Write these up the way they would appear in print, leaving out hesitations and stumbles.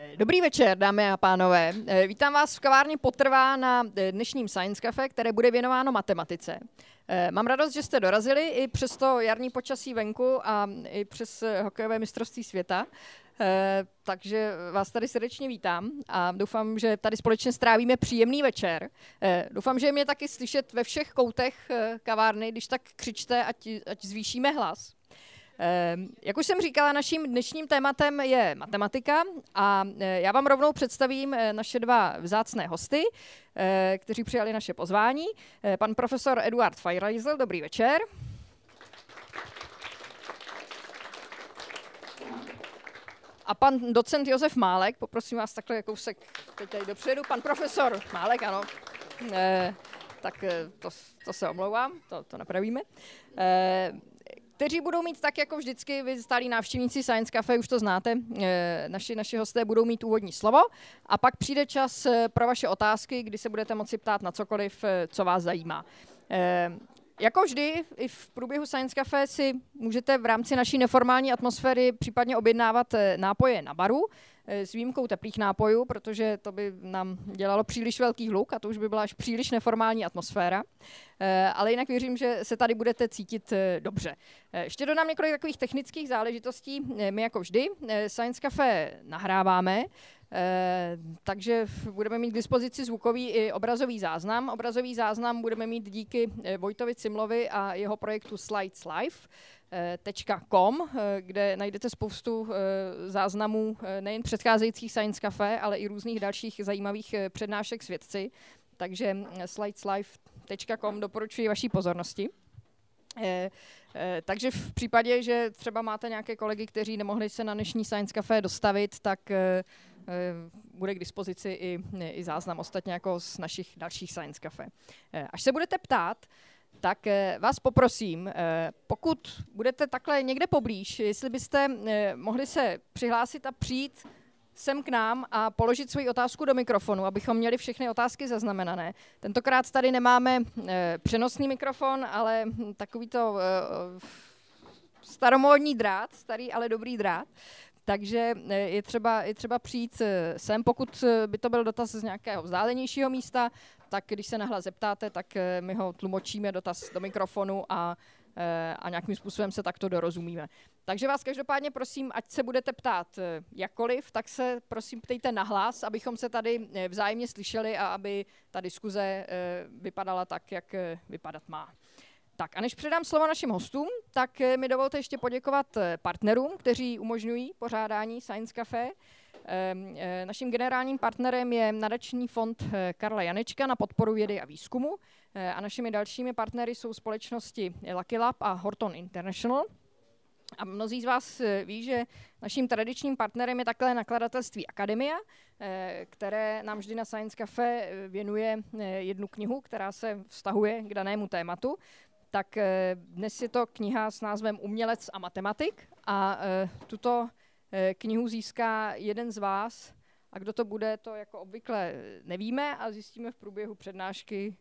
Dobrý večer, dámy a pánové. Vítám vás v kavárně Potrvá na dnešním Science Café, které bude věnováno matematice. Mám radost, že jste dorazili i přes to jarní počasí venku a i přes hokejové mistrovství světa. Takže vás tady srdečně vítám a doufám, že tady společně strávíme příjemný večer. Doufám, že je mě taky slyšet ve všech koutech kavárny, když tak křičte, ať zvýšíme hlas. Jak už jsem říkala, naším dnešním tématem je matematika a já vám rovnou představím naše dva vzácné hosty, kteří přijali naše pozvání. Pan profesor Eduard Feiereisel, dobrý večer. A pan docent Josef Málek, poprosím vás takhle kousek teď tady dopředu. Pan profesor Málek, ano. Tak to se omlouvám, to napravíme. Kteří budou mít tak jako vždycky, vy stálí návštěvníci Science Café, už to znáte, naši hosté budou mít úvodní slovo a pak přijde čas pro vaše otázky, kdy se budete moci ptát na cokoliv, co vás zajímá. Jako vždy, i v průběhu Science Café si můžete v rámci naší neformální atmosféry případně objednávat nápoje na baru, s výjimkou teplých nápojů, protože to by nám dělalo příliš velký hluk a to už by byla až příliš neformální atmosféra. Ale jinak věřím, že se tady budete cítit dobře. Ještě dodám několik takových technických záležitostí. My jako vždy Science Café nahráváme, takže budeme mít k dispozici zvukový i obrazový záznam. Obrazový záznam budeme mít díky Vojtovi Cimlovi a jeho projektu slideslive.com, kde najdete spoustu záznamů nejen předcházejících Science Café, ale i různých dalších zajímavých přednášek s vědci. Takže slideslive.com doporučuji vaší pozornosti. Takže v případě, že třeba máte nějaké kolegy, kteří nemohli se na dnešní Science Café dostavit, tak bude k dispozici i záznam ostatně jako z našich dalších Science Café. Až se budete ptát, tak vás poprosím, pokud budete takhle někde poblíž, jestli byste mohli se přihlásit a přijít sem k nám a položit svoji otázku do mikrofonu, abychom měli všechny otázky zaznamenané. Tentokrát tady nemáme přenosný mikrofon, ale takovýto staromódní drát, starý, ale dobrý drát. Takže je třeba přijít sem, pokud by to byl dotaz z nějakého vzdálenějšího místa, tak když se nahlas zeptáte, tak my ho tlumočíme dotaz do mikrofonu a nějakým způsobem se takto dorozumíme. Takže vás každopádně prosím, ať se budete ptát jakkoliv, tak se prosím ptejte nahlas, abychom se tady vzájemně slyšeli a aby ta diskuze vypadala tak, jak vypadat má. Tak a než předám slovo našim hostům, tak mi dovolte ještě poděkovat partnerům, kteří umožňují pořádání Science Café. Naším generálním partnerem je nadační fond Karla Janečka na podporu vědy a výzkumu a našimi dalšími partnery jsou společnosti Lucky Lab a Horton International. A mnozí z vás ví, že naším tradičním partnerem je takhle nakladatelství Akademia, které nám vždy na Science Café věnuje jednu knihu, která se vztahuje k danému tématu. Tak dnes je to kniha s názvem Umělec a matematik a tuto knihu získá jeden z vás a kdo to bude, to jako obvykle nevíme a zjistíme v průběhu přednášky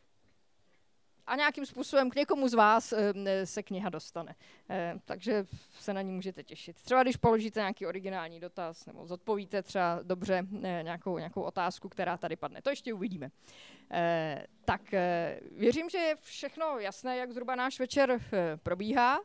a nějakým způsobem k někomu z vás se kniha dostane. Takže se na ní můžete těšit. Třeba když položíte nějaký originální dotaz nebo zodpovíte třeba dobře nějakou otázku, která tady padne. To ještě uvidíme. Tak věřím, že je všechno jasné, jak zhruba náš večer probíhá.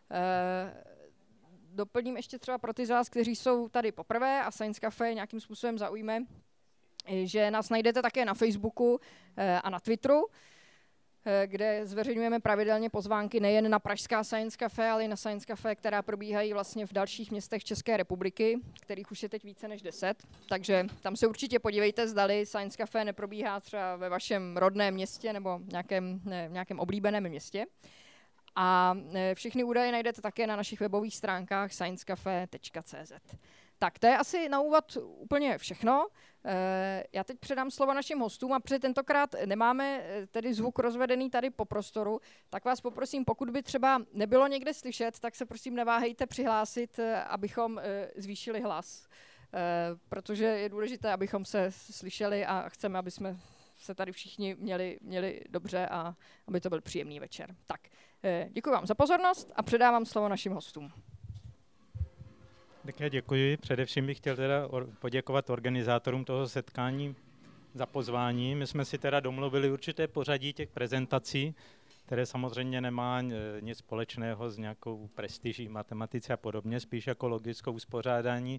Doplním ještě třeba pro ty z vás, kteří jsou tady poprvé a Science Café nějakým způsobem zaujme, že nás najdete také na Facebooku a na Twitteru, kde zveřejňujeme pravidelně pozvánky nejen na pražská Science Café, ale i na Science Café, která probíhají vlastně v dalších městech České republiky, kterých už je teď více než 10. Takže tam se určitě podívejte, zdali Science Café neprobíhá třeba ve vašem rodném městě nebo nějakém oblíbeném městě. A všechny údaje najdete také na našich webových stránkách sciencecafe.cz. Tak to je asi na úvod úplně všechno. Já teď předám slovo našim hostům a protože tentokrát nemáme tedy zvuk rozvedený tady po prostoru, tak vás poprosím, pokud by třeba nebylo někde slyšet, tak se prosím neváhejte přihlásit, abychom zvýšili hlas. Protože je důležité, abychom se slyšeli a chceme, aby jsme se tady všichni měli dobře a aby to byl příjemný večer. Tak, děkuji vám za pozornost a předávám slovo našim hostům. Tak já děkuji. Především bych chtěl teda poděkovat organizátorům toho setkání za pozvání. My jsme si teda domluvili určité pořadí těch prezentací, které samozřejmě nemá nic společného s nějakou prestiží matematice a podobně, spíš jako logickou uspořádání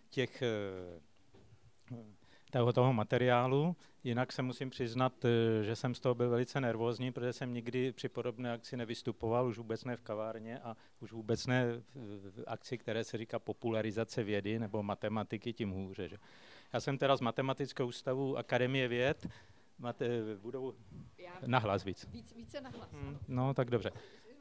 toho materiálu. Jinak se musím přiznat, že jsem z toho byl velice nervózní, protože jsem nikdy při podobné akci nevystupoval, už vůbec ne v kavárně a už vůbec ne v akci, které se říká popularizace vědy nebo matematiky, tím hůře. Že? Já jsem teda z Matematického ústavu Akademie věd, budovu nahlas víc. Více nahlas. No, tak dobře.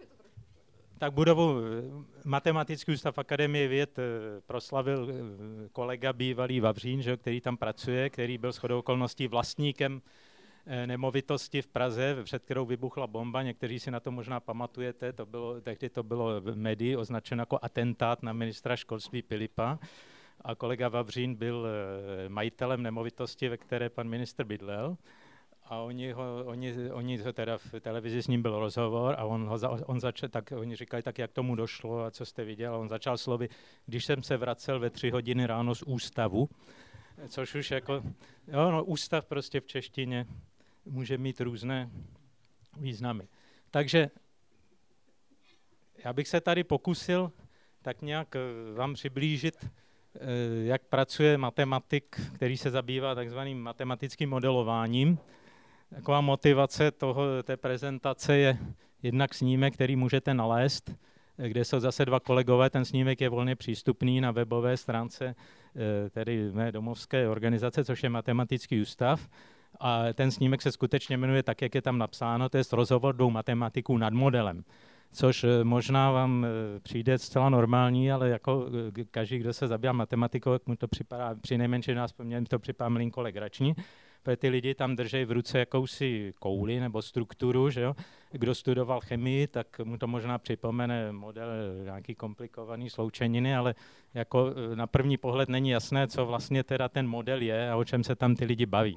Tak budovu Matematický ústav Akademie věd proslavil kolega bývalý Vavřín, že, který tam pracuje, který byl shodou okolností vlastníkem nemovitosti v Praze, před kterou vybuchla bomba. Někteří si na to možná pamatujete, tehdy to bylo v médii označeno jako atentát na ministra školství Pilipa. A kolega Vavřín byl majitelem nemovitosti, ve které pan ministr bydlel. A oni teda v televizi s ním byl rozhovor a on začal, tak oni říkali, tak jak tomu došlo a co jste viděl. A on začal slovy, když jsem se vracel ve 3 hodiny ráno z ústavu, což už jako, ústav prostě v češtině může mít různé významy. Takže já bych se tady pokusil tak nějak vám přiblížit, jak pracuje matematik, který se zabývá takzvaným matematickým modelováním. Taková motivace té prezentace je jednak snímek, který můžete nalézt, kde jsou zase 2 kolegové. Ten snímek je volně přístupný na webové stránce tedy mé domovské organizace, což je Matematický ústav. A ten snímek se skutečně jmenuje tak, jak je tam napsáno, to je rozhovor 2 matematiků nad modelem. Což možná vám přijde zcela normální, ale jako každý, kdo se zabývá matematikou, jak mu to připadá, přinejmenším mě to připadá malinko legrační, protože ty lidi tam drží v ruce jakousi kouli nebo strukturu, že jo? Kdo studoval chemii, tak mu to možná připomene model nějaký komplikovaný sloučeniny, ale jako na první pohled není jasné, co vlastně teda ten model je a o čem se tam ty lidi baví.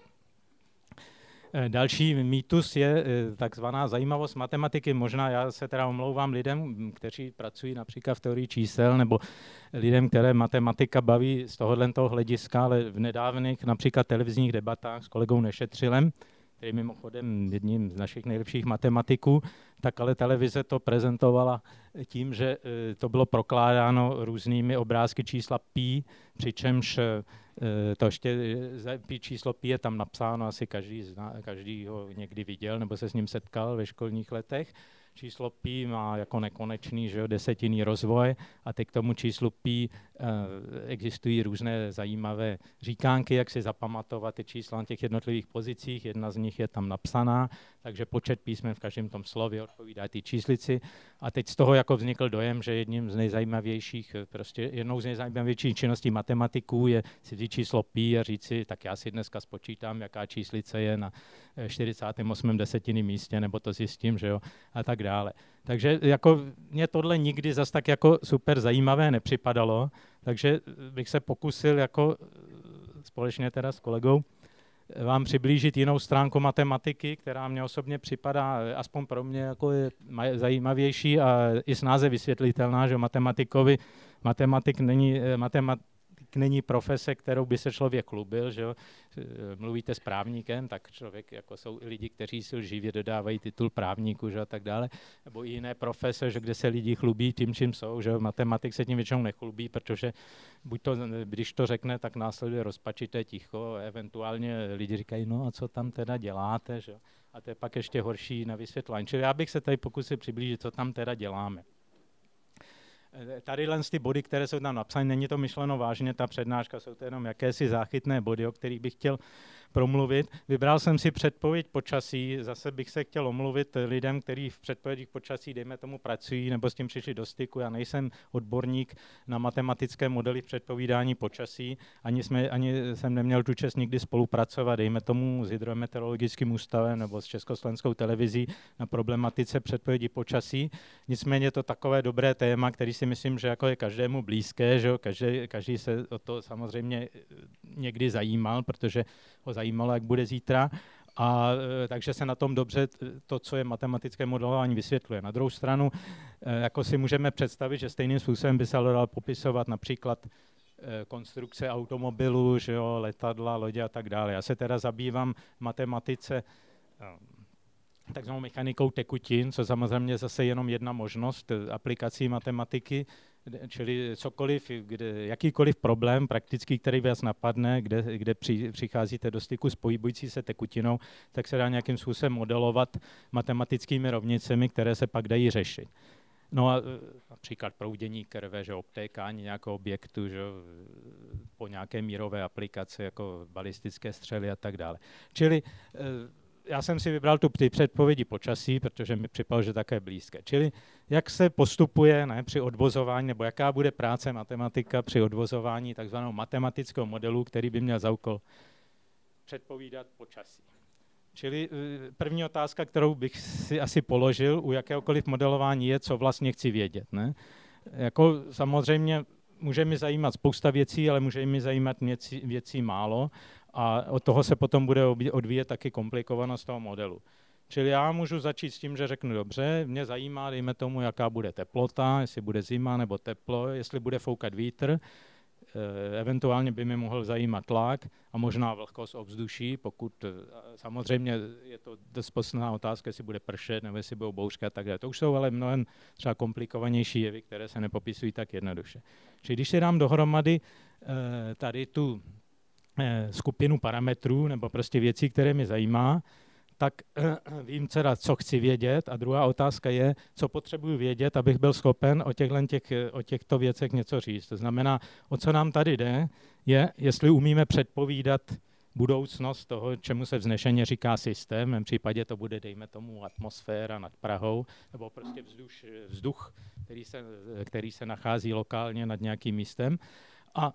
Další mýtus je takzvaná zajímavost matematiky. Možná já se teda omlouvám lidem, kteří pracují například v teorii čísel, nebo lidem, které matematika baví z tohoto hlediska, ale v nedávných například televizních debatách s kolegou Nešetřilem, který mimochodem jedním z našich nejlepších matematiků, tak ale televize to prezentovala tím, že to bylo prokládáno různými obrázky čísla pi, přičemž to ještě číslo pi je tam napsáno, asi každý ho někdy viděl nebo se s ním setkal ve školních letech. Číslo pi má jako nekonečný, že jo, desetinný rozvoj a teď k tomu číslu pi existují různé zajímavé říkánky, jak si zapamatovat ty čísla na těch jednotlivých pozicích. Jedna z nich je tam napsaná, takže počet písmen v každém tom slově odpovídá té číslici. A teď z toho jako vznikl dojem, že jedním z nejzajímavějších, prostě jednou z nejzajímavějších činností matematiků je si vzít číslo pi a říct si, tak já si dneska spočítám, jaká číslice je na 48. desetinním místě, nebo to zjistím, že jo, a tak dále. Takže jako mě tohle nikdy zas tak jako super zajímavé nepřipadalo, takže bych se pokusil jako společně teda s kolegou vám přiblížit jinou stránku matematiky, která mě osobně připadá, aspoň pro mě, jako je zajímavější a i snáze vysvětlitelná, že matematik není profese, kterou by se člověk chlubil, že jo? Mluvíte s právníkem, tak člověk, jako jsou i lidi, kteří si lživě dodávají titul právníku, že a tak dále, nebo i jiné profese, že kde se lidi chlubí tím, čím jsou, že matematik se tím většinou nechlubí, protože buď to, když to řekne, tak následuje rozpačité ticho, eventuálně lidi říkají, no a co tam teda děláte, že? A to je pak ještě horší na vysvětlení. Čili já bych se tady pokusil přiblížit, co tam teda děláme. Tady ty body, které jsou tam napsány, není to myšleno vážně, ta přednáška, jsou to jenom jakési záchytné body, o kterých bych chtěl promluvit. Vybral jsem si předpověď počasí, zase bych se chtěl omluvit lidem, kteří v předpovědích počasí, dejme tomu, pracují nebo s tím přišli do styku. Já nejsem odborník na matematické modely v předpovídání počasí, ani jsem neměl tu čest nikdy spolupracovat, dejme tomu s Hydrometeorologickým ústavem nebo s Československou televizí na problematice předpovědi počasí. Nicméně je to takové dobré téma, který si myslím, že jako je každému blízké, že každý se o to samozřejmě někdy zajímal, protože ho zajímalo, jak bude zítra. A takže se na tom dobře to, co je matematické modelování, vysvětluje. Na druhou stranu, jako si můžeme představit, že stejným způsobem by se dalo popisovat například konstrukce automobilů, že jo, letadla, lodě a tak dále. Já se teda zabývám matematice takzvanou mechanikou tekutin, co samozřejmě zase jenom jedna možnost aplikací matematiky, čili cokoliv, jakýkoliv problém praktický, který vás napadne, kde přicházíte do styku s pohybující se tekutinou, tak se dá nějakým způsobem modelovat matematickými rovnicemi, které se pak dají řešit. No a například proudění krve, že obtékání nějakého objektu, že po nějaké mírové aplikaci, jako balistické střely a tak dále. Čili já jsem si vybral ty předpovědi počasí, protože mi připadlo, že také blízké. Čili jak se postupuje při odvozování, nebo jaká bude práce matematika při odvozování takzvaného matematického modelu, který by měl za úkol předpovídat počasí. Čili první otázka, kterou bych si asi položil u jakéhokoliv modelování je, co vlastně chci vědět. Ne? Jako samozřejmě může mi zajímat spousta věcí, ale může mi zajímat věcí málo a od toho se potom bude odvíjet taky komplikovanost toho modelu. Čili já můžu začít s tím, že řeknu dobře, mě zajímá, dejme tomu, jaká bude teplota, jestli bude zima nebo teplo, jestli bude foukat vítr, eventuálně by mi mohl zajímat tlak a možná vlhkost ovzduší, pokud samozřejmě je to dost podstatná otázka, jestli bude pršet nebo jestli budou bouřky a tak dále. To už jsou ale mnohem třeba komplikovanější jevy, které se nepopisují tak jednoduše. Čili když si dám dohromady tady tu skupinu parametrů nebo prostě věcí, které mě zajímá, tak vím teda, co chci vědět a druhá otázka je, co potřebuji vědět, abych byl schopen o těchto věcech něco říct. To znamená, o co nám tady jde, je, jestli umíme předpovídat budoucnost toho, čemu se vznešeně říká systém. V mém případě to bude, dejme tomu, atmosféra nad Prahou, nebo prostě vzduch, který se nachází lokálně nad nějakým místem. A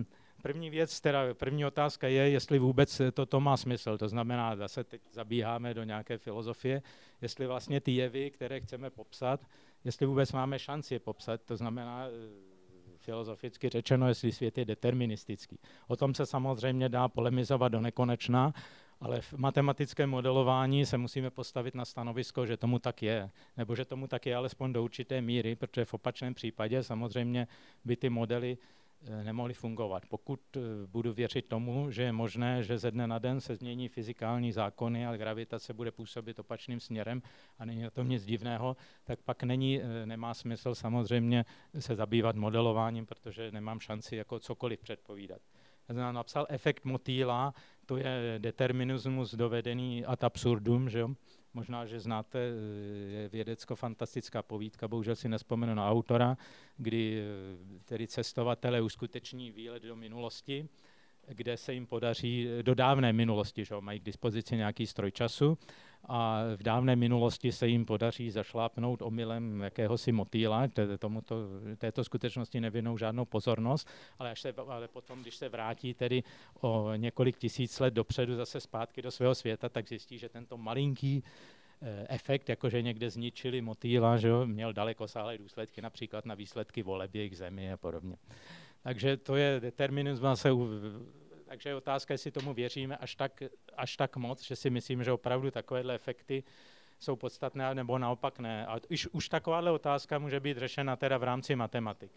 první otázka je, jestli vůbec toto má smysl. To znamená, zase teď zabíháme do nějaké filozofie, jestli vlastně ty jevy, které chceme popsat, jestli vůbec máme šanci je popsat. To znamená, filozoficky řečeno, jestli svět je deterministický. O tom se samozřejmě dá polemizovat do nekonečna, ale v matematickém modelování se musíme postavit na stanovisko, že tomu tak je, nebo že tomu tak je alespoň do určité míry, protože v opačném případě samozřejmě by ty modely nemohly fungovat. Pokud budu věřit tomu, že je možné, že ze dne na den se změní fyzikální zákony a gravitace bude působit opačným směrem a není na tom nic divného, tak pak nemá smysl samozřejmě se zabývat modelováním, protože nemám šanci jako cokoliv předpovídat. Já jsem napsal efekt motýla, to je determinismus dovedený ad absurdum, že jo? Možná, že znáte, je vědecko-fantastická povídka, bohužel si nespomenu na autora, kdy tedy cestovatelé uskuteční výlet do minulosti, kde se jim podaří, do dávné minulosti, že mají k dispozici nějaký stroj času a v dávné minulosti se jim podaří zašlápnout omylem jakéhosi motýla, této skutečnosti nevěnou žádnou pozornost, ale potom, když se vrátí tedy o několik tisíc let dopředu zase zpátky do svého světa, tak zjistí, že tento malinký efekt, jakože někde zničili motýla, že jo, měl dalekosáhlé důsledky, například na výsledky voleb jejich zemi a podobně. Takže to je determinismus. Takže je otázka, jestli tomu věříme až tak moc, že si myslím, že opravdu takovéhle efekty jsou podstatné, nebo naopak ne. A už takováhle otázka může být řešena teda v rámci matematiky.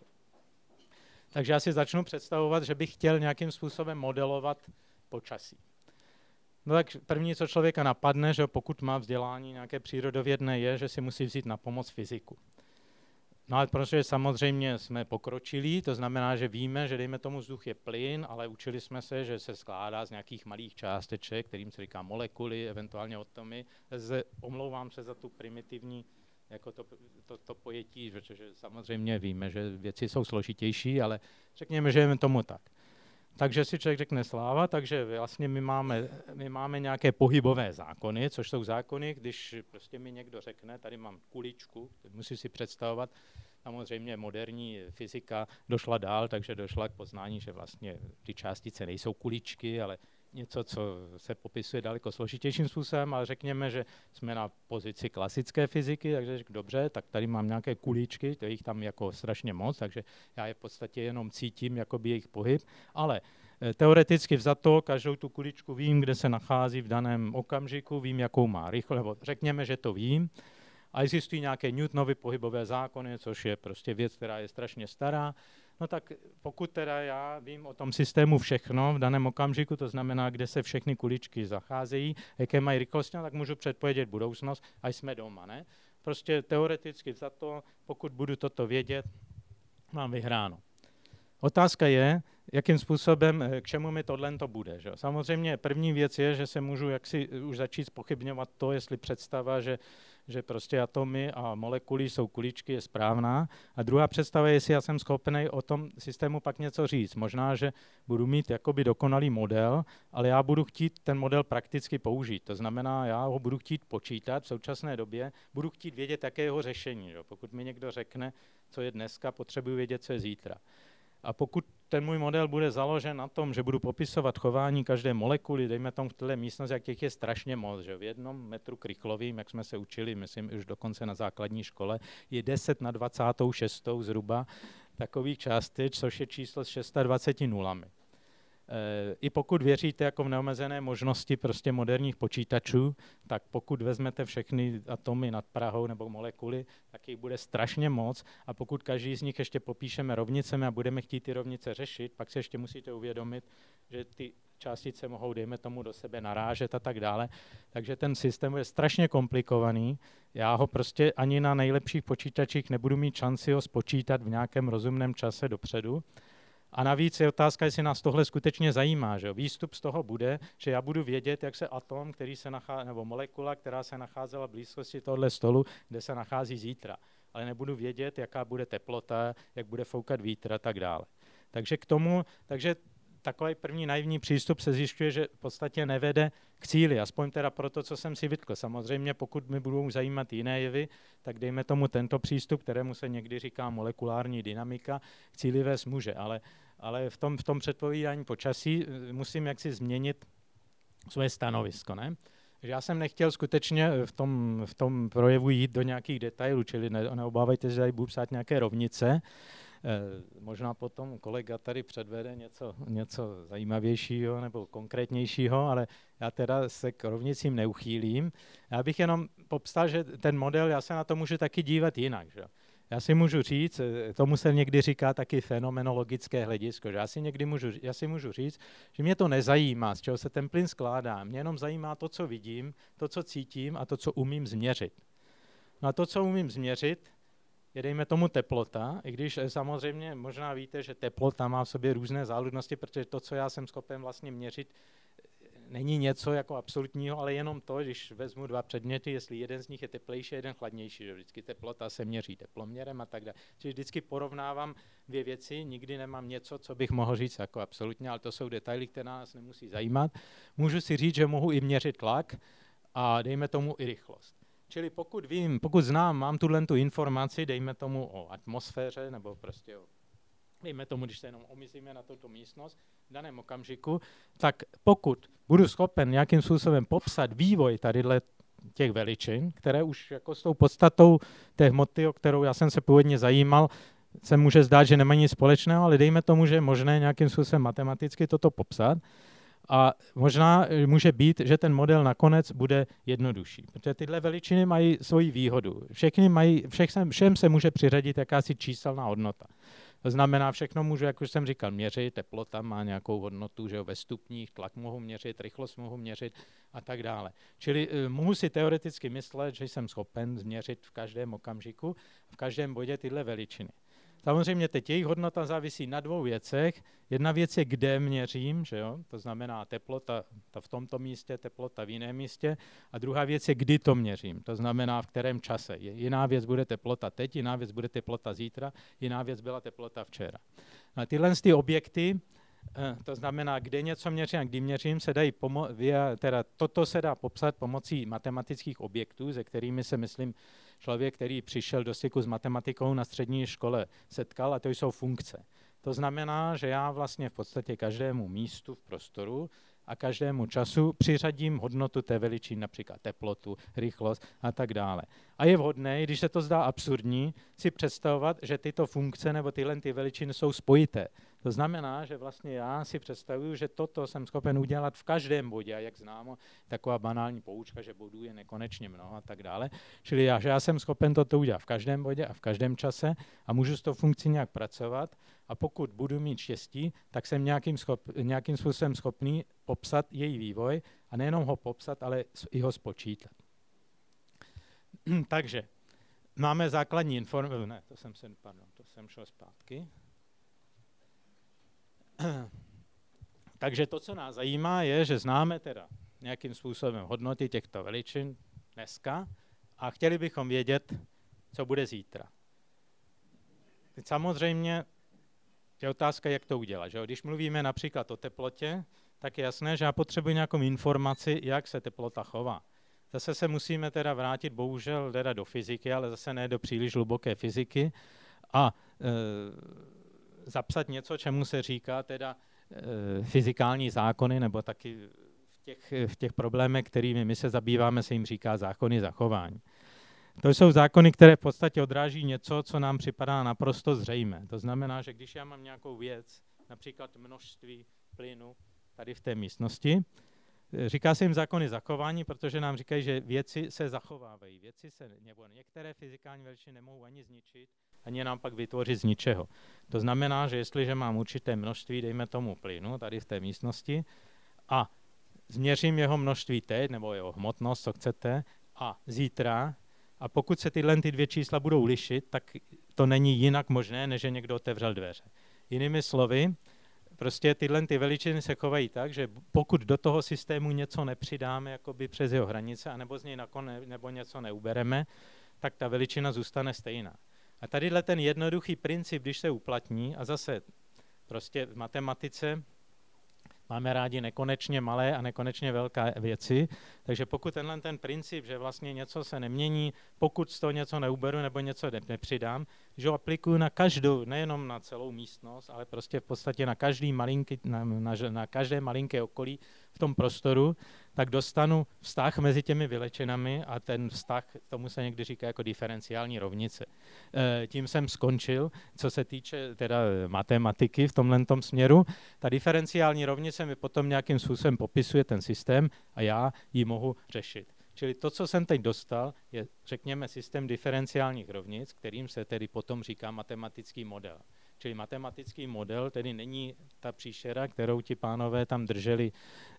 Takže já si začnu představovat, že bych chtěl nějakým způsobem modelovat počasí. No tak první, co člověka napadne, že pokud má vzdělání nějaké přírodovědné, je, že si musí vzít na pomoc fyziku. No ale protože samozřejmě jsme pokročilí, to znamená, že víme, že dejme tomu vzduch je plyn, ale učili jsme se, že se skládá z nějakých malých částeček, kterým se říká molekuly, eventuálně atomy. Omlouvám se za tu primitivní jako to pojetí, protože samozřejmě víme, že věci jsou složitější, ale řekněme, že je tomu tak. Takže si člověk řekne sláva, takže vlastně my máme nějaké pohybové zákony, což jsou zákony, když prostě mi někdo řekne, tady mám kuličku, musí si představovat, samozřejmě moderní fyzika došla dál, takže došla k poznání, že vlastně ty částice nejsou kuličky, ale něco, co se popisuje daleko složitějším způsobem, ale řekněme, že jsme na pozici klasické fyziky, takže řekl, dobře, tak tady mám nějaké kuličky, to je jich tam jako strašně moc, takže já je v podstatě jenom cítím jakoby jejich pohyb, ale Teoreticky vzato každou tu kuličku vím, kde se nachází v daném okamžiku, vím, jakou má rychlost, nebo řekněme, že to vím. A existují nějaké Newtonovy pohybové zákony, což je prostě věc, která je strašně stará. No tak pokud teda já vím o tom systému všechno v daném okamžiku, to znamená, kde se všechny kuličky zacházejí, jaké mají rychlosti, tak můžu předpovědět budoucnost, až jsme doma, ne? Prostě teoreticky vzato, pokud budu toto vědět, mám vyhráno. Otázka je, jakým způsobem, k čemu mi tohle to bude. Že? Samozřejmě první věc je, že se můžu jaksi už začít zpochybňovat to, jestli představa, že prostě atomy a molekuly jsou kuličky, je správná. A druhá představa je, jestli já jsem schopný o tom systému pak něco říct. Možná, že budu mít jakoby dokonalý model, ale já budu chtít ten model prakticky použít. To znamená, já ho budu chtít počítat v současné době, budu chtít vědět, jaké je jeho řešení. Že? Pokud mi někdo řekne, co je dneska, potřebuji vědět, co je zítra. A pokud ten můj model bude založen na tom, že budu popisovat chování každé molekuly, dejme tomu v této místnosti, jak těch je strašně moc, že v 1 metru krychlovým, jak jsme se učili, myslím, už dokonce na základní škole, je 10 na 26 zhruba takových částic, což je číslo s 26 nulami. I pokud věříte jako v neomezené možnosti prostě moderních počítačů, tak pokud vezmete všechny atomy nad Prahou nebo molekuly, tak jich bude strašně moc a pokud každý z nich ještě popíšeme rovnicemi a budeme chtít ty rovnice řešit, pak se ještě musíte uvědomit, že ty částice mohou, dejme tomu, do sebe narážet a tak dále. Takže ten systém je strašně komplikovaný. Já ho prostě ani na nejlepších počítačích nebudu mít šanci ho spočítat v nějakém rozumném čase dopředu. A navíc je otázka, jestli nás tohle skutečně zajímá. Že? Výstup z toho bude, že já budu vědět, jak se atom, který se nachází, nebo molekula, která se nacházela v blízkosti tohohle stolu, kde se nachází zítra. Ale nebudu vědět, jaká bude teplota, jak bude foukat vítr a tak dále. Takže takový první naivní přístup se zjišťuje, že v podstatě nevede k cíli, aspoň teda pro to, co jsem si vytkl. Samozřejmě, pokud mi budou zajímat jiné jevy, tak dejme tomu tento přístup, kterému se někdy říká molekulární dynamika, k cíli vést může, ale v tom předpovídání počasí musím jaksi změnit svoje stanovisko, ne? Že já jsem nechtěl skutečně v tom projevu jít do nějakých detailů, čili neobávejte, že tady budu psát nějaké rovnice. Možná potom kolega tady předvede něco zajímavějšího nebo konkrétnějšího, ale já teda se k rovnicím neuchýlím. Já bych jenom popsal, že ten model, já se na to můžu taky dívat jinak. Že? Já si můžu říct, tomu se někdy říká taky fenomenologické hledisko, že já si můžu říct, že mě to nezajímá, z čeho se ten plyn skládá. Mě jenom zajímá to, co vidím, to, co cítím a to, co umím změřit. No a to, co umím změřit, je dejme tomu teplota, i když samozřejmě možná víte, že teplota má v sobě různé záludnosti, protože to, co já jsem schopen vlastně měřit, není něco jako absolutního, ale jenom to, když vezmu dva předměty, jestli jeden z nich je teplejší, jeden chladnější, že vždycky teplota se měří teploměrem a tak dále. Čili vždycky porovnávám dvě věci, nikdy nemám něco, co bych mohl říct jako absolutně, ale to jsou detaily, které nás nemusí zajímat. Můžu si říct, že mohu i měřit tlak a dejme tomu i rychlost. Čili pokud znám, mám tu informaci, dejme tomu o atmosféře, nebo prostě dejme tomu, když se jenom omezíme na tuto místnost v daném okamžiku, tak pokud budu schopen nějakým způsobem popsat vývoj tadyhle těch veličin, které už jako s tou podstatou té hmoty, o kterou já jsem se původně zajímal, se může zdát, že nemají nic společného, ale dejme tomu, že je možné nějakým způsobem matematicky toto popsat. A možná může být, že ten model nakonec bude jednodušší, protože tyhle veličiny mají svoji výhodu. Všem se může přiřadit jakási číselná hodnota. To znamená, všechno můžu, jak už jsem říkal, měřit, teplota má nějakou hodnotu, že jo, ve stupních, tlak mohu měřit, rychlost mohu měřit a tak dále. Čili mohu si teoreticky myslet, že jsem schopen změřit v každém okamžiku, v každém bodě tyhle veličiny. Samozřejmě teď jejich hodnota závisí na dvou věcech. Jedna věc je, kde měřím, že jo? To znamená teplota v tomto místě, teplota v jiném místě. A druhá věc je, kdy to měřím, to znamená v kterém čase. Jiná věc bude teplota teď, jiná věc bude teplota zítra, jiná věc byla teplota včera. A tyhle objekty, to znamená, kde něco měřím a kdy měřím, se dají toto se dá popsat pomocí matematických objektů, se kterými se, myslím, člověk, který přišel do styku s matematikou na střední škole, setkal, a to jsou funkce. To znamená, že já vlastně v podstatě každému místu v prostoru a každému času přiřadím hodnotu té veličiny, například teplotu, rychlost a tak dále. A je vhodné, když se to zdá absurdní, si představovat, že tyto funkce nebo ty veličiny jsou spojité. To znamená, že vlastně já si představuju, že toto jsem schopen udělat v každém bodě, a jak známo, taková banální poučka, že bodů je nekonečně mnoho a tak dále. Čili já jsem schopen toto udělat v každém bodě a v každém čase a můžu s tou funkcí nějak pracovat a pokud budu mít štěstí, tak jsem nějakým způsobem schopný popsat její vývoj a nejenom ho popsat, ale i ho spočítat. Takže máme základní informace, ne, to jsem šel zpátky. Takže to, co nás zajímá, je, že známe teda nějakým způsobem hodnoty těchto veličin dneska a chtěli bychom vědět, co bude zítra. Teď samozřejmě je otázka, jak to udělat. Že? Když mluvíme například o teplotě, tak je jasné, že já potřebuji nějakou informaci, jak se teplota chová. Zase se musíme teda vrátit bohužel teda do fyziky, ale zase ne do příliš hluboké fyziky a zapsat něco, čemu se říká teda fyzikální zákony, nebo taky v těch problémech, kterými my se zabýváme, se jim říká zákony zachování. To jsou zákony, které v podstatě odráží něco, co nám připadá naprosto zřejmé. To znamená, že když já mám nějakou věc, například množství plynu tady v té místnosti, říká se jim zákony zachování, protože nám říkají, že věci se zachovávají. Nebo některé fyzikální veličiny nemohou ani zničit, ani nám pak vytvořit z ničeho. To znamená, že jestliže mám určité množství, dejme tomu plynu tady v té místnosti, a změřím jeho množství teď, nebo jeho hmotnost, co chcete, a zítra, a pokud se tyhle dvě čísla budou lišit, tak to není jinak možné, než že někdo otevřel dveře. Jinými slovy, prostě tyhle ty veličiny se chovají tak, že pokud do toho systému něco nepřidáme jakoby přes jeho hranice, anebo z něj nebo něco neubereme, tak ta veličina zůstane stejná. A tadyhle ten jednoduchý princip, když se uplatní, a zase prostě v matematice máme rádi nekonečně malé a nekonečně velké věci, takže pokud ten princip, že vlastně něco se nemění, pokud z toho něco neuberu nebo něco nepřidám, že ho aplikuju na každou, nejenom na celou místnost, ale prostě v podstatě na každé malinké okolí v tom prostoru, tak dostanu vztah mezi těmi veličinami a ten vztah, tomu se někdy říká jako diferenciální rovnice. Tím jsem skončil, co se týče teda matematiky v tomhletom směru. Ta diferenciální rovnice mi potom nějakým způsobem popisuje ten systém a já ji mohu řešit. Čili to, co jsem teď dostal, je, řekněme, systém diferenciálních rovnic, kterým se tedy potom říká matematický model. Čili matematický model tedy není ta příšera, kterou ti pánové tam drželi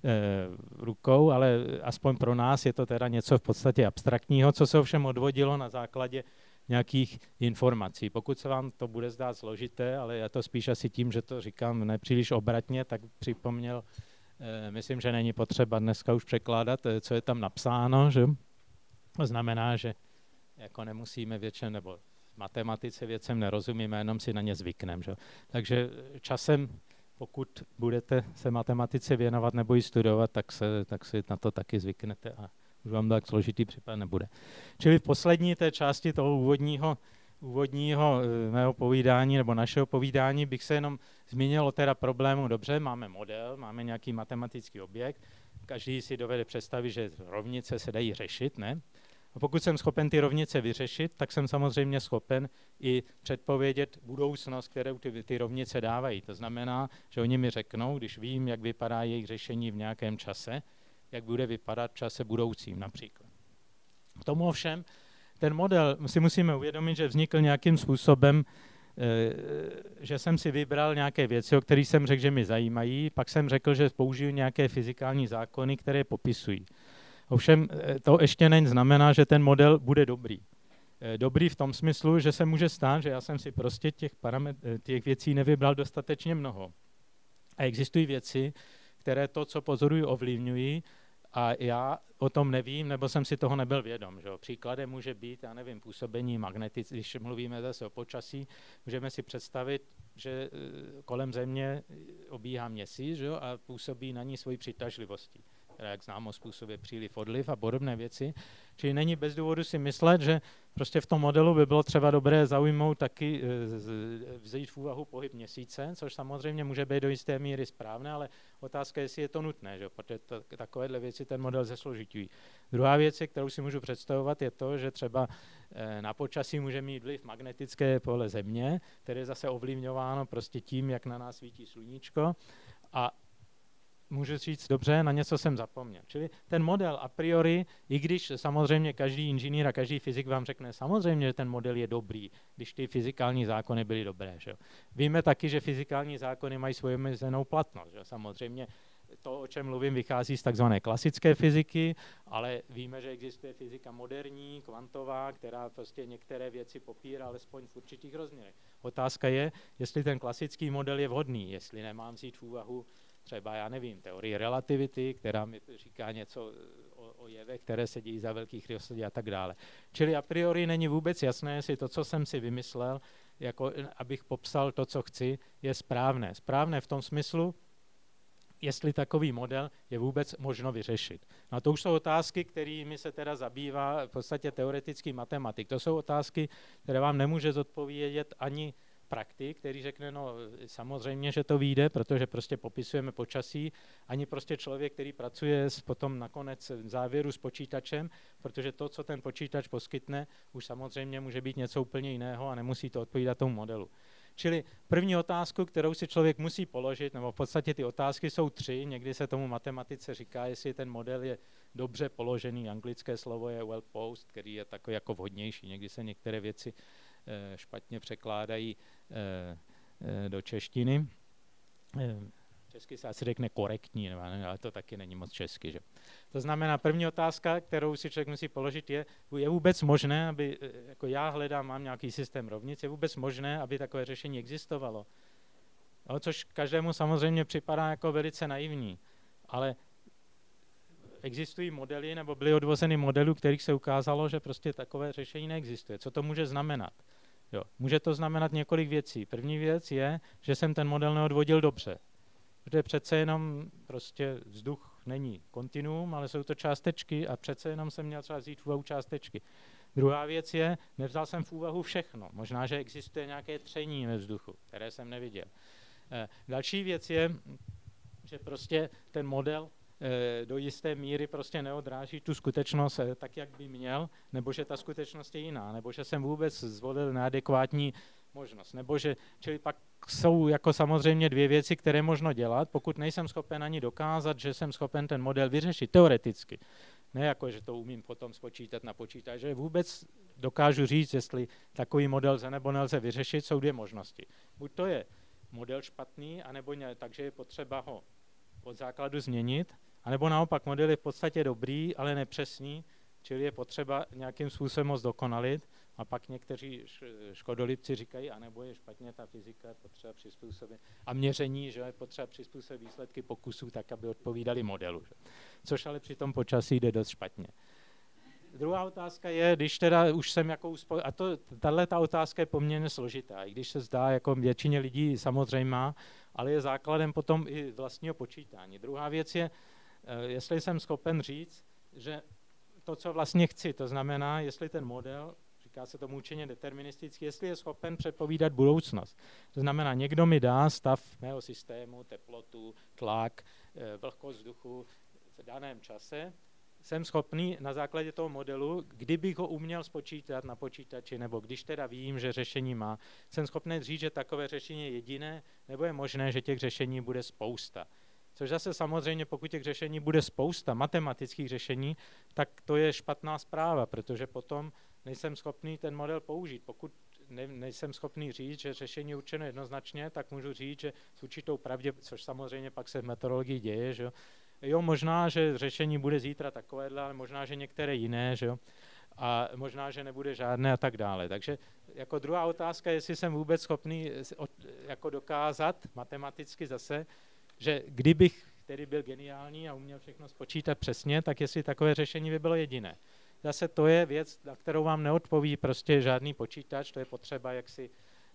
rukou, ale aspoň pro nás je to teda něco v podstatě abstraktního, co se ovšem odvodilo na základě nějakých informací. Pokud se vám to bude zdát složité, ale já to spíš asi tím, že to říkám nepříliš obratně, tak připomněl, myslím, že není potřeba dneska už překládat, co je tam napsáno, že? To znamená, že jako nemusíme většinou, nebo v matematice věcem nerozumíme, jenom si na ně zvykneme. Že? Takže časem, pokud budete se matematice věnovat nebo ji studovat, tak si na to taky zvyknete a už vám tak složitý případ nebude. Čili v poslední té části toho úvodního mého povídání nebo našeho povídání bych se jenom zmínil o teda problému. Dobře, máme model, máme nějaký matematický objekt, každý si dovede představit, že rovnice se dají řešit, ne? A pokud jsem schopen ty rovnice vyřešit, tak jsem samozřejmě schopen i předpovědět budoucnost, kterou ty rovnice dávají. To znamená, že oni mi řeknou, když vím, jak vypadá jejich řešení v nějakém čase, jak bude vypadat v čase budoucím například. K tomu ovšem ten model si musíme uvědomit, že vznikl nějakým způsobem, že jsem si vybral nějaké věci, o kterých jsem řekl, že mi zajímají, pak jsem řekl, že použiju nějaké fyzikální zákony, které popisují. Ovšem to ještě neznamená, že ten model bude dobrý. Dobrý v tom smyslu, že se může stát, že já jsem si prostě těch věcí nevybral dostatečně mnoho. A existují věci, které to, co pozorují, ovlivňují, a já o tom nevím, nebo jsem si toho nebyl vědom. Že? Příkladem může být, já nevím, působení magnetiky, když mluvíme zase o počasí, můžeme si představit, že kolem Země obíhá měsíc, že? A působí na ní svoji přitažlivostí, která, jak známo, způsobuje příliv, odliv a podobné věci. Čili není bez důvodu si myslet, že prostě v tom modelu by bylo třeba dobré zaujmout taky, vzít v úvahu pohyb měsíce, což samozřejmě může být do jisté míry správné, ale otázka je, jestli je to nutné, že? Protože takovéhle věci ten model zesložitují. Druhá věc, kterou si můžu představovat, je to, že třeba Na počasí může mít vliv magnetické pole Země, které je zase ovlivňováno prostě tím, jak na nás svítí sluníčko. A můžu říct, dobře, na něco jsem zapomněl. Čili ten model a priori, i když samozřejmě každý inženýr a každý fyzik vám řekne, samozřejmě, že ten model je dobrý, když ty fyzikální zákony byly dobré. Že? Víme taky, že fyzikální zákony mají svoji omezenou platnost. Že? Samozřejmě to, o čem mluvím, vychází z takzvané klasické fyziky, ale víme, že existuje fyzika moderní, kvantová, která prostě některé věci popírá, alespoň v určitých rozměrech. Otázka je, jestli ten klasický model je vhodný, jestli nemám vzít v úvahu třeba, já nevím, teorii relativity, která mi říká něco o jevech, které se dějí za velkých rychlostí a tak dále. Čili a priori není vůbec jasné, jestli to, co jsem si vymyslel, jako abych popsal to, co chci, je správné. Správné v tom smyslu, jestli takový model je vůbec možno vyřešit. No a to už jsou otázky, kterými se teda zabývá v podstatě teoretický matematik. To jsou otázky, které vám nemůže zodpovědět ani praktik, který řekne, no samozřejmě, že to vyjde, protože prostě popisujeme počasí, ani prostě člověk, který pracuje potom nakonec v závěru s počítačem, protože to, co ten počítač poskytne, už samozřejmě může být něco úplně jiného a nemusí to odpovídat tomu modelu. Čili první otázku, kterou si člověk musí položit, nebo v podstatě ty otázky jsou 3, někdy se tomu matematice říká, jestli ten model je dobře položený, anglické slovo je well posed, který je takový jako vhodnější, někdy se některé věci špatně překládají do češtiny. Česky se asi řekne korektní, ale to taky není moc česky. Že? To znamená, první otázka, kterou si člověk musí položit, je vůbec možné, aby, jako já hledám, mám nějaký systém rovnic, je vůbec možné, aby takové řešení existovalo? No, což každému samozřejmě připadá jako velice naivní, ale existují modely, nebo byly odvozeny modelů, kterých se ukázalo, že prostě takové řešení neexistuje. Co to může znamenat? Jo, může to znamenat několik věcí. První věc je, že jsem ten model neodvodil dobře. Protože přece jenom prostě vzduch není kontinuum, ale jsou to částečky a přece jenom jsem měl třeba vzít v úvahu částečky. Druhá věc je, nevzal jsem v úvahu všechno. Možná, že existuje nějaké tření ve vzduchu, které jsem neviděl. Další věc je, že prostě ten model do jisté míry prostě neodráží tu skutečnost tak, jak by měl, nebo že ta skutečnost je jiná, nebo že jsem vůbec zvolil neadekvátní možnost, nebo že, čili pak jsou jako samozřejmě 2 věci, které možno dělat, pokud nejsem schopen ani dokázat, že jsem schopen ten model vyřešit teoreticky. Ne jako, že to umím potom spočítat na počítač, že vůbec dokážu říct, jestli takový model lze nebo nelze vyřešit, jsou 2 možnosti. Buď to je model špatný, anebo ne, takže je potřeba ho od základu změnit, anebo naopak model je v podstatě dobrý, ale nepřesný, čili je potřeba nějakým způsobem ho zdokonalit a pak někteří škodolibci říkají, anebo je špatně ta fyzika, je potřeba přizpůsobit a měření, že je potřeba přizpůsobit výsledky pokusů tak, aby odpovídali modelu. Že? Což ale při tom počasí jde dost špatně. Druhá otázka je, když teda už jsem jako a tato otázka je poměrně složitá, i když se zdá jako většině lidí samozřejmá, ale je základem potom i vlastního počítání. Druhá věc je, jestli jsem schopen říct, že to, co vlastně chci, to znamená, jestli ten model, říká se tomu učeně deterministicky, jestli je schopen předpovídat budoucnost. To znamená, někdo mi dá stav mého systému, teplotu, tlak, vlhkost vzduchu v daném čase, jsem schopný na základě toho modelu, kdybych ho uměl spočítat na počítači, nebo když teda vím, že řešení má, jsem schopný říct, že takové řešení je jediné, nebo je možné, že těch řešení bude spousta. Což zase samozřejmě, pokud těch řešení bude spousta, matematických řešení, tak to je špatná zpráva, protože potom nejsem schopný ten model použít. Pokud nejsem schopný říct, že řešení je určeno jednoznačně, tak můžu říct, že s určitou pravdě, což samozřejmě pak se v meteorologii děje, že jo, možná, že řešení bude zítra takovéhle, ale možná, že některé jiné, že jo, a možná, že nebude žádné a tak dále. Takže jako druhá otázka, jestli jsem vůbec schopný jako dokázat matematicky zase, že kdybych tedy byl geniální a uměl všechno spočítat přesně, tak jestli takové řešení by bylo jediné. Zase to je věc, na kterou vám neodpoví prostě žádný počítač, to je potřeba jak si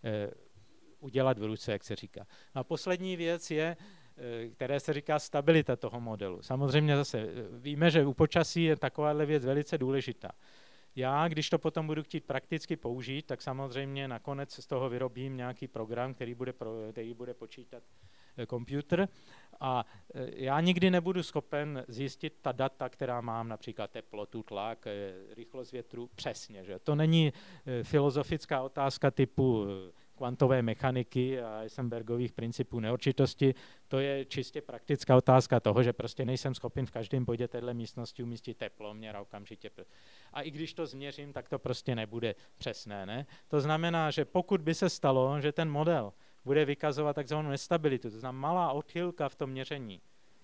udělat v ruce, jak se říká. A poslední věc je, které se říká stabilita toho modelu. Samozřejmě zase víme, že u počasí je takováhle věc velice důležitá. Já, když to potom budu chtít prakticky použít, tak samozřejmě nakonec z toho vyrobím nějaký program, který bude počítat počítač. A já nikdy nebudu schopen zjistit ta data, která mám, například teplotu, tlak, rychlost větru, přesně. Že? To není filozofická otázka typu kvantové mechaniky a Heisenbergových principů neurčitosti, to je čistě praktická otázka toho, že prostě nejsem schopen v každém bodě téhle místnosti umístit teploměr a okamžitě. A i když to změřím, tak to prostě nebude přesné. Ne? To znamená, že pokud by se stalo, že ten model bude vykazovat takzvanou nestabilitu, to znamená malá odchylka v tom měření,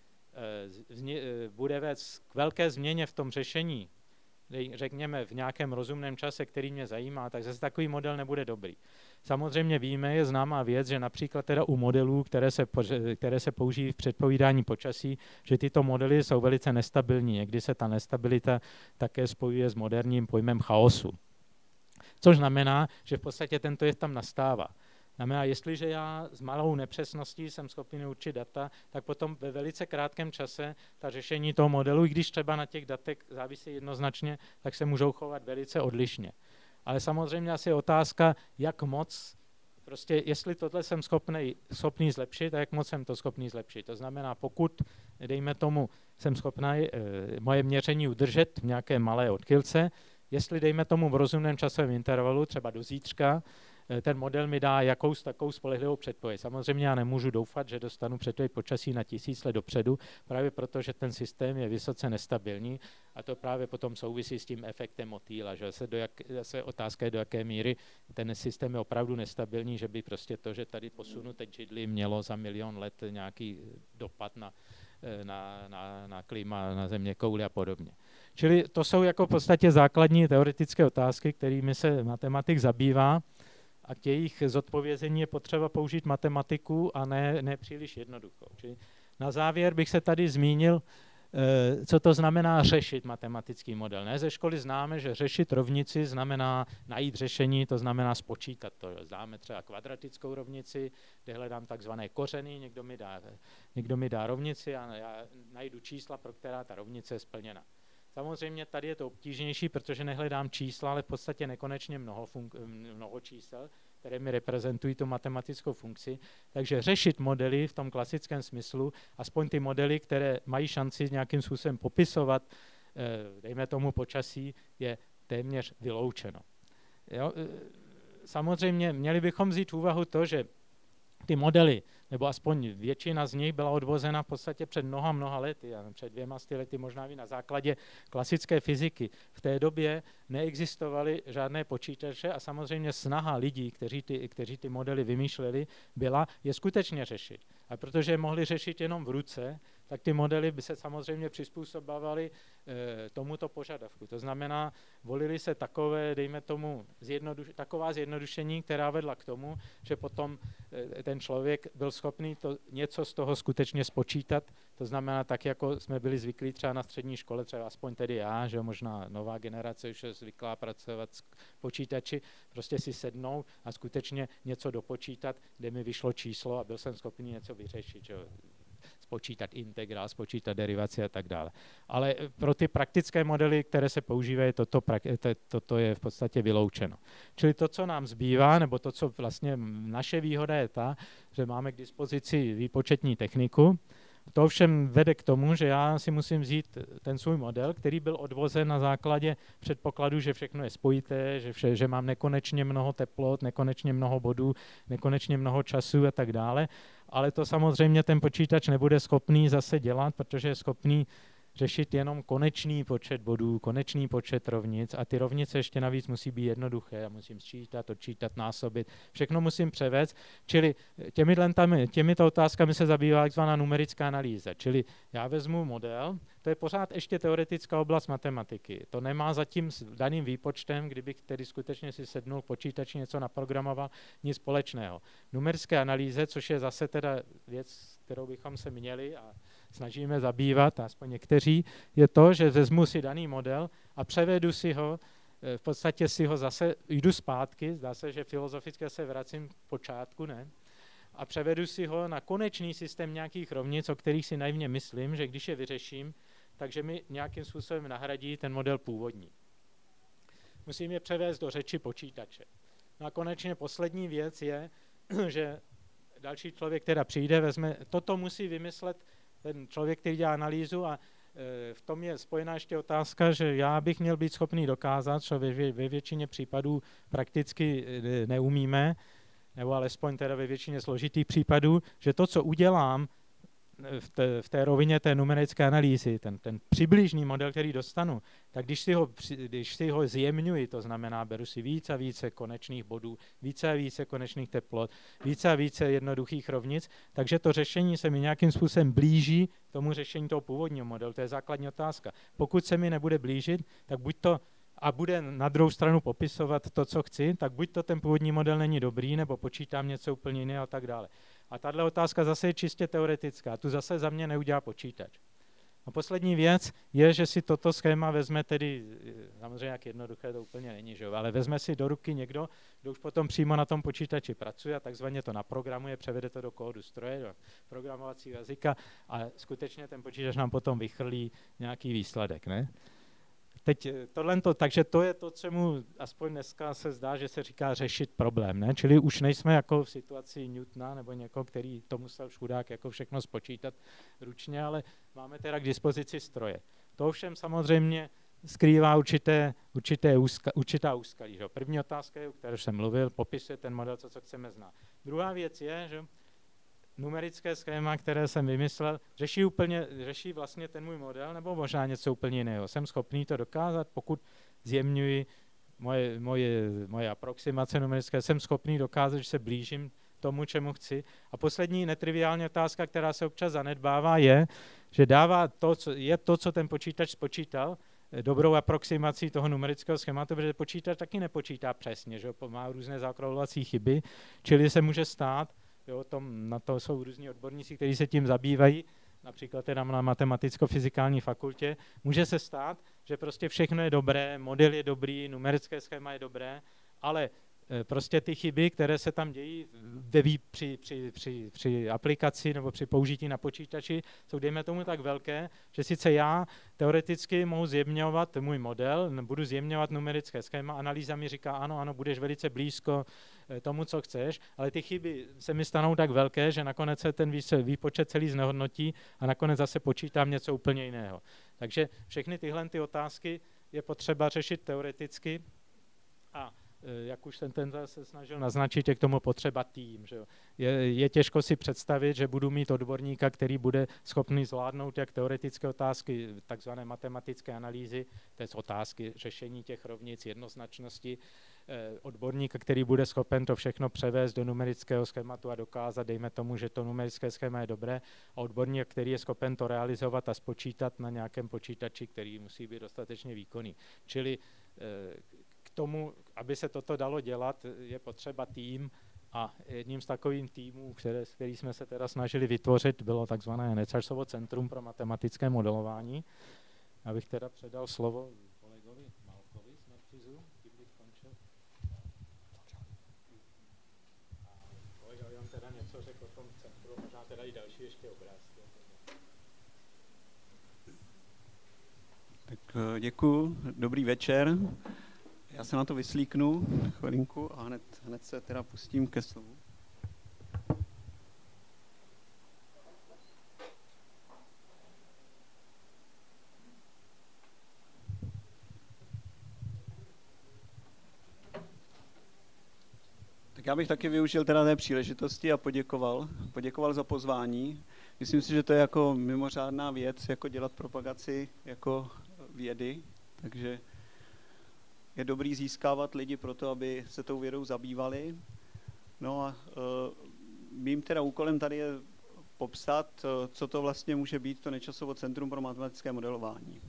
bude vést k velké změně v tom řešení, řekněme v nějakém rozumném čase, který mě zajímá, tak zase takový model nebude dobrý. Samozřejmě víme, je známá věc, že například teda u modelů, které se použijí v předpovídání počasí, že tyto modely jsou velice nestabilní. Někdy se ta nestabilita také spojuje s moderním pojmem chaosu. Což znamená, že v podstatě tento jev tam nastává. Znamená, jestliže já s malou nepřesností jsem schopný určit data, tak potom ve velice krátkém čase ta řešení toho modelu, i když třeba na těch datech závisí jednoznačně, tak se můžou chovat velice odlišně. Ale samozřejmě asi je otázka, jak moc, prostě jestli tohle jsem schopný zlepšit a jak moc jsem to schopný zlepšit. To znamená, pokud, dejme tomu, jsem schopný moje měření udržet v nějaké malé odchylce, jestli dejme tomu v rozumném časovém intervalu, třeba do zítřka, ten model mi dá jakous takovou spolehlivou předpověď. Samozřejmě já nemůžu doufat, že dostanu předpověď počasí na 1000 let dopředu, právě proto, že ten systém je vysoce nestabilní a to právě potom souvisí s tím efektem motýla, že zase otázka je, do jaké míry ten systém je opravdu nestabilní, že by prostě to, že tady posunu teď židli, mělo za 1 000 000 let nějaký dopad na klima, na zeměkouli a podobně. Čili to jsou jako v podstatě základní teoretické otázky, kterými se matematik zabývá. A k jejich zodpovězení je potřeba použít matematiku a ne příliš jednoduchou. Čili na závěr bych se tady zmínil, co to znamená řešit matematický model. Ne? Ze školy známe, že řešit rovnici znamená najít řešení, to znamená spočítat to. Známe třeba kvadratickou rovnici, kde hledám takzvané kořeny, někdo mi dá rovnici a já najdu čísla, pro která ta rovnice je splněna. Samozřejmě tady je to obtížnější, protože nehledám čísla, ale v podstatě nekonečně mnoho čísel, které mi reprezentují tu matematickou funkci. Takže řešit modely v tom klasickém smyslu, aspoň ty modely, které mají šanci nějakým způsobem popisovat, dejme tomu počasí, je téměř vyloučeno. Jo? Samozřejmě měli bychom vzít v úvahu to, že ty modely, nebo aspoň většina z nich byla odvozena v podstatě před mnoha lety, před 200 lety možná i na základě klasické fyziky. V té době neexistovaly žádné počítače a samozřejmě snaha lidí, kteří ty modely vymýšleli, byla je skutečně řešit. A protože je mohli řešit jenom v ruce, tak ty modely by se samozřejmě přizpůsobovaly tomuto požadavku. To znamená, volili se takové, dejme tomu, taková zjednodušení, která vedla k tomu, že potom ten člověk byl schopný něco z toho skutečně spočítat. To znamená, tak jako jsme byli zvyklí třeba na střední škole, třeba aspoň tedy já, že možná nová generace už je zvyklá pracovat s počítači, prostě si sednout a skutečně něco dopočítat, kde mi vyšlo číslo a byl jsem schopný něco vyřešit. Že? Spočítat integrál, spočítat derivaci a tak dále. Ale pro ty praktické modely, které se používají, toto je v podstatě vyloučeno. Čili to, co nám zbývá, nebo to, co vlastně naše výhoda je ta, že máme k dispozici výpočetní techniku. To ovšem vede k tomu, že já si musím vzít ten svůj model, který byl odvozen na základě předpokladu, že všechno je spojité, že mám nekonečně mnoho teplot, nekonečně mnoho bodů, nekonečně mnoho času a tak dále. Ale to samozřejmě ten počítač nebude schopný zase dělat, protože je schopný řešit jenom konečný počet bodů, konečný počet rovnic a ty rovnice ještě navíc musí být jednoduché. Já musím sčítat, odčítat, násobit, všechno musím převést. Čili těmito otázkami se zabývá takzvaná numerická analýza. Čili já vezmu model, to je pořád ještě teoretická oblast matematiky. To nemá zatím s daným výpočtem, kdybych tedy skutečně si sednul počítači něco naprogramoval, nic společného. Numerické analýze, což je zase teda věc, kterou bychom se měli a snažíme zabývat, aspoň někteří, je to, že vezmu si daný model a převedu si ho, v podstatě si ho zase, jdu zpátky, zdá se, že filozoficky se vracím k počátku, ne? A převedu si ho na konečný systém nějakých rovnic, o kterých si naivně myslím, že když je vyřeším, takže mi nějakým způsobem nahradí ten model původní. Musím je převést do řeči počítače. No a konečně poslední věc je, že další člověk, teda přijde, vezme, toto musí vymyslet ten člověk, který dělá analýzu a v tom je spojená ještě otázka, že já bych měl být schopný dokázat, co ve většině případů prakticky neumíme, nebo alespoň teda ve většině složitých případů, že to, co udělám v té rovině té numerické analýzy, ten přibližný model, který dostanu, tak když si ho zjemňuji, to znamená, beru si více a více konečných bodů, více a více konečných teplot, více a více jednoduchých rovnic, takže to řešení se mi nějakým způsobem blíží tomu řešení toho původního modelu. To je základní otázka. Pokud se mi nebude blížit, tak buď to a bude na druhou stranu popisovat to, co chci, tak buď to ten původní model není dobrý, nebo počítám něco úplně jiného a tak dále. A tahle otázka zase je čistě teoretická. Tu zase za mě neudělá počítač. A poslední věc je, že si toto schéma vezme tedy, samozřejmě jak jednoduché to úplně není, že jo, ale vezme si do ruky někdo, kdo už potom přímo na tom počítači pracuje a takzvaně to naprogramuje, převede to do kódu stroje, do programovacího jazyka a skutečně ten počítač nám potom vychrlí nějaký výsledek, ne? Teď takže to je to, čemu aspoň dneska se zdá, že se říká řešit problém, ne? Čili už nejsme jako v situaci Newtona nebo někoho, který to musel chudák jako všechno spočítat ručně, ale máme teda k dispozici stroje. To ovšem samozřejmě skrývá určitá úskalí. Že? První otázka je, o které jsem mluvil, popisuje ten model, co chceme znát. Druhá věc je, že numerické schéma, které jsem vymyslel, řeší vlastně ten můj model, nebo možná něco úplně jiného. Jsem schopný to dokázat, pokud zjemňuji moje aproximace numerické, jsem schopný dokázat, že se blížím tomu, čemu chci. A poslední netriviální otázka, která se občas zanedbává, je, že dává to, co ten počítač spočítal, dobrou aproximací toho numerického schématu, protože počítač taky nepočítá přesně, že má různé zaokrouhlovací chyby, čili se může stát, jo, na to jsou různí odborníci, kteří se tím zabývají, například teda na matematicko-fyzikální fakultě. Může se stát, že prostě všechno je dobré, model je dobrý, numerické schéma je dobré, ale prostě ty chyby, které se tam dějí při aplikaci nebo při použití na počítači, jsou dejme tomu tak velké, že sice já teoreticky mohu zjemňovat můj model, budu zjemňovat numerické schéma, analýza mi říká ano, budeš velice blízko tomu, co chceš, ale ty chyby se mi stanou tak velké, že nakonec se ten výpočet celý znehodnotí a nakonec zase počítám něco úplně jiného. Takže všechny tyhle ty otázky je potřeba řešit teoreticky a jak už jsem se snažil naznačit, je k tomu potřeba tým. Že jo. Je těžko si představit, že budu mít odborníka, který bude schopný zvládnout jak teoretické otázky, takzvané matematické analýzy, to je otázky řešení těch rovnic, jednoznačnosti, odborníka, který bude schopen to všechno převést do numerického schématu a dokázat, dejme tomu, že to numerické schéma je dobré, a odborník, který je schopen to realizovat a spočítat na nějakém počítači, který musí být dostatečně výkonný. Čili k tomu, aby se toto dalo dělat, je potřeba tým a jedním z takových týmů, který jsme se teda snažili vytvořit, bylo takzvané Nečasovo centrum pro matematické modelování. Abych teda předal slovo kolegovi Malkovi z Narcizu, tím bych končil. A kolega vám teda něco řekl o tom centru, možná teda i další ještě obrázky. Tak děkuju, dobrý večer. Já se na to vyslíknu chvilinku a hned se teda pustím ke slovu. Tak já bych taky využil teda té příležitosti a poděkoval za pozvání. Myslím si, že to je jako mimořádná věc, jako dělat propagaci jako vědy, takže je dobrý získávat lidi pro to, aby se tou vědou zabývali. No a mým teda úkolem tady je popsat, co to vlastně může být to Nečasovo centrum pro matematické modelování.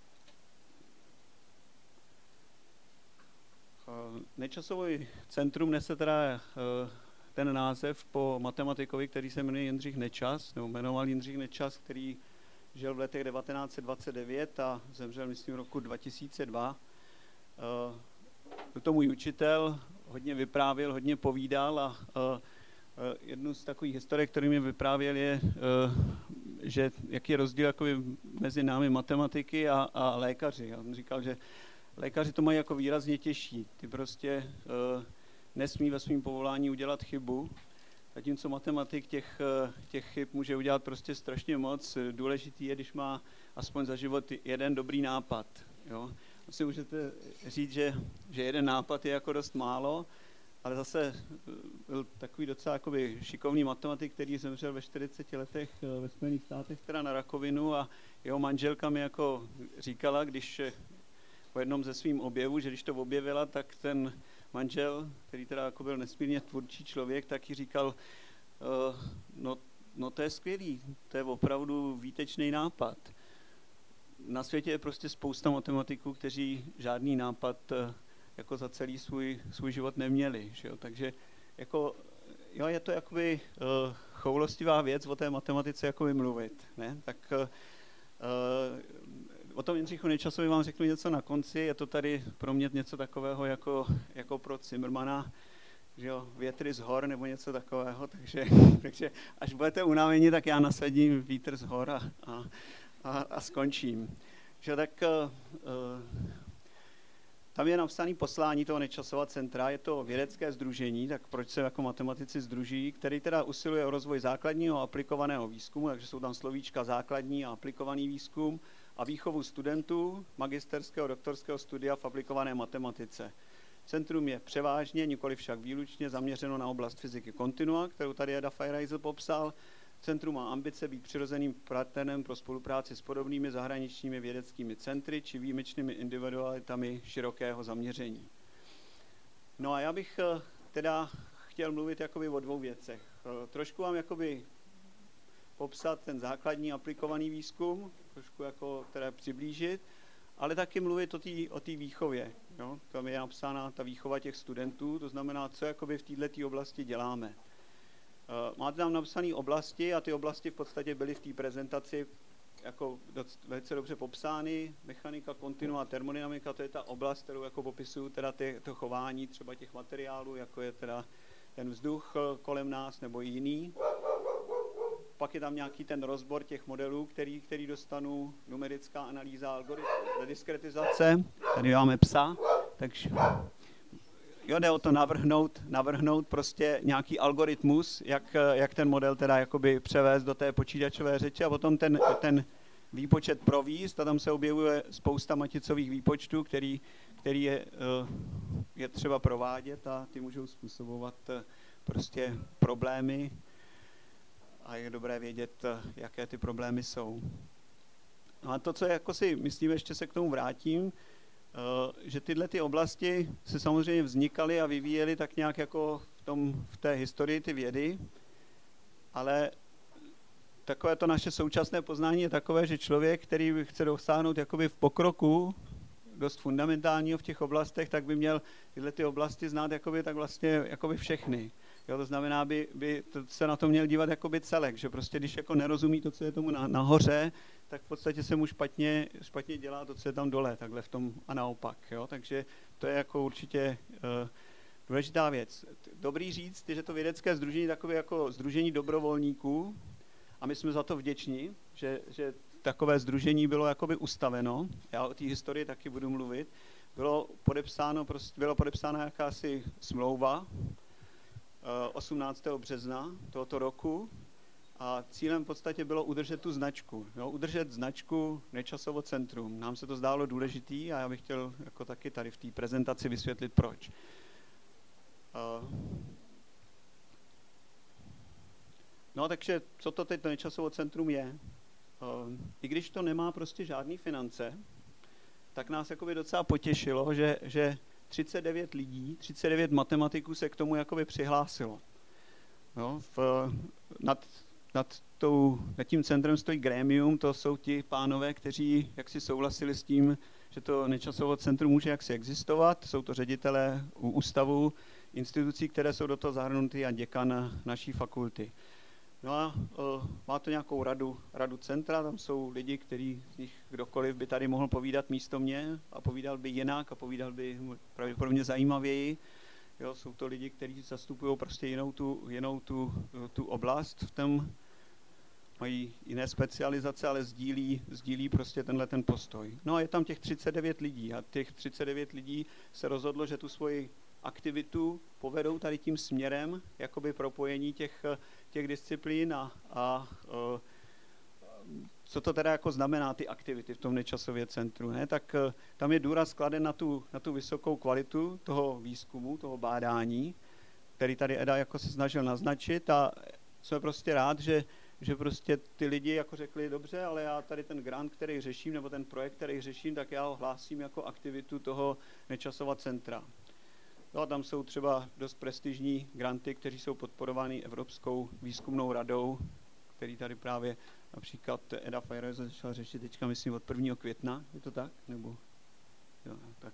Nečasovo centrum nese teda ten název po matematikovi, který se jmenuje Jindřich Nečas, nebo jmenoval Jindřich Nečas, který žil v letech 1929 a zemřel, myslím, roku 2002. Byl to můj učitel, hodně vyprávěl, hodně povídal a jednu z takových historiek, který mi vyprávěl, je, že jaký je rozdíl jako mezi námi matematiky a lékaři. On říkal, že lékaři to mají jako výrazně těžší. Ty prostě nesmí ve svém povolání udělat chybu Zatímco matematik těch chyb může udělat prostě strašně moc. Důležitý je, když má aspoň za život jeden dobrý nápad. Jo? Si můžete říct, že jeden nápad je jako dost málo, ale zase byl takový docela jakoby šikovný matematik, který zemřel ve 40 letech ve Spojených státech teda na rakovinu a jeho manželka mi jako říkala, když po jednom ze svým objevů, že když to objevila, tak ten manžel, který teda jako byl nesmírně tvůrčí člověk, tak jí říkal, no to je skvělý, to je opravdu výtečný nápad. Na světě je prostě spousta matematiků, kteří žádný nápad jako za celý svůj život neměli. Že jo? Takže jako, jo, je to jakoby choulostivá věc o té matematice jakoby mluvit. Ne? Tak o tom Jindřichu Nečasovi vám řeknu něco na konci. Je to tady pro mě něco takového jako pro Zimmermana, že jo, větry z hor nebo něco takového. Takže až budete unaveni, tak já nasadím vítr z hor a skončím. Že tak tam je napsané poslání toho Nečasova centra, je to vědecké sdružení, tak proč se jako matematici sdruží, který teda usiluje o rozvoj základního a aplikovaného výzkumu, takže jsou tam slovíčka základní a aplikovaný výzkum a výchovu studentů magisterského, doktorského studia v aplikované matematice. Centrum je převážně, nikoli však výlučně, zaměřeno na oblast fyziky kontinua, kterou tady Eda Feiereisel popsal. Centrum má ambice být přirozeným partnerem pro spolupráci s podobnými zahraničními vědeckými centry či výjimečnými individualitami širokého zaměření. No a já bych teda chtěl mluvit jakoby o dvou věcech. Trošku vám jakoby popsat ten základní aplikovaný výzkum, trošku jako teda přiblížit, ale taky mluvit o té výchově. Jo? Tam je napsána ta výchova těch studentů, to znamená, co jakoby v této oblasti děláme. Máte tam napsané oblasti a ty oblasti v podstatě byly v té prezentaci jako velice dobře popsány. Mechanika, kontinua, termodynamika, to je ta oblast, kterou jako popisuju teda to chování třeba těch materiálů, jako je teda ten vzduch kolem nás nebo jiný. Pak je tam nějaký ten rozbor těch modelů, který dostanu, numerická analýza, algoritmy, diskretizace. Tady máme psa, takže jo, jde o to navrhnout prostě nějaký algoritmus, jak ten model teda jakoby převést do té počítačové řeči a potom ten výpočet provést a tam se objevuje spousta maticových výpočtů, který je třeba provádět a ty můžou způsobovat prostě problémy a je dobré vědět, jaké ty problémy jsou. No a to, co jako si myslím, ještě se k tomu vrátím, že tyhle ty oblasti se samozřejmě vznikaly a vyvíjely tak nějak jako v té historii ty vědy, ale takové to naše současné poznání je takové, že člověk, který chce dosáhnout jakoby v pokroku dost fundamentálního v těch oblastech, tak by měl tyhle ty oblasti znát jakoby tak vlastně jakoby všechny. Jo, to znamená, by se na to měl dívat jakoby celek, že prostě když jako nerozumí to, co je tomu nahoře, tak v podstatě se mu špatně dělá to, co je tam dole, takhle v tom a naopak. Jo? Takže to je jako určitě důležitá věc. Dobrý říct, že to vědecké sdružení je takové jako sdružení dobrovolníků a my jsme za to vděční, že takové sdružení bylo jakoby ustaveno. Já o té historii taky budu mluvit. Bylo podepsána jakási smlouva 18. března tohoto roku a cílem v podstatě bylo udržet tu značku. Jo? Udržet značku Nečasovo centrum. Nám se to zdálo důležitý a já bych chtěl jako taky tady v té prezentaci vysvětlit, proč. No takže co to teď Nečasovo centrum je? I když to nemá prostě žádný finance, tak nás jakoby docela potěšilo, že 39 lidí, 39 matematiků se k tomu jakoby přihlásilo. Jo, nad tím centrem stojí grémium, to jsou ti pánové, kteří jaksi souhlasili s tím, že to Nečasovo centrum může jaksi existovat. Jsou to ředitelé ústavů, institucí, které jsou do toho zahrnuty a děkan naší fakulty. No a má to nějakou radu centra, tam jsou lidi, kteří z nich kdokoliv by tady mohl povídat místo mě a povídal by jinak a povídal by pravděpodobně zajímavěji. Jo, jsou to lidi, kteří zastupují prostě jinou tu oblast, v tom mají jiné specializace, ale sdílí prostě ten postoj. No a je tam těch 39 lidí a těch 39 lidí se rozhodlo, že tu svoji aktivitu povedou tady tím směrem, jakoby propojení těch disciplín a co to teda jako znamená ty aktivity v tom Nečasově centru, ne? Tak tam je důraz kladen na tu vysokou kvalitu toho výzkumu, toho bádání, který tady Eda jako se snažil naznačit a jsme prostě rád, že prostě ty lidi jako řekli, dobře, ale já tady ten grant, který řeším, nebo ten projekt, který řeším, tak já ho hlásím jako aktivitu toho Nečasova centra. No a tam jsou třeba dost prestižní granty, kteří jsou podporovány Evropskou výzkumnou radou, který tady právě například Eda Fajrez začala řešit teďka, myslím, od 1. května, je to tak? Nebo, jo, tak,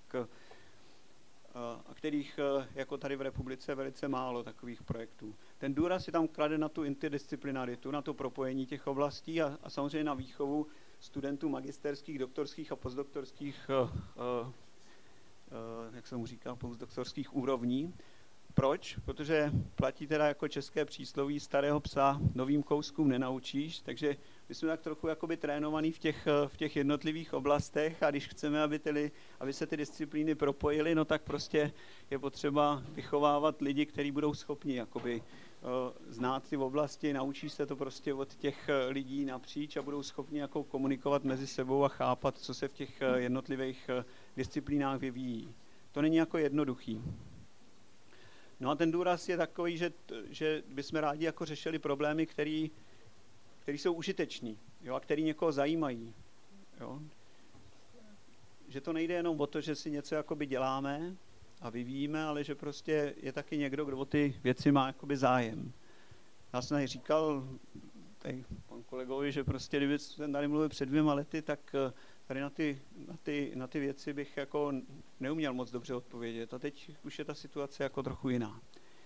a kterých jako tady v republice je velice málo takových projektů. Ten důraz je tam klade na tu interdisciplinaritu, na to propojení těch oblastí a samozřejmě na výchovu studentů magisterských, doktorských a postdoktorských, jak se mu říká, postdoktorských úrovní. Proč? Protože platí teda jako české přísloví, starého psa novým kouskům nenaučíš, takže my jsme tak trochu jakoby trénovaní v těch jednotlivých oblastech a když chceme, aby se ty disciplíny propojily, no tak prostě je potřeba vychovávat lidi, kteří budou schopni jakoby znát ty oblasti, naučí se to prostě od těch lidí napříč a budou schopni jako komunikovat mezi sebou a chápat, co se v těch jednotlivých disciplínách vyvíjí. To není jako jednoduchý. No a ten důraz je takový, že bychom rádi jako řešili problémy, které jsou užiteční, jo, a které někoho zajímají. Jo. Že to nejde jenom o to, že si něco jakoby děláme a vyvíjíme, ale že prostě je taky někdo, kdo o ty věci má jakoby zájem. Já jsem tady říkal pan kolegovi, že prostě kdyby jsem tady mluvil před 2 lety, tak tady na ty věci bych jako neuměl moc dobře odpovědět. A teď už je ta situace jako trochu jiná.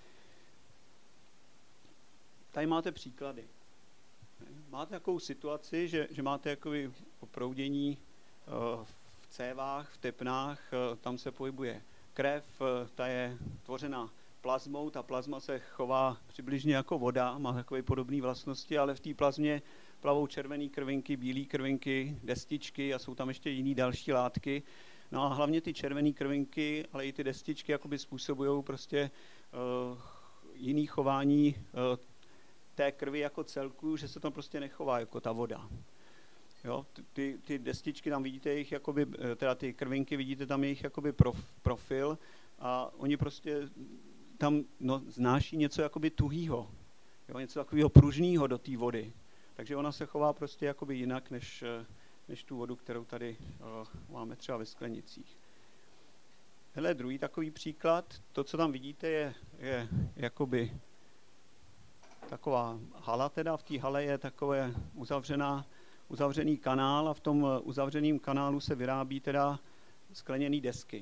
Tady máte příklady. Máte takovou situaci, že máte jakoby oproudění v cévách, v tepnách, tam se pohybuje krev, ta je tvořena plazmou, ta plazma se chová přibližně jako voda, má takové podobné vlastnosti, ale v té plazmě plavou červené krvinky, bílé krvinky, destičky a jsou tam ještě jiné další látky. No a hlavně ty červené krvinky, ale i ty destičky jakoby způsobují prostě jiný chování té krvi jako celku, že se to prostě nechová jako ta voda. Jo, ty destičky tam vidíte jejich jakoby, teda ty krvinky vidíte tam jejich jakoby profil a oni prostě tam znáší něco jakoby tuhýho, jo, něco takového pružného do té vody. Takže ona se chová prostě jakoby jinak, než tu vodu, kterou tady máme třeba ve sklenicích. Hele, druhý takový příklad, to, co tam vidíte, je jakoby taková hala, teda v té hale je takové uzavřený kanál a v tom uzavřeném kanálu se vyrábí teda skleněné desky.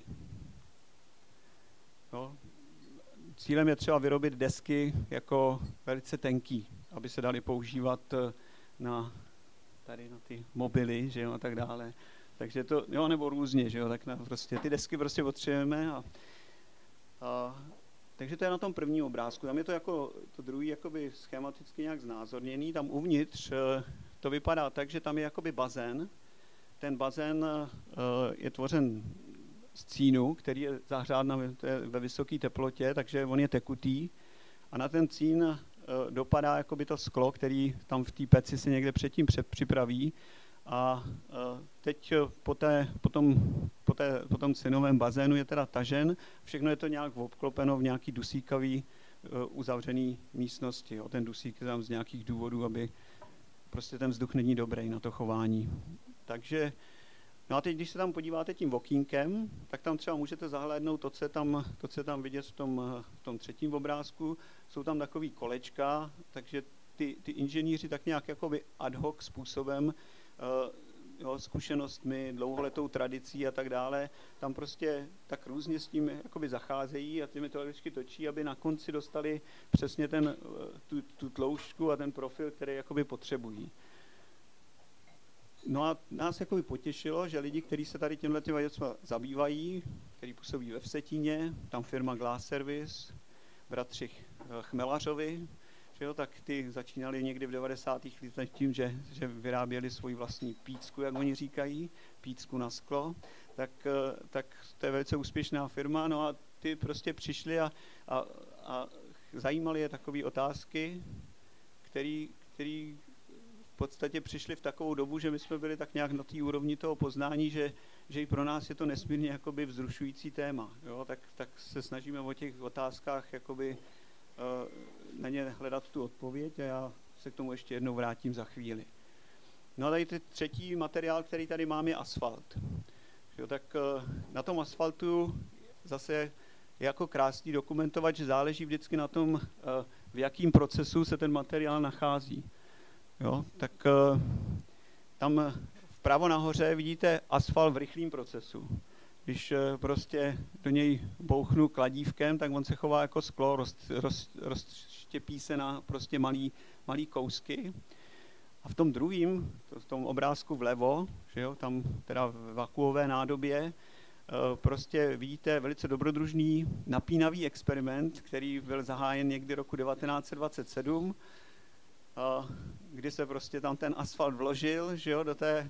Jo. Cílem je třeba vyrobit desky jako velice tenký, aby se daly používat tady na ty mobily, že jo, a tak dále. Takže to, jo, nebo různě, že jo, tak prostě ty desky prostě potřebujeme takže to je na tom prvním obrázku. Tam je to jako to druhý jakoby schematicky nějak znázorněný. Tam uvnitř to vypadá tak, že tam je jakoby bazén. Ten bazén je tvořen z cínu, který je zahřád ve vysoké teplotě, takže on je tekutý. A na ten cín dopadá jakoby to sklo, který tam v té peci se někde předtím připraví. A teď po tom cynovém bazénu je teda tažen, všechno je to nějak obklopeno v nějaký dusíkavý uzavřený místnosti. Jo. Ten dusík je tam z nějakých důvodů, aby prostě ten vzduch není dobrý na to chování. Takže, no a teď, když se tam podíváte tím okýnkem, tak tam třeba můžete zahlédnout to, co je tam vidět v tom třetím obrázku. Jsou tam takový kolečka, takže ty inženýři tak nějak jakoby ad hoc způsobem zkušenostmi, dlouholetou tradicí a tak dále, tam prostě tak různě s tím jakoby zacházejí a ty metodičky točí, aby na konci dostali přesně tu tloušťku a ten profil, který jakoby potřebují. No a nás jakoby potěšilo, že lidi, kteří se tady těmhle věcmi zabývají, kteří působí ve Vsetíně, tam firma Glass Service, bratři Chmelařovi, že jo, tak ty začínali někdy v 90. letech tím, že vyráběli svoji vlastní pícku, jak oni říkají, pícku na sklo, tak to je velice úspěšná firma. No a ty prostě přišli a zajímaly je takové otázky, který v podstatě přišli v takovou dobu, že my jsme byli tak nějak na té úrovni toho poznání, že i pro nás je to nesmírně jakoby vzrušující téma. Jo? Tak se snažíme o těch otázkách jakoby, na ně hledat tu odpověď a já se k tomu ještě jednou vrátím za chvíli. No a tady třetí materiál, který tady mám, je asfalt. Jo, tak na tom asfaltu zase je jako krásný dokumentovat, že záleží vždycky na tom, v jakém procesu se ten materiál nachází. Jo, tak tam vpravo nahoře vidíte asfalt v rychlém procesu. Když prostě do něj bouchnu kladívkem, tak on se chová jako sklo, rozštěpí se na prostě malý kousky. A v tom druhém, v tom obrázku vlevo, že jo, tam teda v vakuové nádobě, prostě vidíte velice dobrodružný napínavý experiment, který byl zahájen někdy roku 1927, kdy se prostě tam ten asfalt vložil, že jo,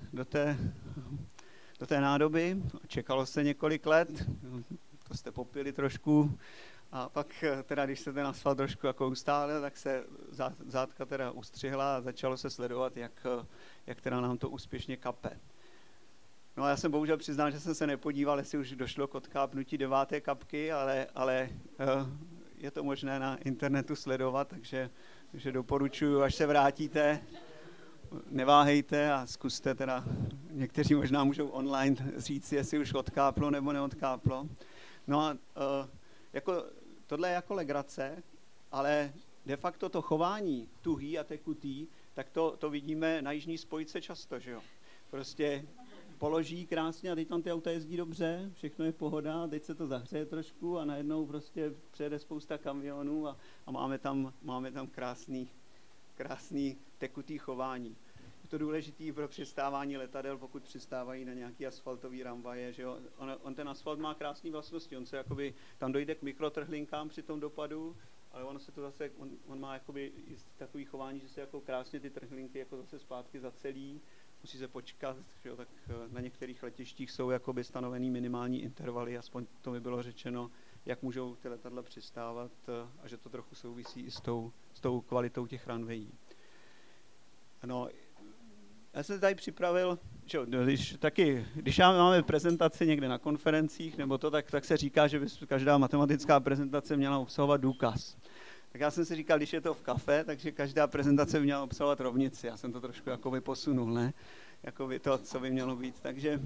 do té nádoby. Čekalo se několik let, to jste popili trošku, a pak teda, když se ten asfalt trošku jako ustálil, tak se zátka teda ustřihla a začalo se sledovat, jak teda nám to úspěšně kape. No a já jsem bohužel přiznal, že jsem se nepodíval, jestli už došlo k odkápnutí 9. kapky, ale je to možné na internetu sledovat, takže doporučuji, až se vrátíte, neváhejte a zkuste teda, někteří možná můžou online říct, jestli už odkáplo nebo neodkáplo. No a jako, tohle je jako legrace, ale de facto to chování tuhý a tekutý, tak to vidíme na jižní spojce často, že jo. Prostě položí krásně a teď tam ty auta jezdí dobře, všechno je pohoda, teď se to zahřeje trošku a najednou prostě přijede spousta kamionů a máme tam krásný tekutý chování. Je to důležité pro přistávání letadel, pokud přistávají na nějaký asfaltový ramvaje, že jo. On ten asfalt má krásné vlastnosti, on se jakoby, tam dojde k mikrotrhlinkám při tom dopadu, ale ono se to zase, on má jakoby takový chování, že se jako krásně ty trhlinky jako zase zpátky zacelí, musí se počkat, že jo, tak na některých letištích jsou jakoby stanovený minimální intervaly, aspoň to mi bylo řečeno, jak můžou ty letadla přistávat a že to trochu souvisí i s tou kvalitou těch runwayí. No, já jsem tady připravil, že když máme prezentaci někde na konferencích nebo to, tak se říká, že by každá matematická prezentace měla obsahovat důkaz. Tak já jsem si říkal, když je to v kafe, takže každá prezentace by měla obsahovat rovnici. Já jsem to trošku jakoby posunul, ne? Jakoby to, co by mělo být. Takže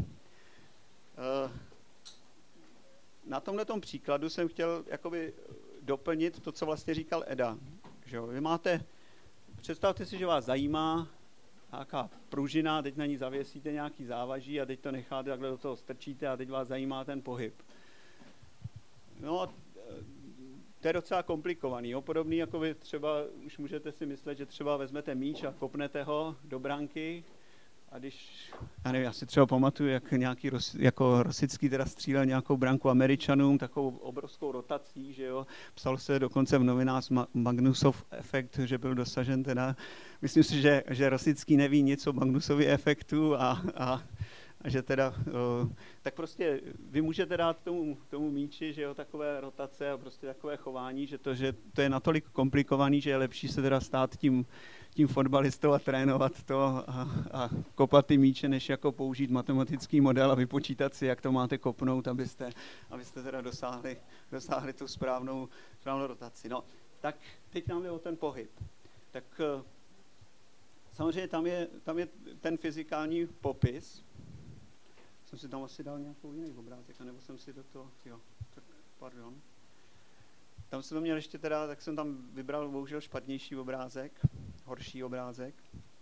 na tomhletom příkladu jsem chtěl jakoby doplnit to, co vlastně říkal Eda. Že jo? Představte si, že vás zajímá nějaká pružina, teď na ní zavěsíte nějaký závaží a teď to necháte, takhle do toho strčíte a teď vás zajímá ten pohyb. No, to je docela komplikovaný. Jo? Podobný, jako vy třeba už můžete si myslet, že třeba vezmete míč a kopnete ho do branky a já si třeba pamatuju, jak nějaký jako Rosický teda střílel nějakou branku Američanům, takovou obrovskou rotací, že jo. Psal se dokonce v novinách Magnusův efekt, že byl dosažen teda. Myslím si, že Rosický neví nic o Magnusově efektu a že teda, tak prostě vy můžete dát tomu míči, že jo, takové rotace a prostě takové chování, že to je natolik komplikovaný, že je lepší se teda stát tím fotbalistou a trénovat to a kopat ty míče, než jako použít matematický model a vypočítat si, jak to máte kopnout, abyste teda dosáhli tu správnou rotaci. No, tak teď nám jde o ten pohyb. Tak samozřejmě tam je ten fyzikální popis. Jsem si tam asi dal nějakou jiný obrázek, anebo jsem si do toho, tak pardon. Tam jsem to měl ještě teda, tak jsem tam vybral bohužel špatnější obrázek, horší obrázek.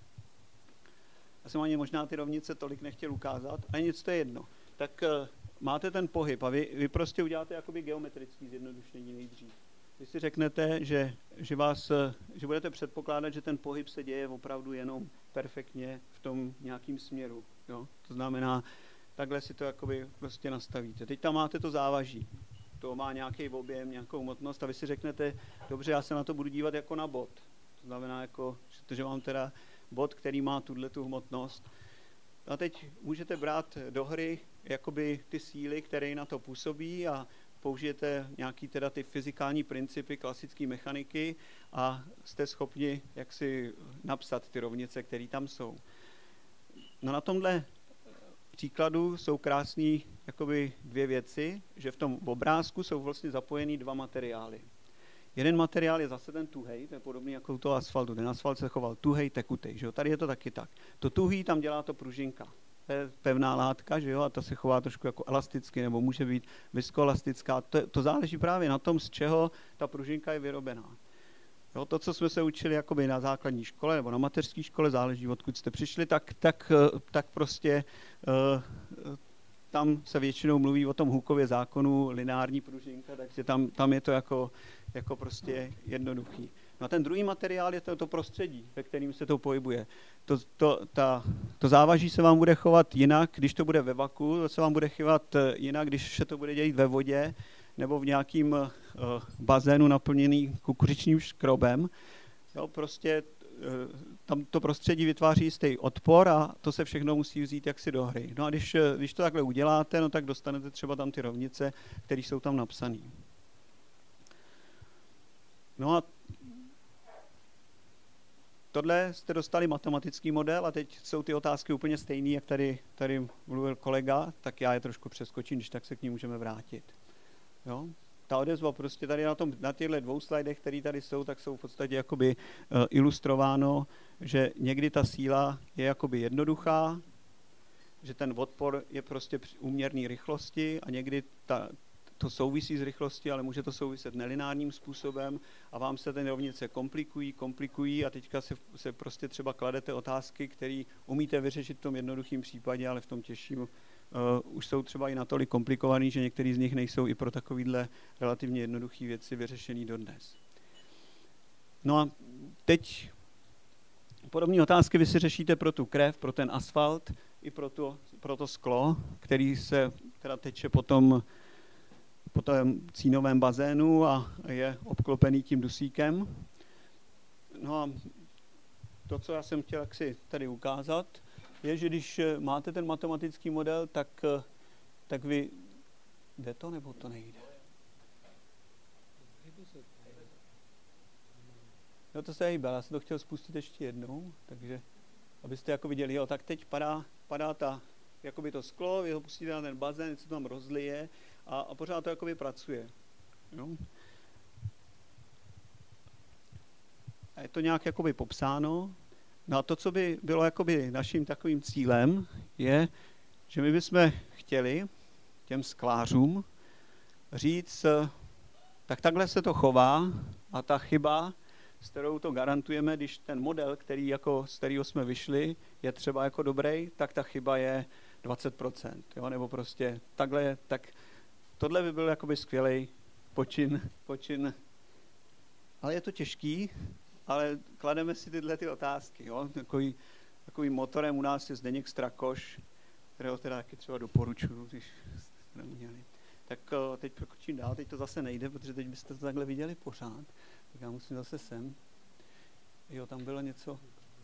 Já jsem ani možná ty rovnice tolik nechtěl ukázat, ale nic, to je jedno. Tak máte ten pohyb a vy prostě uděláte jakoby geometrický zjednodušení nejdřív. Vy si řeknete, že budete předpokládat, že ten pohyb se děje opravdu jenom perfektně v tom nějakým směru. Jo? To znamená, takhle si to jakoby prostě nastavíte. Teď tam máte to závaží. To má nějaký objem, nějakou hmotnost a vy si řeknete, dobře, já se na to budu dívat jako na bod. To znamená, že mám teda bod, který má tu hmotnost. A teď můžete brát do hry jakoby ty síly, které na to působí a použijete nějaký teda ty fyzikální principy klasické mechaniky a jste schopni jaksi napsat ty rovnice, které tam jsou. No na tomhle příkladu jsou krásné jakoby dvě věci, že v tom obrázku jsou vlastně zapojený dva materiály. Jeden materiál je zase ten tuhej, to je podobný jako u toho asfaltu. Ten asfalt se choval tuhej, tekutej, že jo? Tady je to taky tak. To tuhý tam dělá to pružinka. To je pevná látka, že jo? A ta se chová trošku jako elasticky, nebo může být vyskoelastická. To záleží právě na tom, z čeho ta pružinka je vyrobená. Jo, to, co jsme se učili jakoby na základní škole nebo na mateřské škole, záleží, odkud jste přišli, tak prostě tam se většinou mluví o tom Hookově zákonu, lineární pružinka, takže tam je to jako prostě jednoduchý. No a ten druhý materiál je to prostředí, ve kterým se to pohybuje. To závaží se vám bude chovat jinak, když to bude ve vaku, to se vám bude chovat jinak, když se to bude dělat ve vodě, nebo v nějakým bazénu naplněný kukuřičním škrobem. Jo, prostě tam to prostředí vytváří jistý odpor a to se všechno musí vzít jaksi do hry. No a když to takhle uděláte, no tak dostanete třeba tam ty rovnice, které jsou tam napsané. No a tohle jste dostali matematický model a teď jsou ty otázky úplně stejné, jak tady mluvil kolega, tak já je trošku přeskočím, když tak se k ní můžeme vrátit. Jo? Ta odezva prostě tady na těchto dvou slajdech, které tady jsou, tak jsou v podstatě jakoby ilustrováno, že někdy ta síla je jakoby jednoduchá, že ten odpor je prostě úměrný rychlosti a někdy to souvisí s rychlostí, ale může to souviset nelineárním způsobem a vám se ty rovnice komplikují a teďka se prostě třeba kladete otázky, které umíte vyřešit v tom jednoduchém případě, ale v tom těžším už jsou třeba i natolik komplikovaný, že některý z nich nejsou i pro takovýhle relativně jednoduché věci vyřešený dodnes. No a teď podobné otázky vy si řešíte pro tu krev, pro ten asfalt i pro to sklo, který se teda teče po tom cínovém bazénu a je obklopený tím dusíkem. No a to, co já jsem chtěl si tady ukázat, je, že když máte ten matematický model, tak vy... Jde to, nebo to nejde? No to se hejbe, já jsem to chtěl spustit ještě jednou, takže abyste jako viděli, jo, tak teď padá jakoby to sklo, vy ho pustíte na ten bazén, se to tam rozlije a pořád to jakoby pracuje. Jo? A je to nějak jakoby popsáno. No a to, co by bylo jakoby naším takovým cílem, je, že my bychom chtěli těm sklářům říct, tak takhle se to chová a ta chyba, s kterou to garantujeme, když ten model, z kterého jsme vyšli, je třeba jako dobrý, tak ta chyba je 20%, jo? Nebo prostě takhle, tak tohle by byl jakoby skvělej počin. Ale je to těžký, ale klademe si tyhle ty otázky. Jo? Takovým motorem u nás je Zdeněk Strakoš, kterého teda taky třeba doporučuji, když jste neměli. Tak teď prokočím dál, teď to zase nejde, protože teď byste to takhle viděli pořád. Tak já musím zase sem. Jo, tam bylo něco.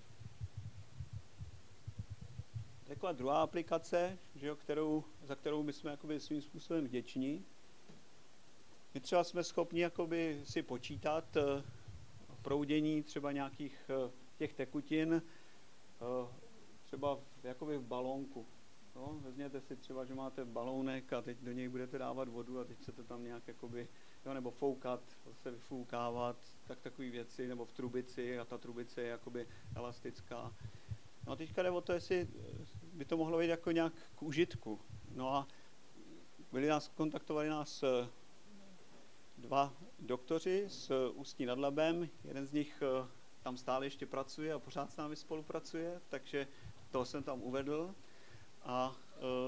Taková druhá aplikace, že jo, za kterou my jsme jakoby svým způsobem vděční. My třeba jsme schopni jakoby si počítat proudění třeba nějakých těch tekutin, třeba jakoby v balónku. No, vezměte si třeba, že máte balónek a teď do něj budete dávat vodu a teď se to tam nějak jakoby, jo, nebo foukat, se vyfoukávat, tak takové věci, nebo v trubici a ta trubice je jakoby elastická. No a teďka jde o to, jestli by to mohlo být jako nějak k užitku. No a kontaktovali nás dva doktoři z Ústí nad Labem, jeden z nich tam stále ještě pracuje a pořád s námi spolupracuje, takže toho jsem tam uvedl. A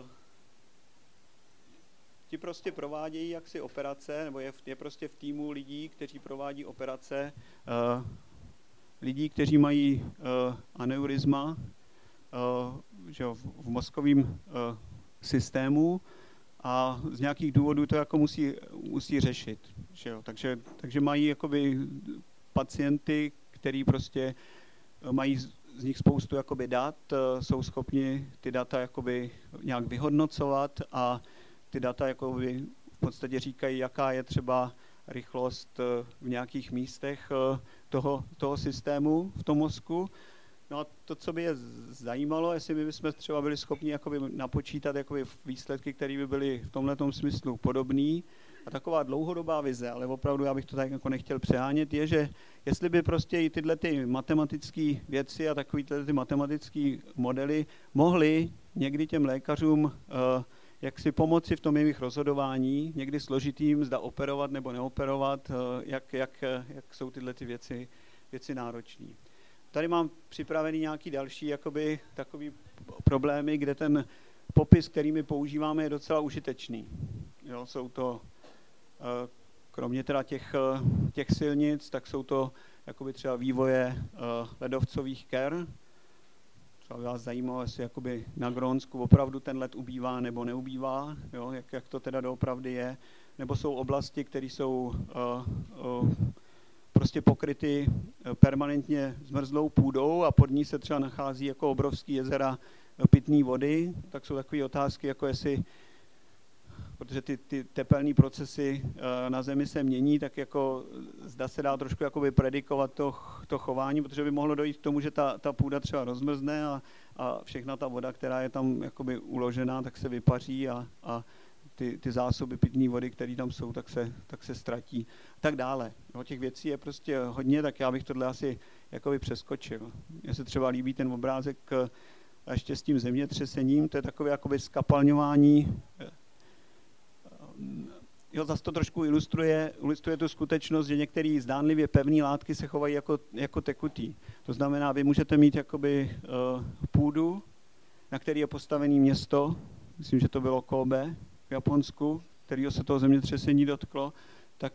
ti prostě provádějí jaksi operace, nebo je prostě v týmu lidí, kteří provádí operace, lidí, kteří mají aneurisma že v mozkovém systému a z nějakých důvodů to jako musí řešit. Že jo? Takže mají jakoby pacienty, který prostě mají z nich spoustu jakoby dat, jsou schopni ty data jakoby nějak vyhodnocovat a ty data jakoby v podstatě říkají, jaká je třeba rychlost v nějakých místech toho systému v tom mozku. No a to, co by je zajímalo, jestli my bychom třeba byli schopni jakoby napočítat jakoby výsledky, které by byly v tomhletom smyslu podobné. A taková dlouhodobá vize, ale opravdu já bych to tak jako nechtěl přehánět, je, že jestli by prostě i tyhle ty matematické věci a takovýhle ty matematické modely mohly někdy těm lékařům jak si pomoci v tom jejich rozhodování, někdy složitým, zda operovat nebo neoperovat, jak jsou tyhle ty věci náročné. Tady mám připravený nějaký další jakoby, takový problémy, kde ten popis, který my používáme, je docela užitečný. Jo, jsou to, kromě teda těch silnic, tak jsou to jakoby třeba vývoje ledovcových ker. Třeba vás zajímalo, jestli jakoby na Grónsku opravdu ten led ubývá nebo neubývá, jo, jak to teda doopravdy je. Nebo jsou oblasti, které jsou prostě pokryty permanentně zmrzlou půdou a pod ní se třeba nachází jako obrovský jezera pitné vody, tak jsou takové otázky, jako jestli, protože ty tepelné procesy na Zemi se mění, tak jako zda se dá trošku jakoby predikovat to chování, protože by mohlo dojít k tomu, že ta půda třeba rozmrzne a všechna ta voda, která je tam jakoby uložená, tak se vypaří a ty zásoby pitné vody, které tam jsou, tak se ztratí. Tak dále. No, těch věcí je prostě hodně, tak já bych tohle asi jakoby přeskočil. Mně se třeba líbí ten obrázek a ještě s tím zemětřesením, to je takové jakoby skapalňování. Jo, zase to trošku ilustruje tu skutečnost, že některé zdánlivě pevné látky se chovají jako tekutý. To znamená, vy můžete mít jakoby půdu, na který je postavené město, myslím, že to bylo Kobe v Japonsku, kterého se toho zemětřesení dotklo, tak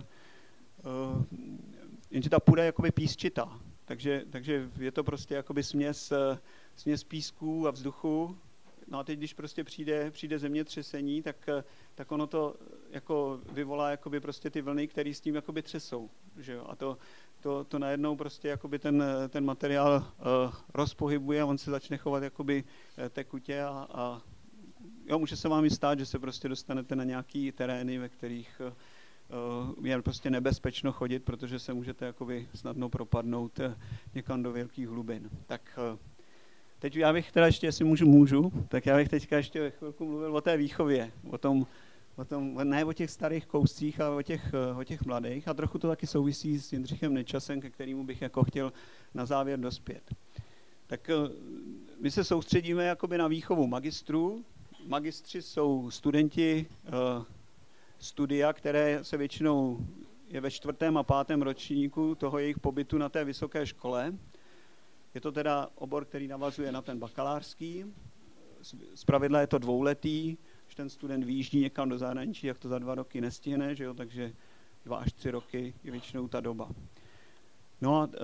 jenže ta půda je jakoby písčitá. Takže je to prostě jakoby směs písků a vzduchu. No a teď, když prostě přijde zemětřesení, tak ono to jako vyvolá jakoby prostě ty vlny, které s tím jakoby třesou. Že jo? A to najednou prostě jakoby ten materiál rozpohybuje a on se začne chovat jakoby tekutě a jo, může se vám i stát, že se prostě dostanete na nějaký terény, ve kterých je prostě nebezpečno chodit, protože se můžete jakoby snadno propadnout někam do velkých hlubin. Tak teď já bych teda ještě, jestli můžu, tak já bych teďka ještě chvilku mluvil o té výchově, ne o těch starých kouscích, ale o těch mladých. A trochu to taky souvisí s Jindřichem Nečasem, ke kterému bych jako chtěl na závěr dospět. Tak my se soustředíme jakoby na výchovu magistrů. Magistři jsou studenti studia, které se většinou je ve 4. a 5. ročníku toho jejich pobytu na té vysoké škole. Je to teda obor, který navazuje na ten bakalářský. Zpravidla je to 2letý, když ten student vyjíždí někam do zahraničí, jak to za 2 roky nestihne, že jo? Takže 2 až 3 roky je většinou ta doba. No a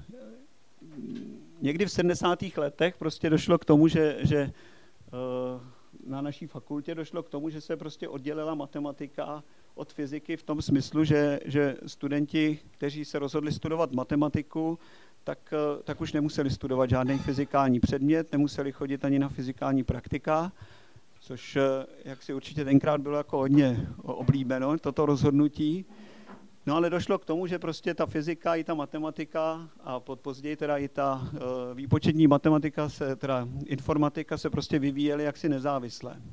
někdy v 70. letech prostě došlo k tomu, že na naší fakultě došlo k tomu, že se prostě oddělila matematika od fyziky v tom smyslu, že studenti, kteří se rozhodli studovat matematiku, tak už nemuseli studovat žádný fyzikální předmět, nemuseli chodit ani na fyzikální praktika, což jak si určitě tenkrát bylo jako hodně oblíbeno, toto rozhodnutí. No ale došlo k tomu, že prostě ta fyzika i ta matematika a později teda i ta výpočetní matematika, teda informatika se prostě vyvíjely jaksi nezávisle.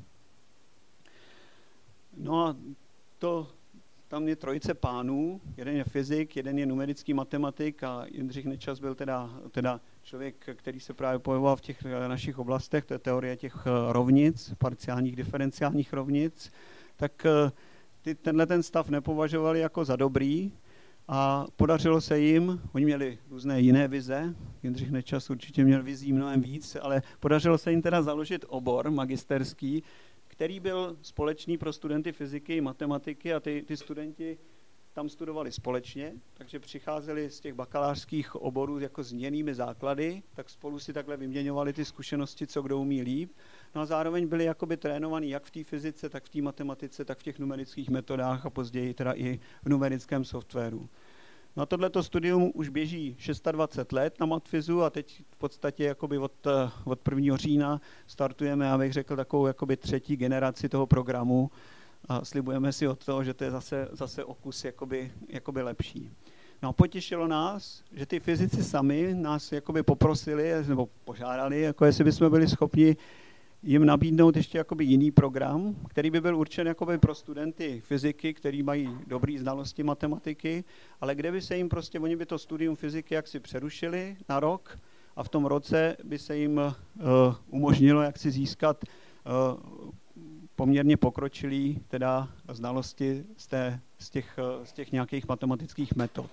No a tam je trojice pánů, jeden je fyzik, jeden je numerický matematik a Jindřich Nečas byl teda člověk, který se právě pohyboval v těch našich oblastech, to je teorie těch rovnic, parciálních diferenciálních rovnic, tak tenhle ten stav nepovažovali jako za dobrý a podařilo se jim, oni měli různé jiné vize, Jindřich Nečas určitě měl vizí mnohem víc, ale podařilo se jim teda založit obor magisterský, který byl společný pro studenty fyziky i matematiky a ty studenti tam studovali společně, takže přicházeli z těch bakalářských oborů jako s měnnými základy, tak spolu si takhle vyměňovali ty zkušenosti, co kdo umí líp. No a zároveň byli jakoby trénovaní jak v té fyzice, tak v té matematice, tak v těch numerických metodách a později teda i v numerickém softwaru. No a tohleto studium už běží 26 let na matfizu a teď v podstatě jakoby od 1. října startujeme, já bych řekl, takovou jakoby 3. generaci toho programu. a slibujeme si od toho, že to je zase o kus jakoby lepší. No a potěšilo nás, že ty fyzici sami nás jakoby poprosili nebo požádali, jako jestli bychom byli schopni jim nabídnout ještě jakoby jiný program, který by byl určen jakoby pro studenty fyziky, který mají dobré znalosti matematiky, ale kde by se jim prostě, oni by to studium fyziky jaksi přerušili na rok a v tom roce by se jim umožnilo jaksi získat poměrně pokročilý teda znalosti z těch nějakých matematických metod.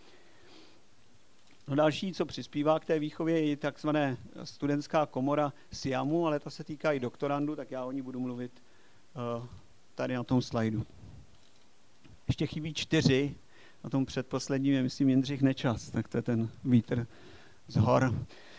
No další, co přispívá k té výchově, je takzvané studentská komora SIAMu, ale ta se týká i doktorandů, tak já o ní budu mluvit tady na tom slajdu. Ještě chybí 4, na tom předposledním je, myslím, Jindřich Nečas, tak to je ten vítr z hor.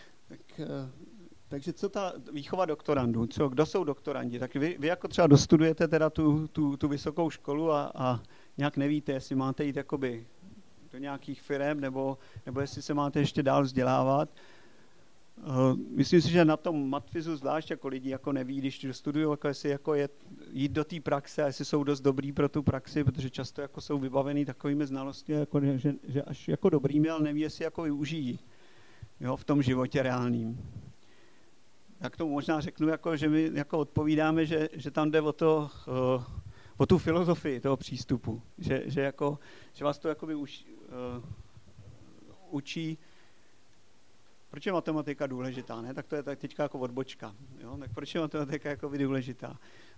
Takže co ta výchova doktorandů? Kdo jsou doktorandi? Tak vy jako třeba dostudujete teda tu vysokou školu a nějak nevíte, jestli máte jít jakoby do nějakých firem, nebo jestli se máte ještě dál vzdělávat. Myslím si, že na tom matfizu zvlášť jako lidi jako neví, když studují, jako jestli jako jít do té praxe a jestli jsou dost dobrý pro tu praxi, protože často jako jsou vybavený takovými znalostmi, jako, že až jako dobrými, ale neví, jestli jako využijí, jo, v tom životě reálným. Jak to možná řeknu, jako, že my jako odpovídáme, že tam jde o tu filozofii toho přístupu, že vás to jakoby učí, proč je matematika důležitá, ne? Tak to je teďka jako odbočka, jo? Tak proč je matematika jakoby důležitá?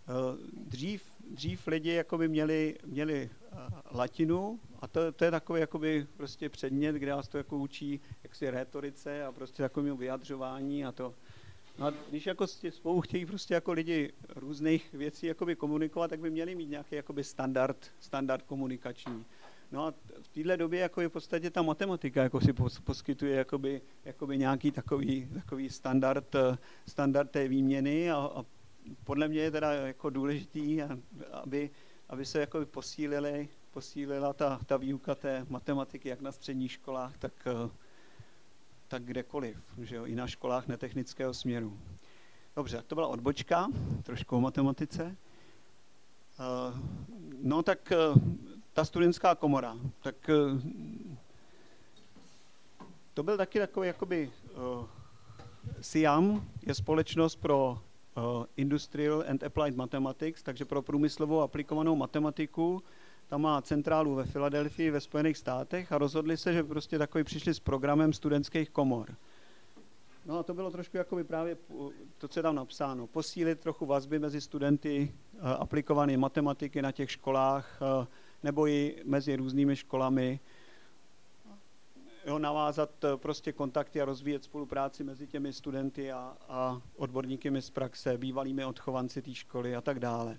Dřív lidi jakoby měli latinu a to je takový jakoby prostě předmět, kde vás to jako učí jaksi rétorice a prostě takovému vyjadřování a to. No a když jako spolu chtějí prostě jako lidi různých věcí jakoby komunikovat, tak by měli mít nějaký jakoby standard komunikační. No a v téhle době jako je v podstatě ta matematika jako si poskytuje jakoby nějaký takový standard té výměny a podle mě je teda jako důležitý, aby se jakoby posílila ta výuka té matematiky jak na středních školách, tak kdekoliv, že jo, i na školách netechnického směru. Dobře, to byla odbočka, trošku o matematice. No tak ta studentská komora, tak to byl taky takový jakoby SIAM je společnost pro Industrial and Applied Mathematics, takže pro průmyslovou aplikovanou matematiku. Tam má centrálu ve Filadelfii ve Spojených státech a rozhodli se, že prostě takový přišli s programem studentských komor. No a to bylo trošku jakoby právě to, co je tam napsáno. Posílit trochu vazby mezi studenty aplikované matematiky na těch školách nebo i mezi různými školami. Jo, navázat prostě kontakty a rozvíjet spolupráci mezi těmi studenty a odborníky z praxe, bývalými odchovanci té školy a tak dále.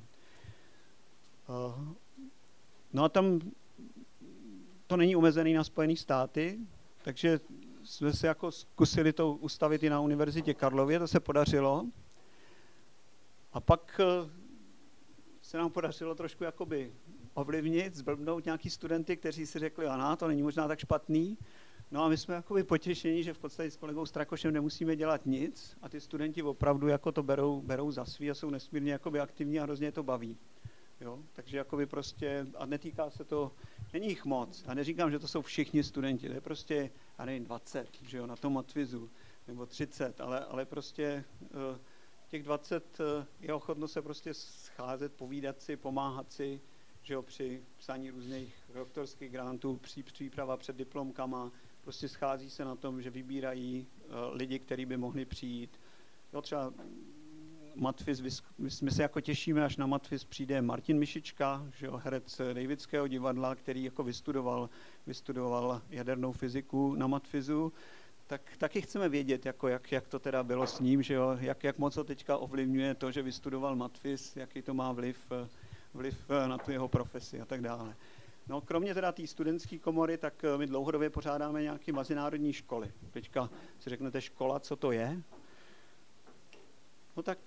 No a tam to není omezený na Spojené státy, takže jsme se jako zkusili to ustavit i na Univerzitě Karlově, to se podařilo. A pak se nám podařilo trošku jakoby ovlivnit, zblbnout nějaký studenty, kteří si řekli, ano, to není možná tak špatný. No a my jsme jakoby potěšení, že v podstatě s kolegou Strakošem nemusíme dělat nic a ty studenti opravdu jako to berou za svý a jsou nesmírně jakoby aktivní a hrozně to baví. Jo? Takže jakoby prostě, a netýká se to, není jich moc. A neříkám, že to jsou všichni studenti, to je prostě, já nevím, 20, že jo, na tom matfizu, nebo 30, ale prostě těch 20 je ochotno se prostě scházet, povídat si, pomáhat si, že jo, při psání různých doktorských grantů, příprava před diplomkama, prostě schází se na tom, že vybírají lidi, kteří by mohli přijít. Jo, třeba matfiz, my se jako těšíme, až na matfiz přijde Martin Mišička, že jo, herec Davidského divadla, který jako vystudoval jadernou fyziku na matfizu, tak taky chceme vědět, jako jak to teda bylo s ním, že jo, jak moc ho teďka ovlivňuje to, že vystudoval matfiz, jaký to má vliv na tu jeho profesi a tak dále. No, kromě teda té studentské komory, tak my dlouhodobě pořádáme nějaké mezinárodní školy. Teďka si řeknete škola, co to je? No tak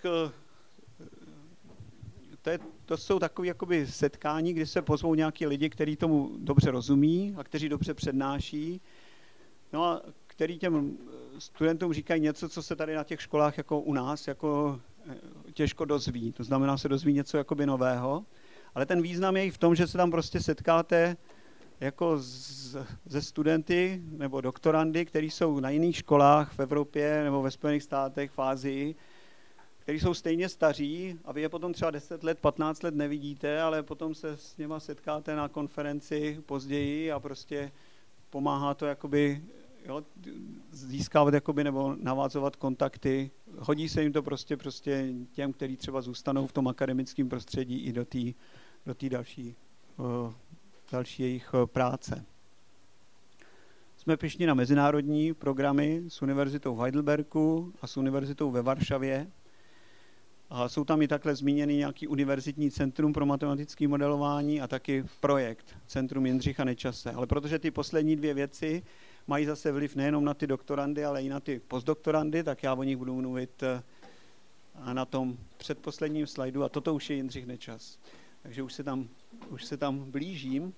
to jsou takové jakoby setkání, kdy se pozvou nějaký lidi, kteří tomu dobře rozumí a kteří dobře přednáší. No a který těm studentům říkají něco, co se tady na těch školách jako u nás jako těžko dozví. To znamená, se dozví něco jakoby nového. ale ten význam je i v tom, že se tam prostě setkáte jako ze studenty nebo doktorandy, kteří jsou na jiných školách v Evropě nebo ve Spojených státech, v Ázii, kteří jsou stejně staří a vy je potom třeba 10 let, 15 let nevidíte, ale potom se s něma setkáte na konferenci později a prostě pomáhá to jakoby, jo, získávat jakoby, nebo navázovat kontakty. Hodí se jim to prostě těm, kteří třeba zůstanou v tom akademickém prostředí i do té další jejich práce. Jsme pyšní na mezinárodní programy s univerzitou v Heidelbergu a s univerzitou ve Varšavě. A jsou tam i takhle zmíněny nějaký univerzitní centrum pro matematické modelování a taky projekt Centrum Jindřicha Nečase. Ale protože ty poslední dvě věci mají zase vliv nejenom na ty doktorandy, ale i na ty postdoktorandy, tak já o nich budu mluvit na tom předposledním slajdu a toto už je Jindřich Nečas. Takže už se tam blížím.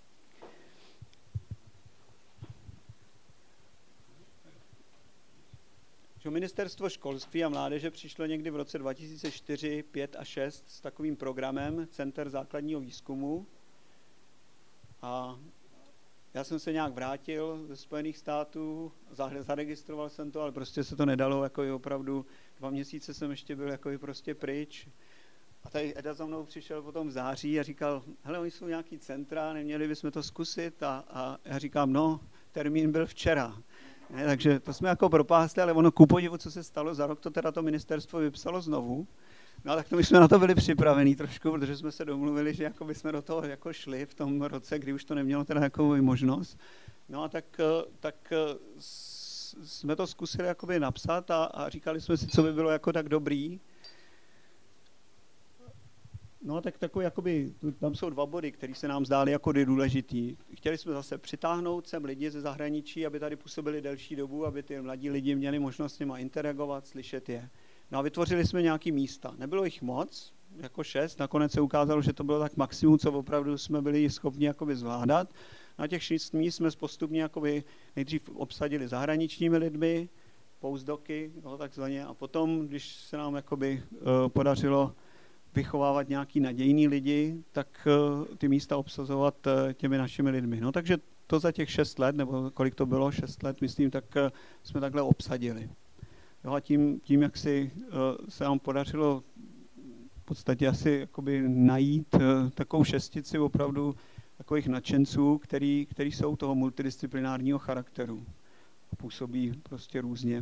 Že Ministerstvo školství a mládeže přišlo někdy v roce 2004, 5 a 6 s takovým programem Center základního výzkumu. A já jsem se nějak vrátil ze Spojených států, zaregistroval jsem to, ale prostě se to nedalo, jako i opravdu 2 měsíce jsem ještě byl jako i prostě pryč. A tady Eda za mnou přišel potom v září a říkal, hele, oni jsou nějaký centra, neměli bychom to zkusit? A já říkám, no, termín byl včera. Ne, takže to jsme jako propásli, ale ono ku podivu, co se stalo, za rok to teda to ministerstvo vypsalo znovu. No a tak to my jsme na to byli připravení trošku, protože jsme se domluvili, že jako bychom do toho jako šli v tom roce, kdy už to nemělo teda jako možnost. No a tak jsme to zkusili jakoby napsat a říkali jsme si, co by bylo jako tak dobrý. No tak takový, jakoby, tam jsou 2 body, které se nám zdály jako důležitý. Chtěli jsme zase přitáhnout sem lidi ze zahraničí, aby tady působili delší dobu, aby ty mladí lidi měli možnost s nima interagovat, slyšet je. No a vytvořili jsme nějaký místa. Nebylo jich moc, jako 6, nakonec se ukázalo, že to bylo tak maximum, co opravdu jsme byli schopni jakoby zvládat. Na těch 6 míst jsme postupně jakoby nejdřív obsadili zahraničními lidmi, postdoky, no, takzvaně, a potom, když se nám jakoby podařilo vychovávat nějaký nadějný lidi, tak ty místa obsazovat těmi našimi lidmi. No takže to za těch 6 let, nebo kolik to bylo, 6 let, myslím, tak jsme takhle obsadili. Jo, a tím jak se nám podařilo v podstatě asi jakoby najít takovou šestici opravdu takových nadšenců, který jsou toho multidisciplinárního charakteru a působí prostě různě.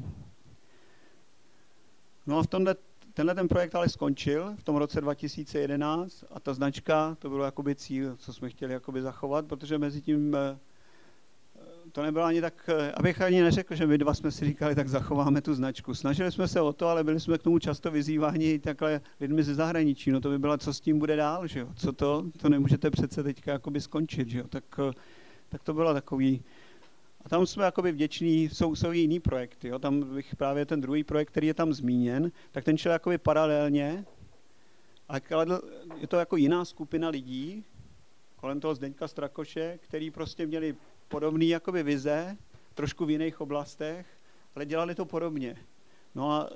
No a tenhle ten projekt ale skončil v tom roce 2011 a ta značka, to bylo jakoby cíl, co jsme chtěli jakoby zachovat, protože mezi tím to nebylo ani tak, abych ani neřekl, že my 2 jsme si říkali, tak zachováme tu značku. Snažili jsme se o to, ale byli jsme k tomu často vyzýváni takhle lidmi ze zahraničí. No to by bylo, co s tím bude dál, že jo? Co to nemůžete přece teďka jakoby skončit, že jo? Tak to bylo takový. A tam jsme jakoby vděční, jsou i jiný projekty, jo? Tam bych právě ten druhý projekt, který je tam zmíněn, tak ten šel jakoby paralelně, ale je to jako jiná skupina lidí, kolem toho Zdeňka Strakoše, který prostě měli podobné jakoby vize, trošku v jiných oblastech, ale dělali to podobně. No a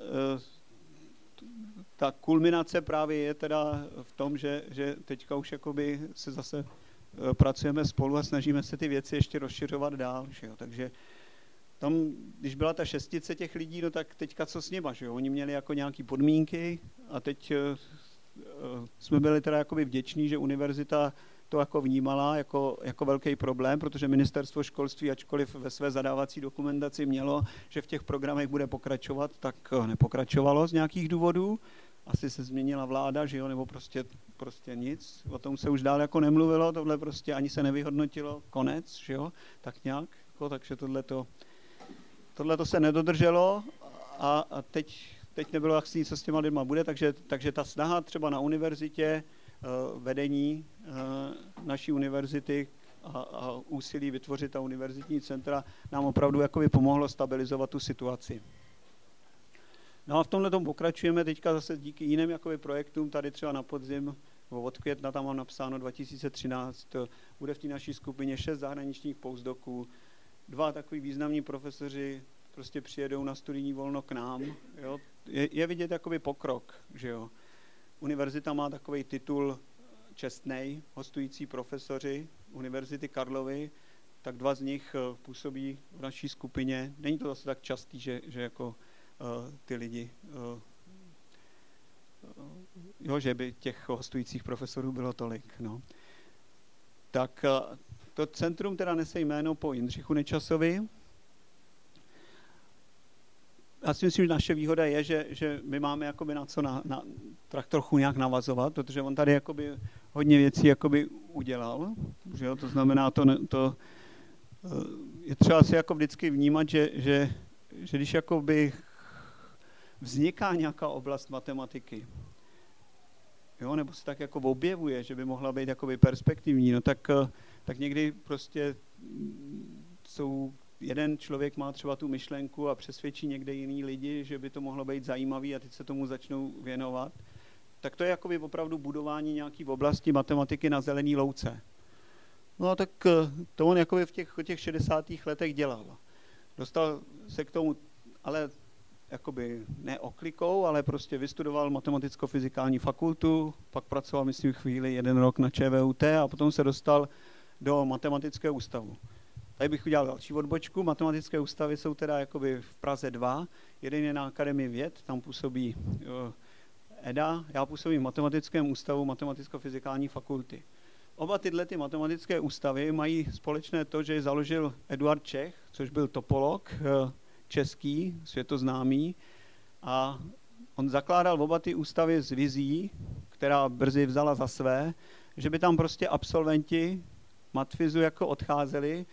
ta kulminace právě je teda v tom, že teďka už jakoby se zase pracujeme spolu a snažíme se ty věci ještě rozšiřovat dál. Že jo? Takže tam, když byla ta 6 těch lidí, no tak teďka co s nima, že jo? Oni měli jako nějaké podmínky a teď jsme byli teda jakoby vděční, že univerzita to jako vnímala jako velký problém, protože ministerstvo školství, ačkoliv ve své zadávací dokumentaci mělo, že v těch programech bude pokračovat, tak nepokračovalo z nějakých důvodů. Asi se změnila vláda, že jo, nebo prostě nic. O tom se už dál jako nemluvilo, tohle prostě ani se nevyhodnotilo, konec, že jo, tak nějak. Jako, takže tohleto se nedodrželo a teď nebylo jasný, co s těma lidma bude, takže ta snaha třeba na univerzitě, vedení naší univerzity a úsilí vytvořit ta univerzitní centra nám opravdu jakoby pomohlo stabilizovat tu situaci. No a v tomhle tomu pokračujeme teďka zase díky jiným jakoby projektům, tady třeba na podzim, od května tam mám napsáno 2013, bude v té naší skupině 6 zahraničních postdoků, 2 takový významní profesoři prostě přijedou na studijní volno k nám. Jo. Je vidět jakoby pokrok, že jo. Univerzita má takový titul čestnej, hostující profesoři Univerzity Karlovy, tak 2 z nich působí v naší skupině. Není to zase tak častý, že jako ty lidi, že by těch hostujících profesorů bylo tolik. No. Tak to centrum teda nese jméno po Jindřichu Nečasovi. Já si myslím, že naše výhoda je, že my máme jakoby na co tak trochu nějak navazovat, protože on tady jakoby hodně věcí jakoby udělal. Že jo? To znamená, to je třeba si jako vždycky vnímat, že když jakoby vzniká nějaká oblast matematiky, jo, nebo se tak jako objevuje, že by mohla být jakoby perspektivní, no tak někdy prostě jeden člověk má třeba tu myšlenku a přesvědčí někde jiný lidi, že by to mohlo být zajímavý a teď se tomu začnou věnovat. Tak to je jakoby opravdu budování nějaký v oblasti matematiky na zelený louce. No a tak to on jakoby v těch 60. letech dělal. Dostal se k tomu, ale jakoby ne oklikou, ale prostě vystudoval matematicko-fyzikální fakultu, pak pracoval, myslím, chvíli 1 rok na ČVUT a potom se dostal do matematického ústavu. Tady bych udělal další odbočku. Matematické ústavy jsou teda jakoby v Praze 2. Jeden je na Akademii věd, tam působí EDA, já působím v Matematickém ústavu Matematicko-fyzikální fakulty. Oba tyhle ty matematické ústavy mají společné to, že je založil Eduard Čech, což byl topolog český, světoznámý, a on zakládal oba ty ústavy s vizí, která brzy vzala za své, že by tam prostě absolventi matfizu jako odcházeli,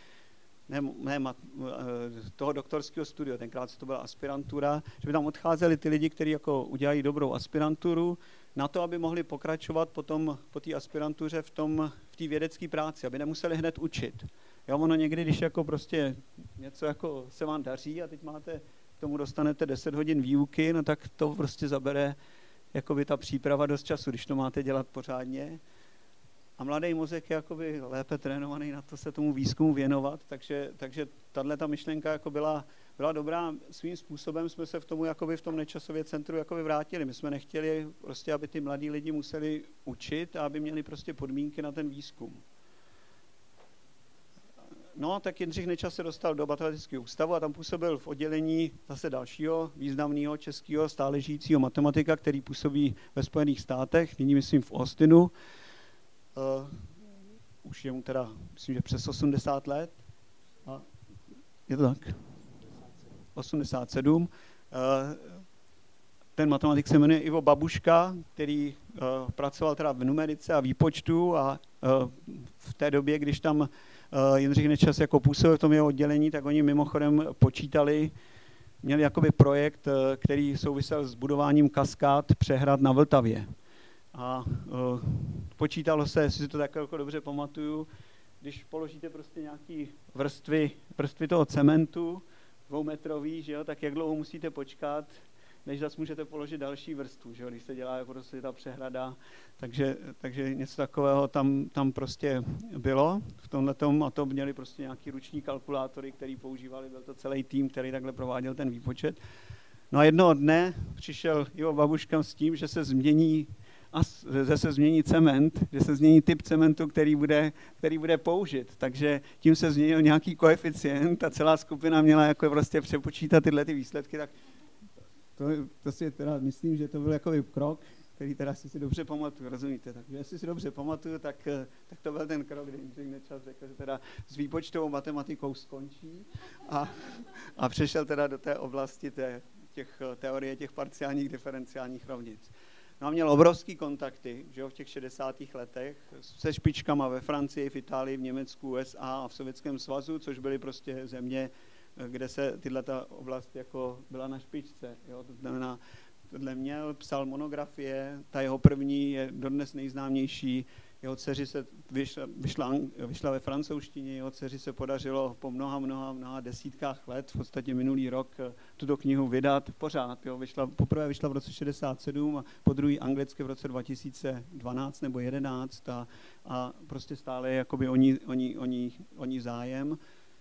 toho doktorského studia, tenkrát to byla aspirantura, že by tam odcházeli ty lidi, kteří jako udělají dobrou aspiranturu, na to, aby mohli pokračovat potom po té aspirantuře v té vědecké práci, aby nemuseli hned učit. Jo, ono někdy, když jako prostě něco jako se vám daří a teď k tomu dostanete 10 hodin výuky, no tak to prostě zabere jakoby ta příprava dost času, když to máte dělat pořádně. A mladý mozek je jakoby lépe trénovaný na to se tomu výzkumu věnovat, takže tato myšlenka jako byla dobrá. Svým způsobem jsme se v tom Nečasově centru jakoby vrátili. My jsme nechtěli prostě, aby ty mladí lidi museli učit a aby měli prostě podmínky na ten výzkum. No, tak Jindřich Nečas se dostal do Matematického ústavu a tam působil v oddělení zase dalšího významného českého stále žijícího matematika, který působí ve Spojených státech, nyní myslím v Austinu. Už je mu teda, myslím, že přes 80 let. A je to tak? 87. Ten matematik se jmenuje Ivo Babuška, který pracoval teda v numerice a výpočtu a v té době, když tam Jindřich Nečas jako působil v tom jeho oddělení, tak oni mimochodem počítali, měli jakoby projekt, který souvisel s budováním kaskád přehrad na Vltavě. A počítalo se, jestli si to tak jako dobře pamatuju, když položíte prostě nějaký vrstvy toho cementu, 2metrový, že jo, tak jak dlouho musíte počkat, než zase můžete položit další vrstvu, že jo, když se dělá jako prostě ta přehrada. Takže něco takového tam prostě bylo v tomhletom a to měli prostě nějaký ruční kalkulátory, který používali, byl to celý tým, který takhle prováděl ten výpočet. No a jednoho dne přišel Ivo Babuška s tím, že se změní cement, že se změní typ cementu, který bude použit. Takže tím se změnil nějaký koeficient a celá skupina měla jako prostě přepočítat tyhle ty výsledky. Tak to si teda myslím, že to byl jakoby krok, který teda si dobře pamatuju, rozumíte? Takže jestli si dobře pamatuju, tak to byl ten krok, kdy Jindřich Nečas řekl, že teda s výpočtovou matematikou skončí a přešel teda do té oblasti teorie těch parciálních diferenciálních rovnic. No a měl obrovský kontakty, že jo, v těch 60. letech se špičkama ve Francii, v Itálii, v Německu, USA a v Sovětském svazu, což byly prostě země, kde se tato oblast jako byla na špičce. Jo. To znamená, tohle měl, psal monografie, ta jeho první je dodnes nejznámější, jeho dceři se vyšla ve francouzštině, jeho dceři se podařilo po mnoha desítkách let, v podstatě minulý rok, tuto knihu vydat pořád. Jo. Poprvé vyšla v roce 67 a po druhý anglicky v roce 2012 nebo 11 a prostě stále je jakoby o ní zájem.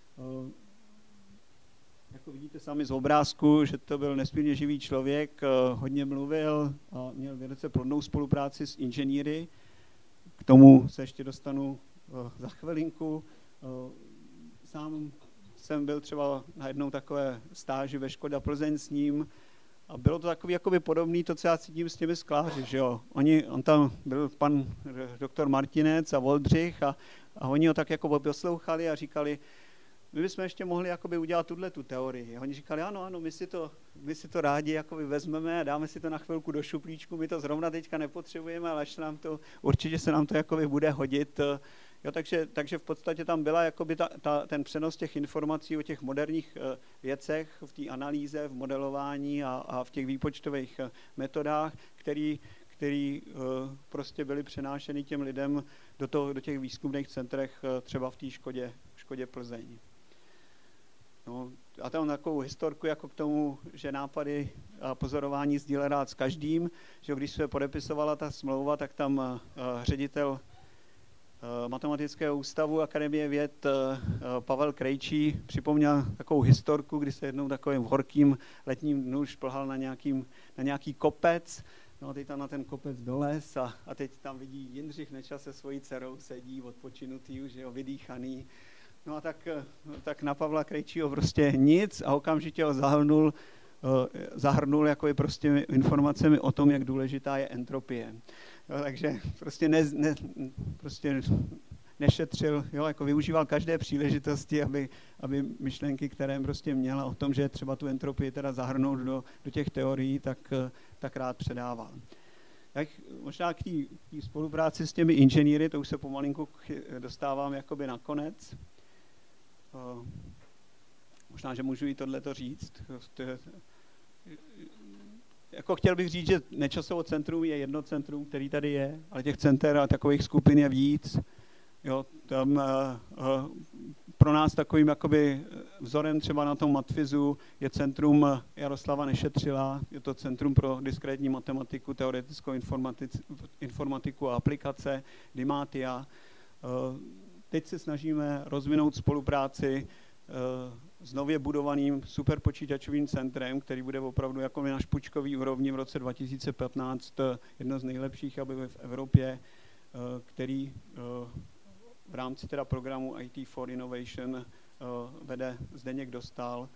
Jako vidíte sami z obrázku, že to byl nesmírně živý člověk, hodně mluvil a měl velice plodnou spolupráci s inženýry, tomu se ještě dostanu za chvilinku. Sám jsem byl třeba na jednou takové stáži ve Škoda Plzeň s ním a bylo to takový jakoby podobný to, co já cítím s těmi skláři, že jo. On tam byl pan doktor Martinec a Voldřich a oni ho tak jako poslouchali a říkali, my bychom ještě mohli jakoby udělat tu teorii. A oni říkali, ano, my si to rádi jakoby vezmeme a dáme si to na chvilku do šuplíčku, my to zrovna teďka nepotřebujeme, ale určitě se nám to jakoby bude hodit. Jo, takže v podstatě tam byla jakoby ten přenos těch informací o těch moderních věcech v té analýze, v modelování a v těch výpočtových metodách, který prostě byly přenášeny těm lidem do těch výzkumných centrech, třeba v té Škodě Plzeň. No, a tam takovou historku jako k tomu, že nápady a pozorování sdílel rád s každým, že když se podepisovala ta smlouva, tak tam ředitel Matematického ústavu Akademie věd Pavel Krejčí připomněl takovou historku, kdy se jednou takovým horkým letním dnu šplhal na nějaký kopec. No a teď tam na ten kopec dolez a teď tam vidí Jindřich Nečas se svojí dcerou, sedí odpočinutý už, jo, vydýchaný. No a tak na Pavla Krejčího prostě nic a okamžitě ho zahrnul jako prostě informacemi o tom, jak důležitá je entropie. Jo, takže prostě nešetřil, jo, jako využíval každé příležitosti, aby myšlenky, které prostě měla o tom, že je třeba tu entropii teda zahrnout do těch teorií, tak rád předával. Tak možná k té spolupráci s těmi inženýry, to už se pomalinku dostávám jakoby na konec. Možná, že můžu i tohleto říct. Jako chtěl bych říct, že Nečasovo centrum je jedno centrum, který tady je, ale těch center a takových skupin je víc. Jo, tam pro nás takovým jakoby vzorem třeba na tom Matfizu je centrum Jaroslava Nešetřila, je to Centrum pro diskrétní matematiku, teoretickou informatiku a aplikace, Dimatia. Teď se snažíme rozvinout spolupráci s nově budovaným superpočítačovým centrem, který bude opravdu jako na špičkový úrovni v roce 2015 jedno z nejlepších aby v Evropě, který v rámci teda programu IT for Innovation vede Zdeněk Dostál.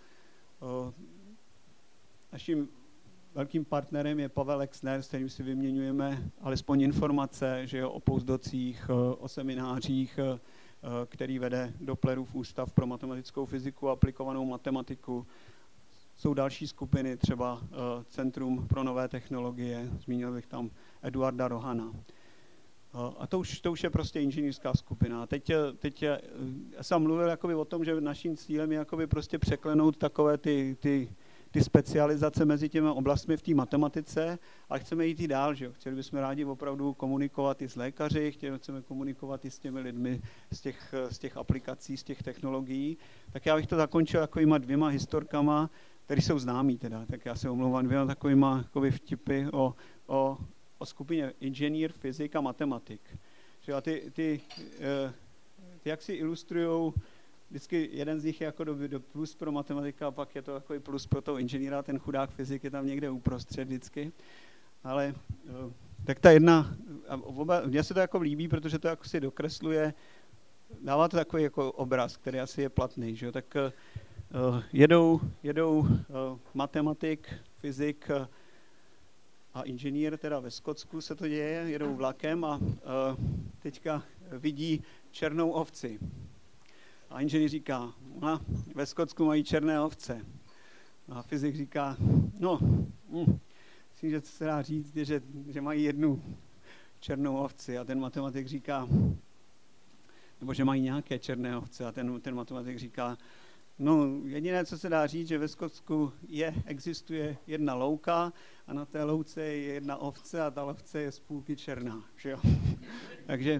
Naším velkým partnerem je Pavel Exner, s kterým si vyměňujeme alespoň informace, že jo, o postdocích, o seminářích, který vede Dopplerův ústav pro matematickou fyziku a aplikovanou matematiku. Jsou další skupiny, třeba Centrum pro nové technologie, zmínil bych tam Eduarda Rohana. A to už je prostě inženýrská skupina. Teď já jsem mluvil jakoby o tom, že naším cílem je jakoby prostě překlenout takové ty specializace mezi těmi oblastmi v té matematice, ale chceme jít i dál, že jo? Chtěli bychom rádi opravdu komunikovat i s lékaři, chceme komunikovat i s těmi lidmi z těch aplikací, z těch technologií. Tak já bych to zakončil takovýma 2 historkama, které jsou známý teda, tak já se omlouvám 2 takovýma jakoby vtipy o skupině inženýr, fyzik a matematik. Že ty jak si ilustrujou, vždycky jeden z nich je jako do plus pro matematika a pak je to takový plus pro toho inženýra, ten chudák fyzik je tam někde uprostřed vždycky. Ale tak ta jedna, mně se to jako líbí, protože to jako si dokresluje, dává to takový jako obraz, který asi je platný. Že? Tak jedou matematik, fyzik a inženýr, teda ve Skotsku se to děje, jedou vlakem a teďka vidí černou ovci. A inženýr říká, ve Skotsku mají černé ovce. A fyzik říká, myslím, že co se dá říct, je, že mají jednu černou ovci. A ten matematik říká, nebo že mají nějaké černé ovce. A ten matematik říká, jediné, co se dá říct, že ve Skotsku existuje jedna louka a na té louce je jedna ovce a ta ovce je z půlky černá. Že jo? Takže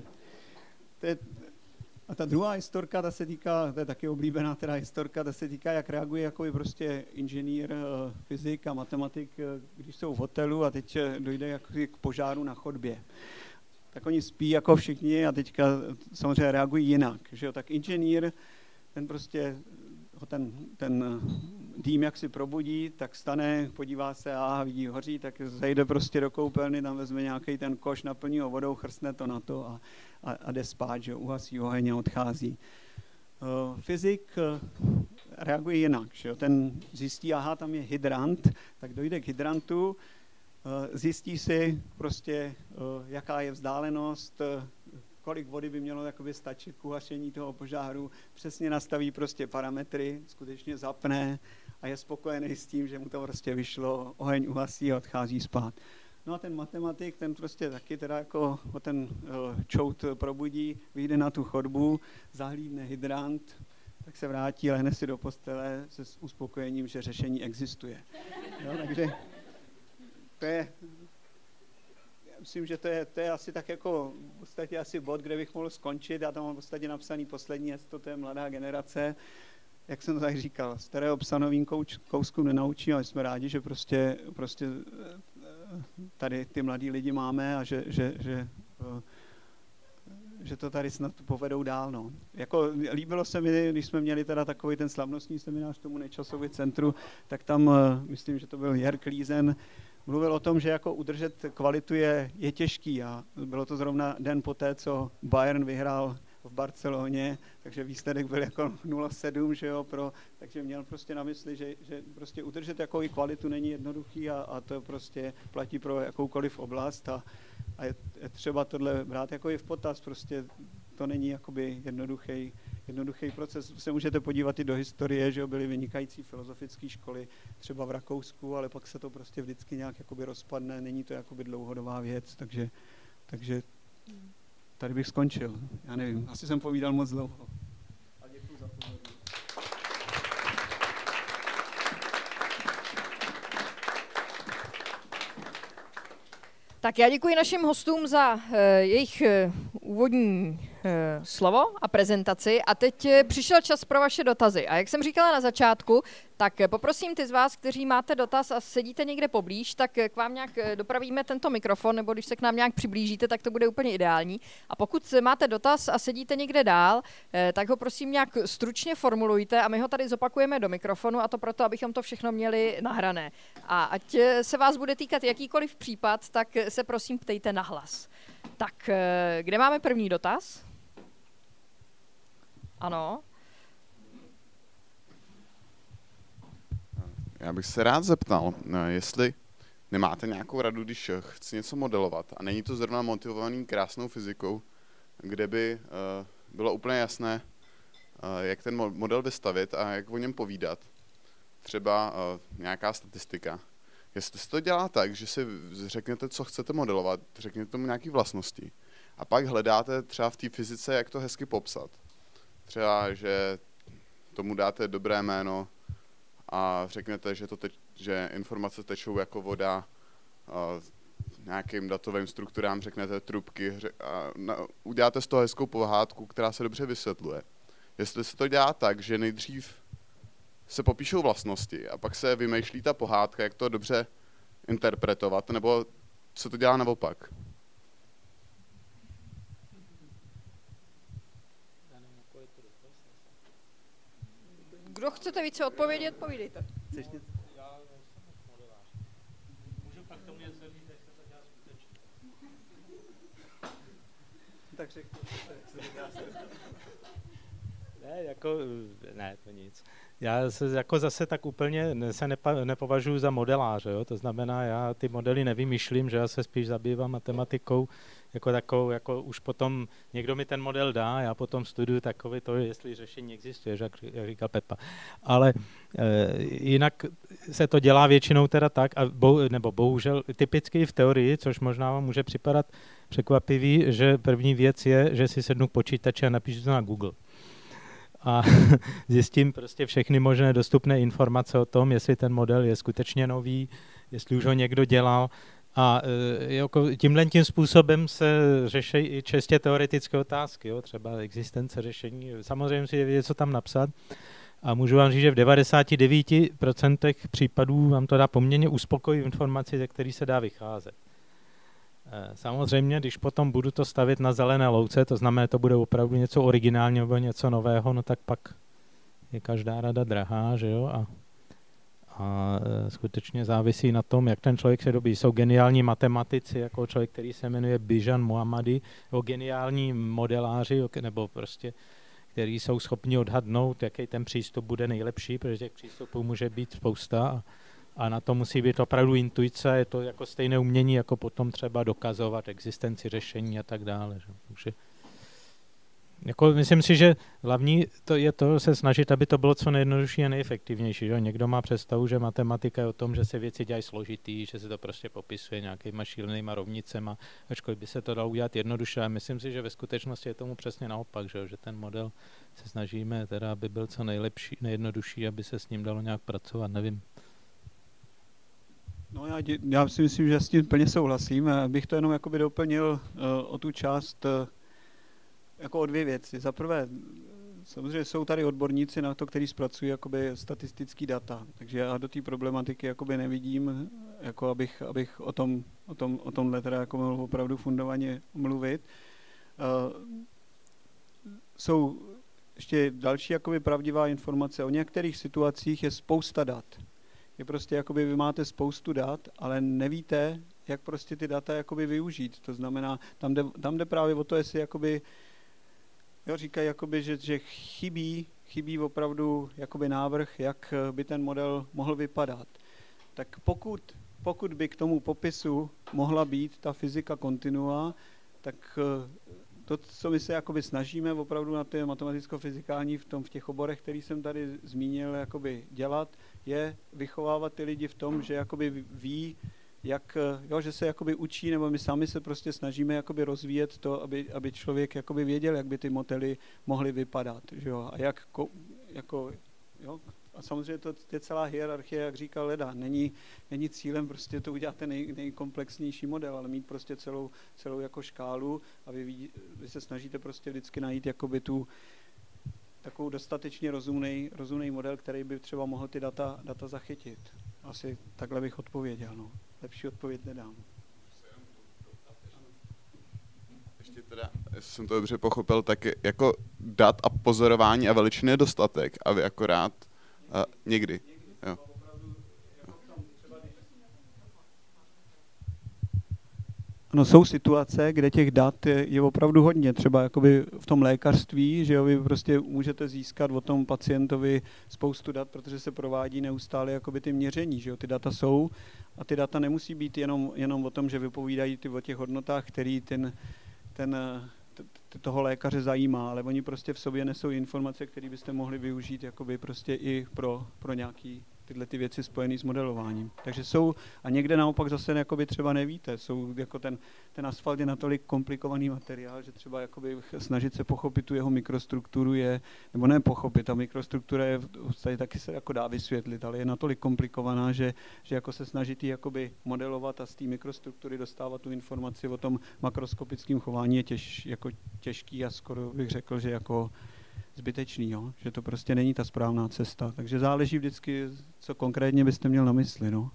a ta druhá historka, ta se týká, to je taky oblíbená teda historka, ta se týká, jak reaguje jako prostě inženýr, fyzik a matematik, když jsou v hotelu a teď dojde jako k požáru na chodbě. Tak oni spí jako všichni a teďka samozřejmě reagují jinak. Že jo? Tak inženýr, ten prostě ten dým jak si probudí, tak stane, podívá se a vidí hoří, tak zajde prostě do koupelny, tam vezme nějaký ten koš, naplní ho vodou, chrstne to na to a jde spát, že uhasí oheň a odchází. Fyzik reaguje jinak, že ten zjistí, aha, tam je hydrant, tak dojde k hydrantu, zjistí si prostě, jaká je vzdálenost, kolik vody by mělo jakoby stačit k uhašení toho požáru, přesně nastaví prostě parametry, skutečně zapne a je spokojený s tím, že mu to prostě vyšlo, oheň uhasí a odchází spát. No a ten matematik, ten prostě taky teda jako ten čout probudí, vyjde na tu chodbu, zahlídne hydrant, tak se vrátí, lehne si do postele se s uspokojením, že řešení existuje. Jo, takže to je, já myslím, že to je asi tak jako v podstatě asi bod, kde bych mohl skončit. Já tam mám v podstatě napsaný poslední, to je mladá generace. Jak jsem to tak říkal, starého psa novým kouskům nenaučí, ale jsme rádi, že prostě tady ty mladí lidi máme a že to tady snad povedou dál. No. Jako líbilo se mi, když jsme měli teda takový ten slavnostní seminář tomu Nečasově centru, tak tam, myslím, že to byl Jörg Klízen, mluvil o tom, že jako udržet kvalitu je těžký a bylo to zrovna den poté, co Bayern vyhrál v Barceloně, takže výsledek byl jako 0-7, že jo, takže měl prostě na mysli, že prostě udržet jakou kvalitu není jednoduchý a to prostě platí pro jakoukoliv oblast a je třeba tohle brát jako i v potaz, prostě to není jakoby jednoduchý proces. Se můžete podívat i do historie, že jo, byly vynikající filozofické školy třeba v Rakousku, ale pak se to prostě vždycky nějak jakoby rozpadne, není to jakoby dlouhodobá věc, takže tady bych skončil. Já nevím, asi jsem povídal moc dlouho. A děkuji za pozornost. Tak já děkuji našim hostům za jejich úvodní slovo a prezentaci a teď přišel čas pro vaše dotazy. A jak jsem říkala na začátku, tak poprosím ty z vás, kteří máte dotaz a sedíte někde poblíž, tak k vám nějak dopravíme tento mikrofon, nebo když se k nám nějak přiblížíte, tak to bude úplně ideální. A pokud máte dotaz a sedíte někde dál, tak ho prosím nějak stručně formulujte a my ho tady zopakujeme do mikrofonu a to proto, abychom to všechno měli nahrané. A ať se vás bude týkat jakýkoliv případ, tak se prosím ptejte nahlas. Tak, kde máme první dotaz? Ano. Já bych se rád zeptal, jestli nemáte nějakou radu, když chci něco modelovat a není to zrovna motivovaný krásnou fyzikou, kde by bylo úplně jasné, jak ten model vystavit a jak o něm povídat. Třeba nějaká statistika. Jestli se to dělá tak, že si řeknete, co chcete modelovat, řekněte tomu nějaké vlastnosti a pak hledáte třeba v té fyzice, jak to hezky popsat. Třeba, že tomu dáte dobré jméno a řeknete, že informace tečou jako voda, nějakým datovým strukturám řeknete trubky a uděláte z toho hezkou pohádku, která se dobře vysvětluje. Jestli se to dělá tak, že nejdřív se popíšou vlastnosti a pak se vymýšlí ta pohádka, jak to dobře interpretovat, nebo se to dělá naopak. Kdo chcete více odpovědět, povídejte. Můžu pak tomu něco říct, jak se to dělá skutečně. Tak řekněte, jak se to dělá. Ne, to nic. Já se jako zase tak úplně nepovažuji za modeláře, jo? To znamená, já ty modely nevymýšlím, že já se spíš zabývám matematikou jako takovou, jako už potom někdo mi ten model dá, já potom studuju takový to, jestli řešení existuje, jak říkal Pepa. Ale jinak se to dělá většinou teda tak, nebo bohužel typicky v teorii, což možná vám může připadat překvapivý, že první věc je, že si sednu k počítači a napíšu to na Google. A zjistím prostě všechny možné dostupné informace o tom, jestli ten model je skutečně nový, jestli už ho někdo dělal. A tímhle způsobem se řeší i čistě teoretické otázky, jo? Třeba existence řešení. Samozřejmě si je vědět, co tam napsat. A můžu vám říct, že v 99% případů vám to dá poměrně uspokojivou informaci, ze který se dá vycházet. Samozřejmě, když potom budu to stavit na zelené louce, to znamená, že to bude opravdu něco originálního nebo něco nového, no tak pak je každá rada drahá, že jo, a A skutečně závisí na tom, jak ten člověk se dobí. Jsou geniální matematici, jako člověk, který se jmenuje Bijan Mohammadi, geniální modeláři, nebo prostě, kteří jsou schopni odhadnout, jaký ten přístup bude nejlepší, protože těch přístupů může být spousta a na to musí být opravdu intuice, je to jako stejné umění, jako potom třeba dokazovat existenci řešení a tak dále. Takže jako myslím si, že hlavní to je to se snažit, aby to bylo co nejjednodušší a nejefektivnější. Že? Někdo má představu, že matematika je o tom, že se věci dělají složitý, že se to prostě popisuje nějakýma šílenýma rovnicema, ačkoliv by se to dalo udělat jednoduše. A myslím si, že ve skutečnosti je tomu přesně naopak, že ten model se snažíme teda, aby byl co nejlepší, nejjednodušší, aby se s ním dalo nějak pracovat, nevím. No já si myslím, že s tím plně souhlasím. Bych to jenom jakoby doplnil o tu část jako o dvě věci. Za prvé, samozřejmě jsou tady odborníci na to, kteří zpracují jakoby statistický data, takže já do té problematiky jakoby nevidím, jako abych o tomhle teda jako mohl opravdu fundovaně mluvit. Jsou ještě další jakoby pravdivá informace. O některých situacích je spousta dat. Je prostě jakoby vy máte spoustu dat, ale nevíte, jak prostě ty data jakoby využít. To znamená, tam jde právě o to, jestli jakoby říkají, jakoby, že chybí opravdu jakoby návrh, jak by ten model mohl vypadat. Tak pokud by k tomu popisu mohla být ta fyzika kontinua, tak to, co my se jakoby snažíme opravdu na té matematicko-fyzikální v těch oborech, který jsem tady zmínil, jakoby dělat, je vychovávat ty lidi v tom, že jakoby ví, že se jakoby učí, nebo my sami se prostě snažíme jakoby rozvíjet to, aby člověk jakoby věděl, jak by ty modely mohly vypadat, že jo? A samozřejmě to je celá hierarchie, jak říkal Leda, není cílem prostě to udělat ten nejkomplexnější model, ale mít prostě celou jako škálu a vy se snažíte prostě vždycky najít jakoby tu takovou dostatečně rozumný model, který by třeba mohl ty data zachytit. Asi takhle bych odpověděl, no. Lepší odpověď nedám. Ještě teda, jestli jsem to dobře pochopil, tak jako dat a pozorování a veličiny je dostatek a vy akorát někdy. Jo. No, jsou situace, kde těch dat je opravdu hodně, třeba jakoby v tom lékařství, že jo, vy prostě můžete získat o tom pacientovi spoustu dat, protože se provádí neustále jakoby ty měření, že jo, ty data jsou a ty data nemusí být jenom o tom, že vypovídají o těch hodnotách, který toho lékaře zajímá, ale oni prostě v sobě nesou informace, které byste mohli využít jakoby prostě i pro nějaký tyhle ty věci spojené s modelováním. Takže jsou, a někde naopak zase jakoby třeba nevíte, jsou jako ten asfalt je natolik komplikovaný materiál, že třeba jakoby snažit se pochopit tu jeho mikrostrukturu je, nebo ne pochopit, ta mikrostruktura je tady taky se jako dá vysvětlit, ale je natolik komplikovaná, že jako se snažit ji jakoby modelovat a z té mikrostruktury dostávat tu informaci o tom makroskopickém chování je těžký a skoro bych řekl, že jako zbytečný, jo? Že to prostě není ta správná cesta. Takže záleží vždycky, co konkrétně byste měl na mysli. No?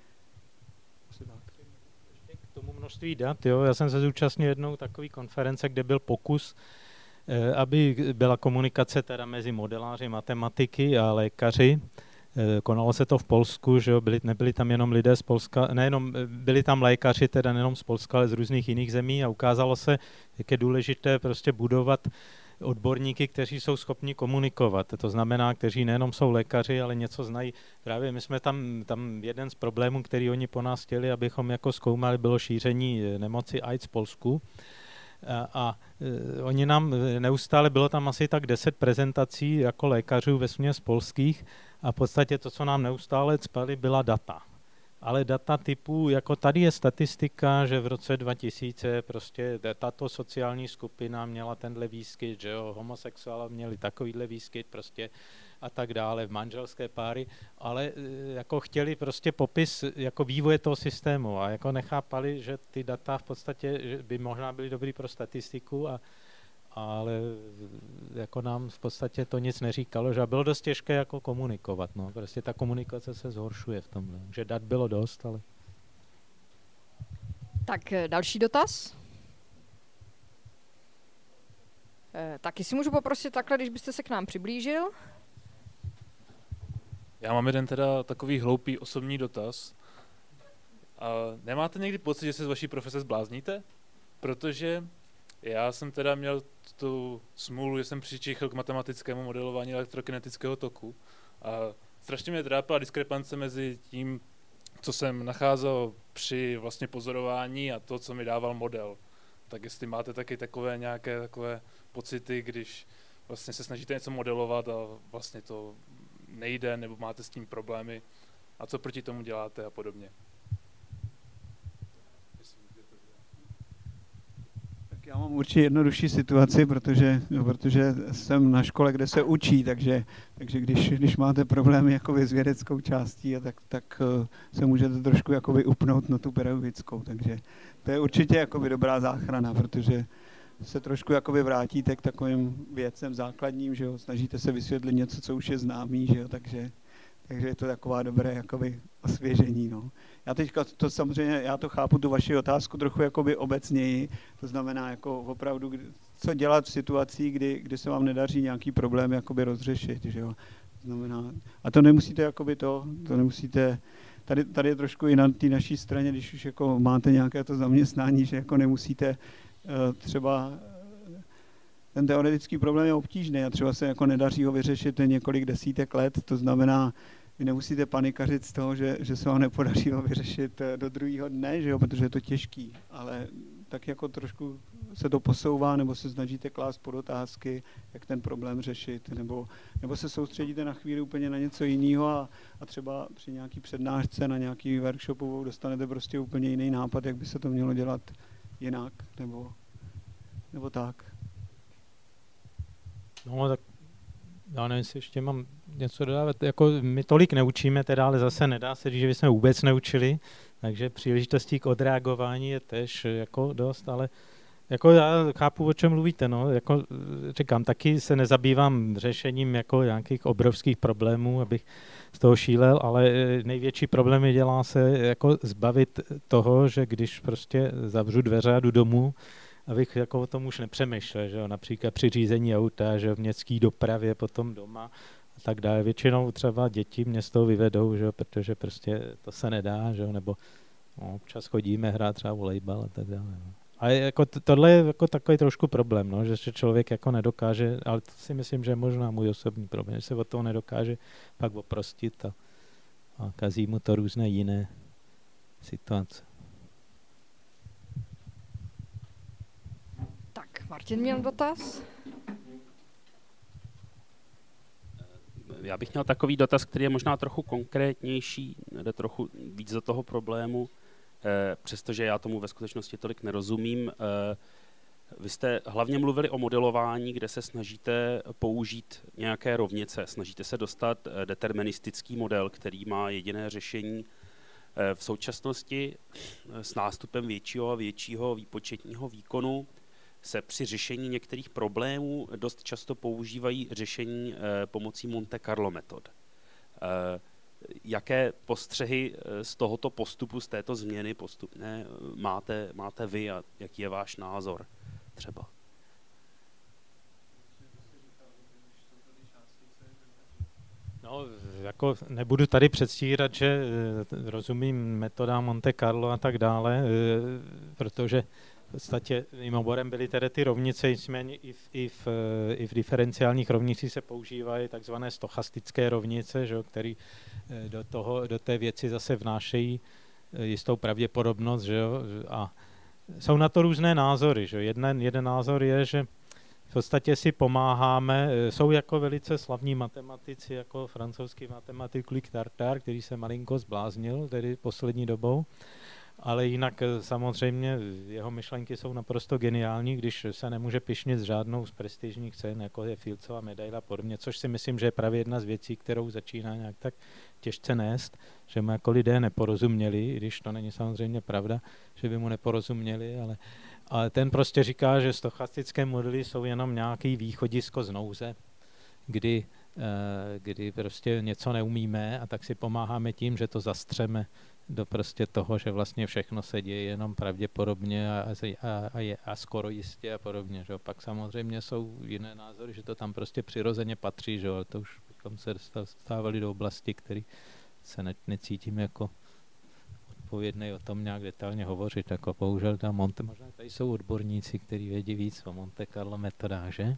K tomu množství dat, jo? Já jsem se zúčastnil jednou takové konference, kde byl pokus, aby byla komunikace teda mezi modeláři matematiky a lékaři. Konalo se to v Polsku, že jo? Nebyli tam jenom lidé z Polska, nejenom byli tam lékaři, teda nejenom z Polska, ale z různých jiných zemí a ukázalo se, jak je důležité prostě budovat odborníky, kteří jsou schopni komunikovat. To znamená, kteří nejenom jsou lékaři, ale něco znají. Právě my jsme tam jeden z problémů, který oni po nás chtěli, abychom jako zkoumali, bylo šíření nemoci AIDS v Polsku. A oni nám neustále, bylo tam asi tak 10 prezentací jako lékařů vesměs polských a v podstatě to, co nám neustále cpali, byla data. Ale data typu, jako tady je statistika, že v roce 2000 prostě tato sociální skupina měla tenhle výskyt, že jo, homosexuálové měli takovýhle výskyt prostě a tak dále, v manželské páry, ale jako chtěli prostě popis jako vývoje toho systému a jako nechápali, že ty data v podstatě že by možná byly dobrý pro statistiku ale jako nám v podstatě to nic neříkalo, že bylo dost těžké jako komunikovat, no, prostě ta komunikace se zhoršuje v tomhle, že dat bylo dost, ale... Tak další dotaz? Tak jestli můžu poprosit takhle, když byste se k nám přiblížil. Já mám jeden teda takový hloupý osobní dotaz. A nemáte někdy pocit, že se z vaší profese zblázníte? Protože já jsem teda měl tu smůlu, že jsem přičichl k matematickému modelování elektrokinetického toku a strašně mě trápila diskrepance mezi tím, co jsem nacházel při vlastně pozorování a to, co mi dával model. Tak jestli máte taky nějaké takové pocity, když vlastně se snažíte něco modelovat a vlastně to nejde, nebo máte s tím problémy a co proti tomu děláte a podobně. Tak já mám určitě jednodušší situaci, protože jsem na škole, kde se učí, takže když máte problémy jakoby s vědeckou částí, tak se můžete trošku jakoby upnout na tu pedagogickou, takže to je určitě jakoby dobrá záchrana, protože se trošku jakoby vrátíte k takovým věcem základním, že jo, snažíte se vysvětlit něco, co už je známý, že jo, takže je to taková dobré jakoby osvěžení, no. Já teďka to samozřejmě, já to chápu, tu vaši otázku trochu jakoby obecněji, to znamená jako opravdu, co dělat v situacích, kdy se vám nedaří nějaký problém jakoby rozřešit, že jo. To znamená, a to nemusíte jakoby to nemusíte, tady je trošku i na té naší straně, když už jako máte nějaké to zaměstnání, že jako nemusíte třeba ten teoretický problém je obtížný a třeba se jako nedaří ho vyřešit několik desítek let, to znamená, vy nemusíte panikařit z toho, že se vám nepodaří ho vyřešit do druhého dne, že jo, protože je to těžký, ale tak jako trošku se to posouvá, nebo se snažíte klást podotázky, jak ten problém řešit, nebo se soustředíte na chvíli úplně na něco jiného a třeba při nějaký přednášce na nějaký workshopovou dostanete prostě úplně jiný nápad, jak by se to mělo dělat jinak, nebo tak. No tak já nevím, jestli ještě mám něco dodávat. Jako my tolik neučíme teda, ale zase nedá se říct, že bychom vůbec neučili, takže příležitostí k odreagování je tež jako dost, ale jako já chápu, o čem mluvíte, no, jako říkám, taky se nezabývám řešením jako nějakých obrovských problémů, abych z toho šílel, ale největší problémy dělá se jako zbavit toho, že když prostě zavřu dveře a jdu domů, abych jako o tom už nepřemýšlel, že jo, například při řízení auta, že jo, v městské dopravě, potom doma a tak dále. Většinou třeba děti mě z toho vyvedou, že jo, protože prostě to se nedá, že jo, nebo no, občas chodíme hrát třeba volejbal a tak dále. No. A jako tohle je jako takový trošku problém, no, že se člověk jako nedokáže, ale to si myslím, že je možná můj osobní problém, že se od toho nedokáže pak oprostit a kazí mu to různé jiné situace. Tak, Martin měl dotaz? Já bych měl takový dotaz, který je možná trochu konkrétnější, jde trochu víc do toho problému, přestože já tomu ve skutečnosti tolik nerozumím. Vy jste hlavně mluvili o modelování, kde se snažíte použít nějaké rovnice, snažíte se dostat deterministický model, který má jediné řešení. V současnosti s nástupem většího a většího výpočetního výkonu se při řešení některých problémů dost často používají řešení pomocí Monte Carlo metod. Jaké postřehy z tohoto postupu, z této změny postupné máte vy a jaký je váš názor třeba? No, jako nebudu tady předstírat, že rozumím metodám Monte Carlo a tak dále, protože v podstatě mým oborem byly tedy ty rovnice, nicméně i v diferenciálních rovnicích se používají takzvané stochastické rovnice, které do té věci zase vnášejí jistou pravděpodobnost, že jo, a jsou na to různé názory, že jeden názor je, že v podstatě si pomáháme, jsou jako velice slavní matematici, jako francouzský matematik Luc Tartar, který se malinko zbláznil tedy poslední dobou, ale jinak samozřejmě jeho myšlenky jsou naprosto geniální, když se nemůže pyšnit s žádnou z prestižních cen, jako je Fieldsova medaile a podobně, což si myslím, že je právě jedna z věcí, kterou začíná nějak tak těžce nést, že mu jako lidé neporozuměli, i když to není samozřejmě pravda, že by mu neporozuměli, ale ten prostě říká, že stochastické modely jsou jenom nějaký východisko z nouze, kdy prostě něco neumíme a tak si pomáháme tím, že to zastřeme do prostě toho, že vlastně všechno se děje jenom pravděpodobně a skoro jistě a podobně. Že? Pak samozřejmě jsou jiné názory, že to tam prostě přirozeně patří, že? Ale to už bychom se dostávali do oblasti, které se necítím jako odpovědný o tom nějak detailně hovořit. Jako bohužel možná tady jsou odborníci, kteří vědí víc o Monte Carlo metodách, že?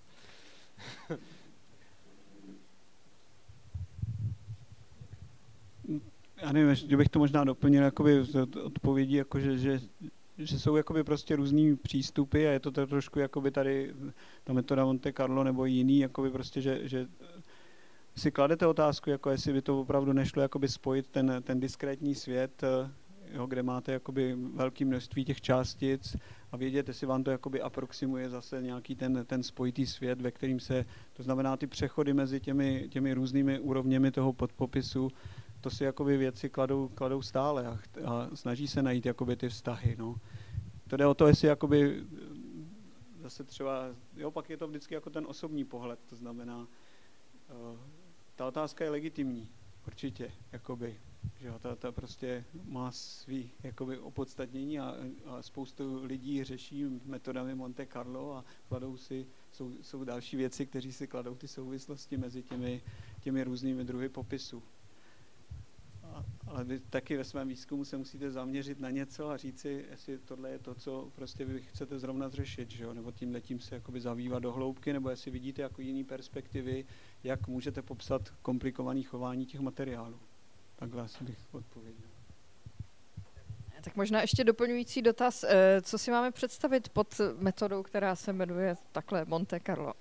Já nevím, že bych to možná doplnil jakoby odpovědí, jako že jsou jakoby prostě různý přístupy a je to trošku jakoby tady ta metoda Monte Carlo nebo jiný, jakoby prostě, že si kladete otázku, jako jestli by to opravdu nešlo jakoby spojit ten diskrétní svět, jo, kde máte jakoby velké množství těch částic a vědět, jestli vám to jakoby aproximuje zase nějaký ten spojitý svět, ve kterým se, to znamená ty přechody mezi těmi různými úrovněmi toho podpopisu, to si jakoby věci kladou stále a snaží se najít jakoby ty vztahy. No. To jde o to, jestli jakoby zase třeba, jo, pak je to vždycky jako ten osobní pohled, to znamená, ta otázka je legitimní, určitě, jakoby, že jo, ta prostě má svý jakoby opodstatnění a spoustu lidí řeší metodami Monte Carlo a kladou si, jsou další věci, kteří si kladou ty souvislosti mezi těmi různými druhy popisů. Ale vy taky ve svém výzkumu se musíte zaměřit na něco a říct si, jestli tohle je to, co prostě vy chcete zrovna řešit, že jo? Nebo tímhletím se jakoby zabývat do hloubky, nebo jestli vidíte jako jiný perspektivy, jak můžete popsat komplikované chování těch materiálů. Takhle asi bych odpověděl. Tak možná ještě doplňující dotaz, co si máme představit pod metodou, která se jmenuje takhle Monte Carlo?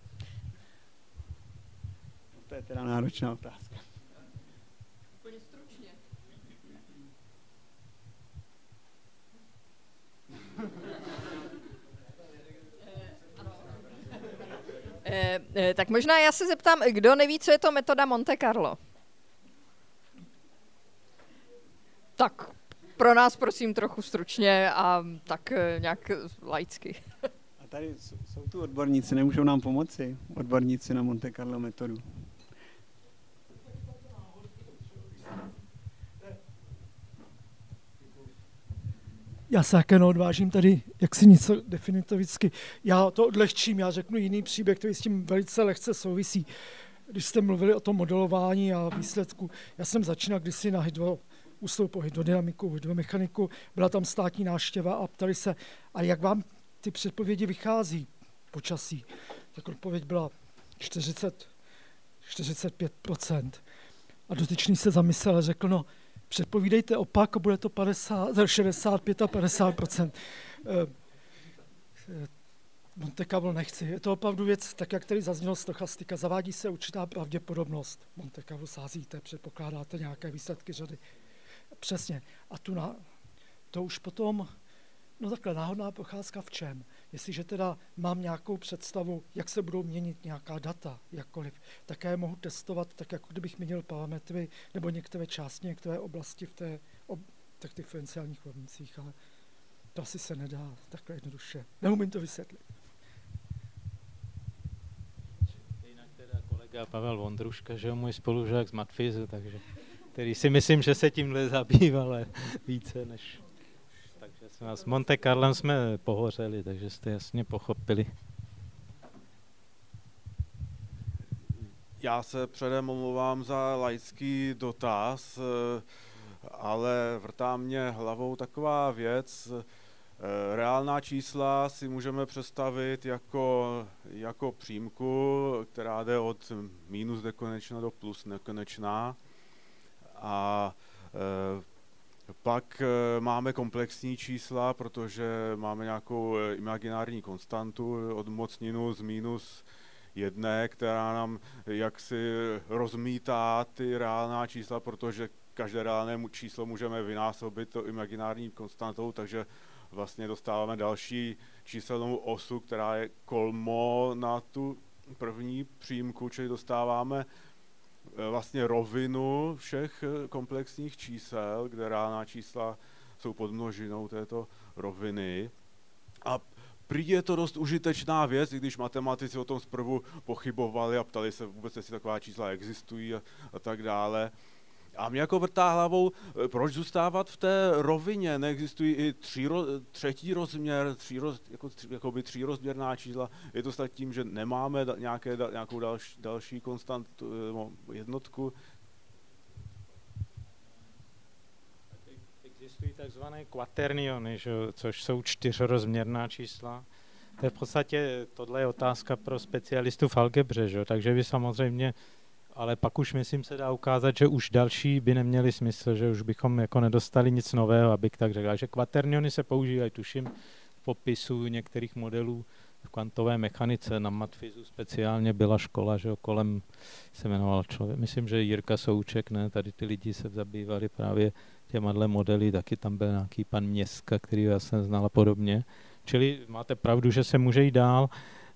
To je teda náročná otázka. Úplně stručně. Tak možná já se zeptám, kdo neví, co je to metoda Monte Carlo? Tak pro nás prosím trochu stručně a tak nějak laicky. A tady jsou tu odborníci, nemůžou nám pomoci? Odborníci na Monte Carlo metodu. Já se také neodvážím tady jaksi něco definitoricky. Já to odlehčím, já řeknu jiný příběh, který s tím velice lehce souvisí. Když jste mluvili o tom modelování a výsledku, já jsem začínal kdysi na ústavu pro hydrodynamiku, hydromechaniku, byla tam státní návštěva a ptali se, a jak vám ty předpovědi vychází počasí? Tak odpověď byla 45%. A dotyčný se zamyslel a řekl, no, předpovídejte opak a bude to 65 a 50%. Monte Carlo nechci. Je to opravdu věc, tak jak tady zaznělo stochastika, zavádí se určitá pravděpodobnost. Monte Carlo sázíte, předpokládáte nějaké výsledky řady. Přesně. A to už potom, no takhle náhodná procházka v čem? Jestliže teda mám nějakou představu, jak se budou měnit nějaká data, jakkoliv, tak já je mohu testovat tak, jako kdybych měnil parametry nebo některé části, některé oblasti v těch diferenciálních rovnicích, ale to asi se nedá takhle jednoduše. Neumím to vysvětlit. Jinak teda kolega Pavel Vondruška, že je můj spolužák z matfizu, takže který si myslím, že se tímhle zabýval více než... Takže s Monte Carlem jsme pohořeli, takže jste jasně pochopili. Já se předem omlouvám za laický dotaz, ale vrtá mě hlavou taková věc. Reálná čísla si můžeme představit jako přímku, která jde od minus nekonečna do plus nekonečná. A pak máme komplexní čísla, protože máme nějakou imaginární konstantu od mocninu z minus 1, která nám jaksi rozmítá ty reálná čísla, protože každé reálné číslo můžeme vynásobit to imaginární konstantou, takže vlastně dostáváme další číselnou osu, která je kolmo na tu první přímku, čili dostáváme vlastně rovinu všech komplexních čísel, kde reálná čísla jsou podmnožinou této roviny. A prý je to dost užitečná věc, i když matematici o tom zprvu pochybovali a ptali se vůbec, jestli taková čísla existují a tak dále. A mě jako vrtá hlavou, proč zůstávat v té rovině, neexistují i třetí rozměr, třírozměrná čísla, je to snad tím, že nemáme nějakou další jednotku. Existují takzvané kvaterniony, což jsou čtyřrozměrná čísla. To je v podstatě, tohle je otázka pro specialistu v algebře, že? Takže vy samozřejmě, ale pak už myslím se dá ukázat, že už další by neměli smysl, že už bychom jako nedostali nic nového, abych tak řekl. Že kvaterniony se používají, tuším, v popisu některých modelů v kvantové mechanice. Na matfizu speciálně byla škola, že kolem se jmenoval člověk. Myslím, že Jirka Souček, ne? Tady ty lidi se zabývali právě těmadle modely, taky tam byl nějaký pan Měska, který já jsem znal a podobně. Čili máte pravdu, že se může jít dál.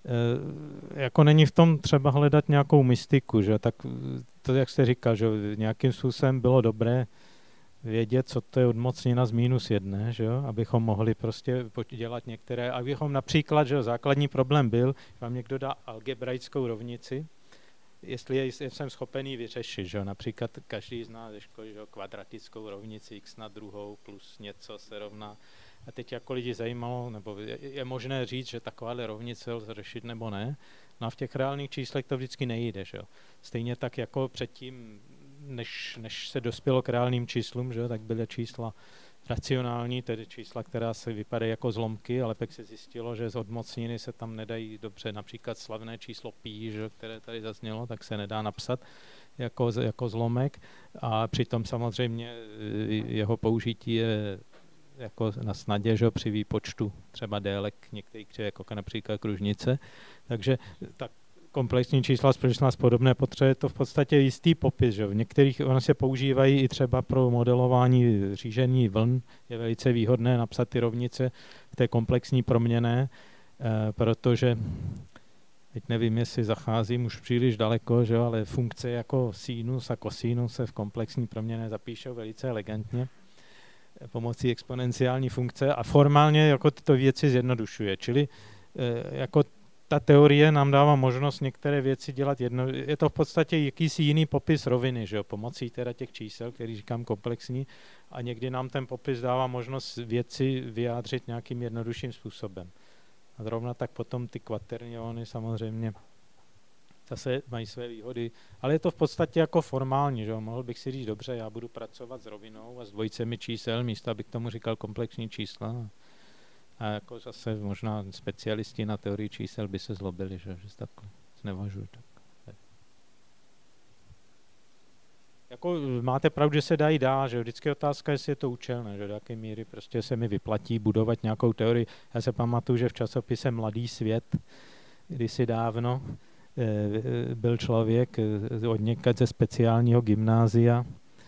Jako není v tom třeba hledat nějakou mystiku, že? Tak to, jak jste říkal, že nějakým způsobem bylo dobré vědět, co to je odmocnina z -1, že jo? Abychom mohli prostě dělat některé, abychom například, že základní problém byl, vám někdo dá algebraickou rovnici, jestli jsem schopený vyřešit, že jo? Například každý zná ze školy, že jo? Kvadratickou rovnici x na druhou plus něco se rovná. A teď jako lidi zajímalo, nebo je možné říct, že takováhle rovnice lze řešit nebo ne. No a v těch reálných číslech to vždycky nejde, že jo? Stejně tak jako předtím, než se dospělo k reálným číslům, že jo, tak byly čísla racionální, tedy čísla, která se vypadají jako zlomky, ale pak se zjistilo, že z odmocniny se tam nedají dobře, například slavné číslo pi, že, které tady zaznělo, tak se nedá napsat jako zlomek a přitom samozřejmě jeho použití je jako na snadě, že při výpočtu třeba délek některých křivek, jako například kružnice. Takže tak komplexní čísla společná z podobné potřeby je to v podstatě jistý popis. Že? V některých ono se používají i třeba pro modelování řížení vln. Je velice výhodné napsat ty rovnice v té komplexní proměnné, protože teď nevím, jestli zacházím už příliš daleko, že? Ale funkce jako sinus a kosinus se v komplexní proměnné zapíšou velice elegantně pomocí exponenciální funkce a formálně jako tyto věci zjednodušuje. Čili jako ta teorie nám dává možnost některé věci dělat jedno. Je to v podstatě jakýsi jiný popis roviny, že jo, pomocí teda těch čísel, který říkám komplexní, a někdy nám ten popis dává možnost věci vyjádřit nějakým jednodušším způsobem. A zrovna tak potom ty kvaterniony samozřejmě zase mají své výhody, ale je to v podstatě jako formální, že jo? Mohl bych si říct, dobře, já budu pracovat s rovinou a s dvojicemi čísel, místo abych tomu říkal komplexní čísla. A jako zase možná specialisti na teorii čísel by se zlobili, že tak znevažuji. Tak. Jako máte pravdu, že se dají dál, že vždycky je otázka, jestli je to účelné, že do jaké míry prostě se mi vyplatí budovat nějakou teorii. Já se pamatuju, že v časopise Mladý svět kdysi dávno byl člověk od někud ze speciálního gymnázia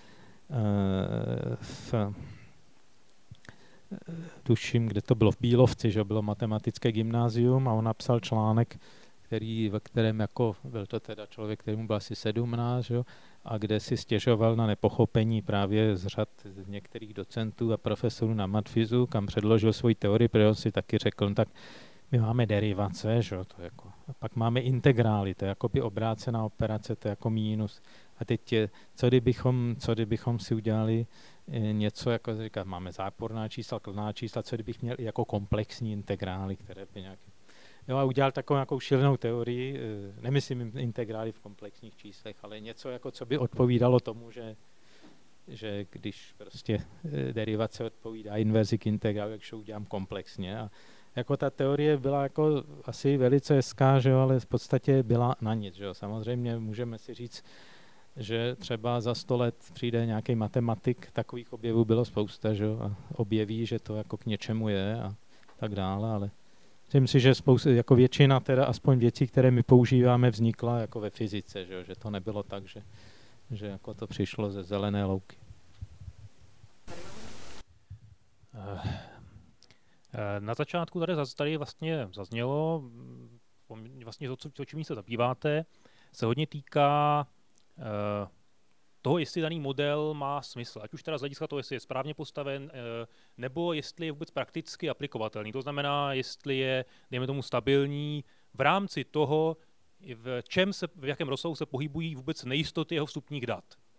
tuším, kde to bylo, v Bílovci, že bylo matematické gymnázium a on napsal článek, ve kterém jako, byl to teda člověk, kterému byl asi 17, že, a kde si stěžoval na nepochopení právě z řad některých docentů a profesorů na matfizu, kam předložil svoji teorii, protože on si taky řekl, no tak my máme derivace, že, to jako, a pak máme integrály, to je jakoby obrácená operace, to je jako mínus. A teď, co kdybychom si udělali něco, jako říká, máme záporná čísla, kladná čísla, co kdybych měl i jako komplexní integrály, které by nějaké... Jo, a udělal takovou nějakou šílenou teorii, nemyslím integrály v komplexních číslech, ale něco, jako, co by odpovídalo tomu, že když prostě derivace odpovídá inverzi k integrálu, takže udělám komplexně. A jako ta teorie byla jako asi velice hezká, že jo, ale v podstatě byla na nic. Že jo. Samozřejmě můžeme si říct, že třeba za 100 let přijde nějaký matematik, takových objevů bylo spousta, že jo, a objeví, že to jako k něčemu je a tak dále, ale myslím si, že jako většina teda aspoň věcí, které my používáme, vznikla jako ve fyzice, že jo, že to nebylo tak, že jako to přišlo ze zelené louky. Na začátku tady vlastně zaznělo, vlastně to, čím se zabýváte, se hodně týká toho, jestli daný model má smysl. Ať už teda z hlediska toho, jestli je správně postaven, nebo jestli je vůbec prakticky aplikovatelný. To znamená, jestli je, dejme tomu, stabilní v rámci toho, v jakém rozsahu se pohybují vůbec nejistoty jeho vstupních dat.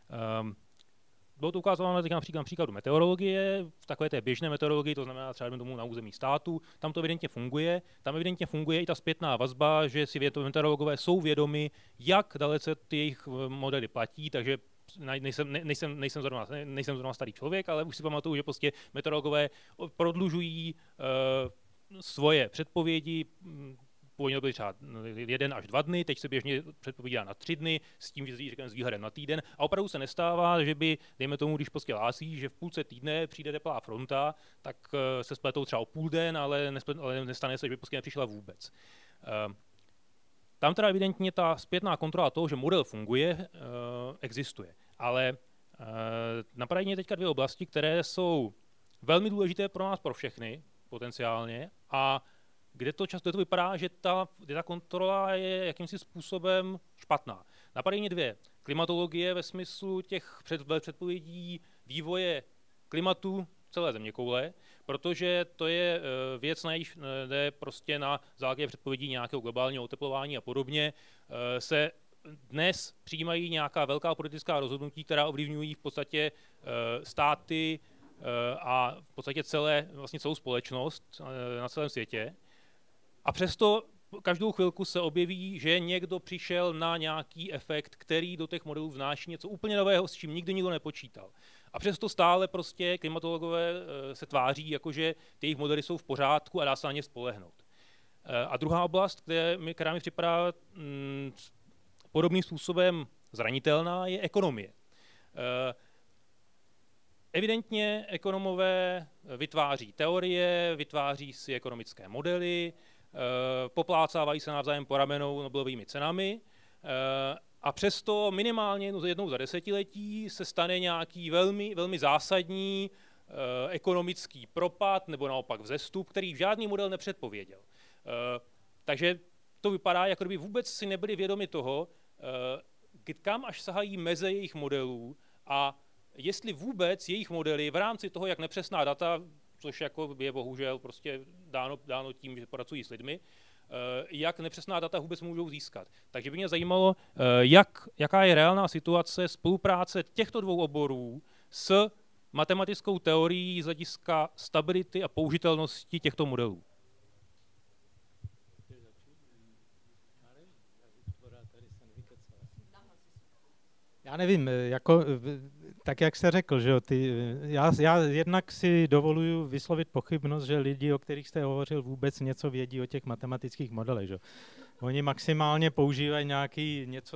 Bylo to ukázáno na příkladu meteorologie, v takové té běžné meteorologii, to znamená třeba tomu na území státu, tam to evidentně funguje. Tam evidentně funguje i ta zpětná vazba, že si meteorologové jsou vědomi, jak dalece ty jejich modely platí, takže nejsem zrovna starý člověk, ale už si pamatuju, že prostě meteorologové prodlužují svoje předpovědi. Původně to byly třeba 1 až 2 dny, teď se běžně předpovídá na 3 dny, s tím, že říkám s výhledem na týden. A opravdu se nestává, že by, dejme tomu, když prostě hlásí, že v půlce týdne přijde teplá fronta, tak se spletou třeba o půl den, ale nestane se, že by prostě nepřišla vůbec. Tam teda evidentně ta zpětná kontrola toho, že model funguje, existuje. Ale napadají mě teďka 2 oblasti, které jsou velmi důležité pro nás, pro všechny potenciálně, a kde to často vypadá, že ta kontrola je jakýmsi způsobem špatná. Napadají mě 2. Klimatologie ve smyslu těch předpovědí vývoje klimatu celé zeměkoule, protože to je věc, na jejíž jde prostě na základě předpovědí nějakého globálního oteplování a podobně, se dnes přijímají nějaká velká politická rozhodnutí, která ovlivňují v podstatě státy a v podstatě celou společnost na celém světě. A přesto každou chvilku se objeví, že někdo přišel na nějaký efekt, který do těch modelů vnáší něco úplně nového, s čím nikdy nikdo nepočítal. A přesto stále prostě klimatologové se tváří, jakože ty jejich modely jsou v pořádku a dá se na ně spolehnout. A druhá oblast, která mi připadá podobným způsobem zranitelná, je ekonomie. Evidentně ekonomové vytváří teorie, vytváří si ekonomické modely, poplácávají se navzájem po ramenou Nobelovými cenami a přesto minimálně jednou za desetiletí se stane nějaký velmi, velmi zásadní ekonomický propad nebo naopak vzestup, který žádný model nepředpověděl. Takže to vypadá, jako kdyby vůbec si nebyli vědomi toho, kam až sahají meze jejich modelů a jestli vůbec jejich modely v rámci toho, jak nepřesná data, což jako je bohužel prostě dáno tím, že pracují s lidmi, jak nepřesná data vůbec můžou získat. Takže by mě zajímalo, jaká je reálná situace spolupráce těchto 2 oborů s matematickou teorií z hlediska stability a použitelnosti těchto modelů. Já nevím, jako, tak jak jste řekl, že jo, já jednak si dovoluju vyslovit pochybnost, že lidi, o kterých jste hovořil, vůbec něco vědí o těch matematických modelech. Že? Oni maximálně používají něco,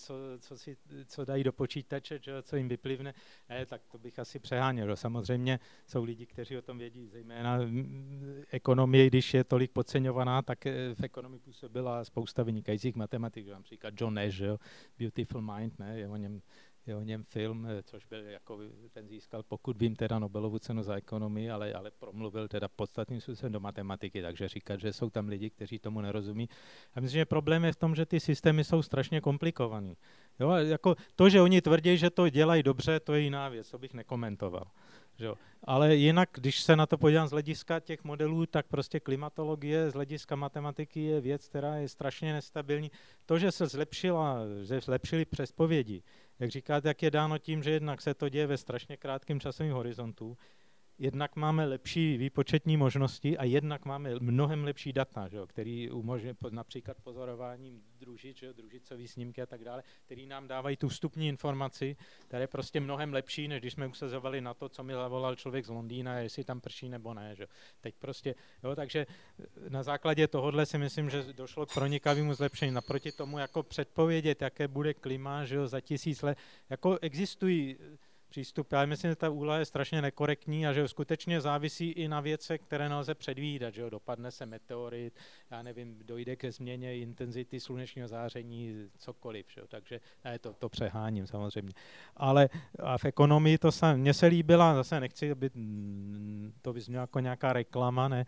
co dají do počítače, že, co jim vyplivne. Tak to bych asi přeháněl. Že? Samozřejmě jsou lidi, kteří o tom vědí, zejména ekonomie, když je tolik podceňovaná, tak v ekonomii působila spousta vynikajících matematiků, například John Nash, že? Beautiful Mind, ne? Je o něm film, což byl jako, ten získal, pokud vím, teda Nobelovu cenu za ekonomii, ale promluvil teda podstatným způsobem do matematiky, takže říkat, že jsou tam lidi, kteří tomu nerozumí. A myslím, že problém je v tom, že ty systémy jsou strašně komplikovaný. Jo, jako to, že oni tvrdí, že to dělají dobře, to je jiná věc, to bych nekomentoval. Jo. Ale jinak, když se na to podívám z hlediska těch modelů, tak prostě klimatologie z hlediska matematiky je věc, která je strašně nestabilní. To, že se zlepšily předpovědi, jak říkáte, jak je dáno tím, že jednak se to děje ve strašně krátkém časovém horizontu, jednak máme lepší výpočetní možnosti a jednak máme mnohem lepší data, že jo, který umožňuje například pozorováním družic, že jo, družicový snímky a tak dále, který nám dávají tu vstupní informaci, která je prostě mnohem lepší, než když jsme usazovali na to, co mi zavolal člověk z Londýna, jestli tam prší nebo ne. Že? Teď prostě, jo, takže na základě tohohle si myslím, že došlo k pronikavému zlepšení. Naproti tomu jako předpovědět, jaké bude klima, že jo, za 1000 let, jako existují přístup. Já myslím, že ta úloha je strašně nekorektní a že skutečně závisí i na věcech, které nelze předvídat. Že jo? Dopadne se meteorit, já nevím, dojde ke změně intenzity slunečního záření, cokoliv. Že jo? Takže to přeháním samozřejmě. Ale a v ekonomii to mně se líbila, zase nechci, aby to vyznělo jako nějaká reklama, ne?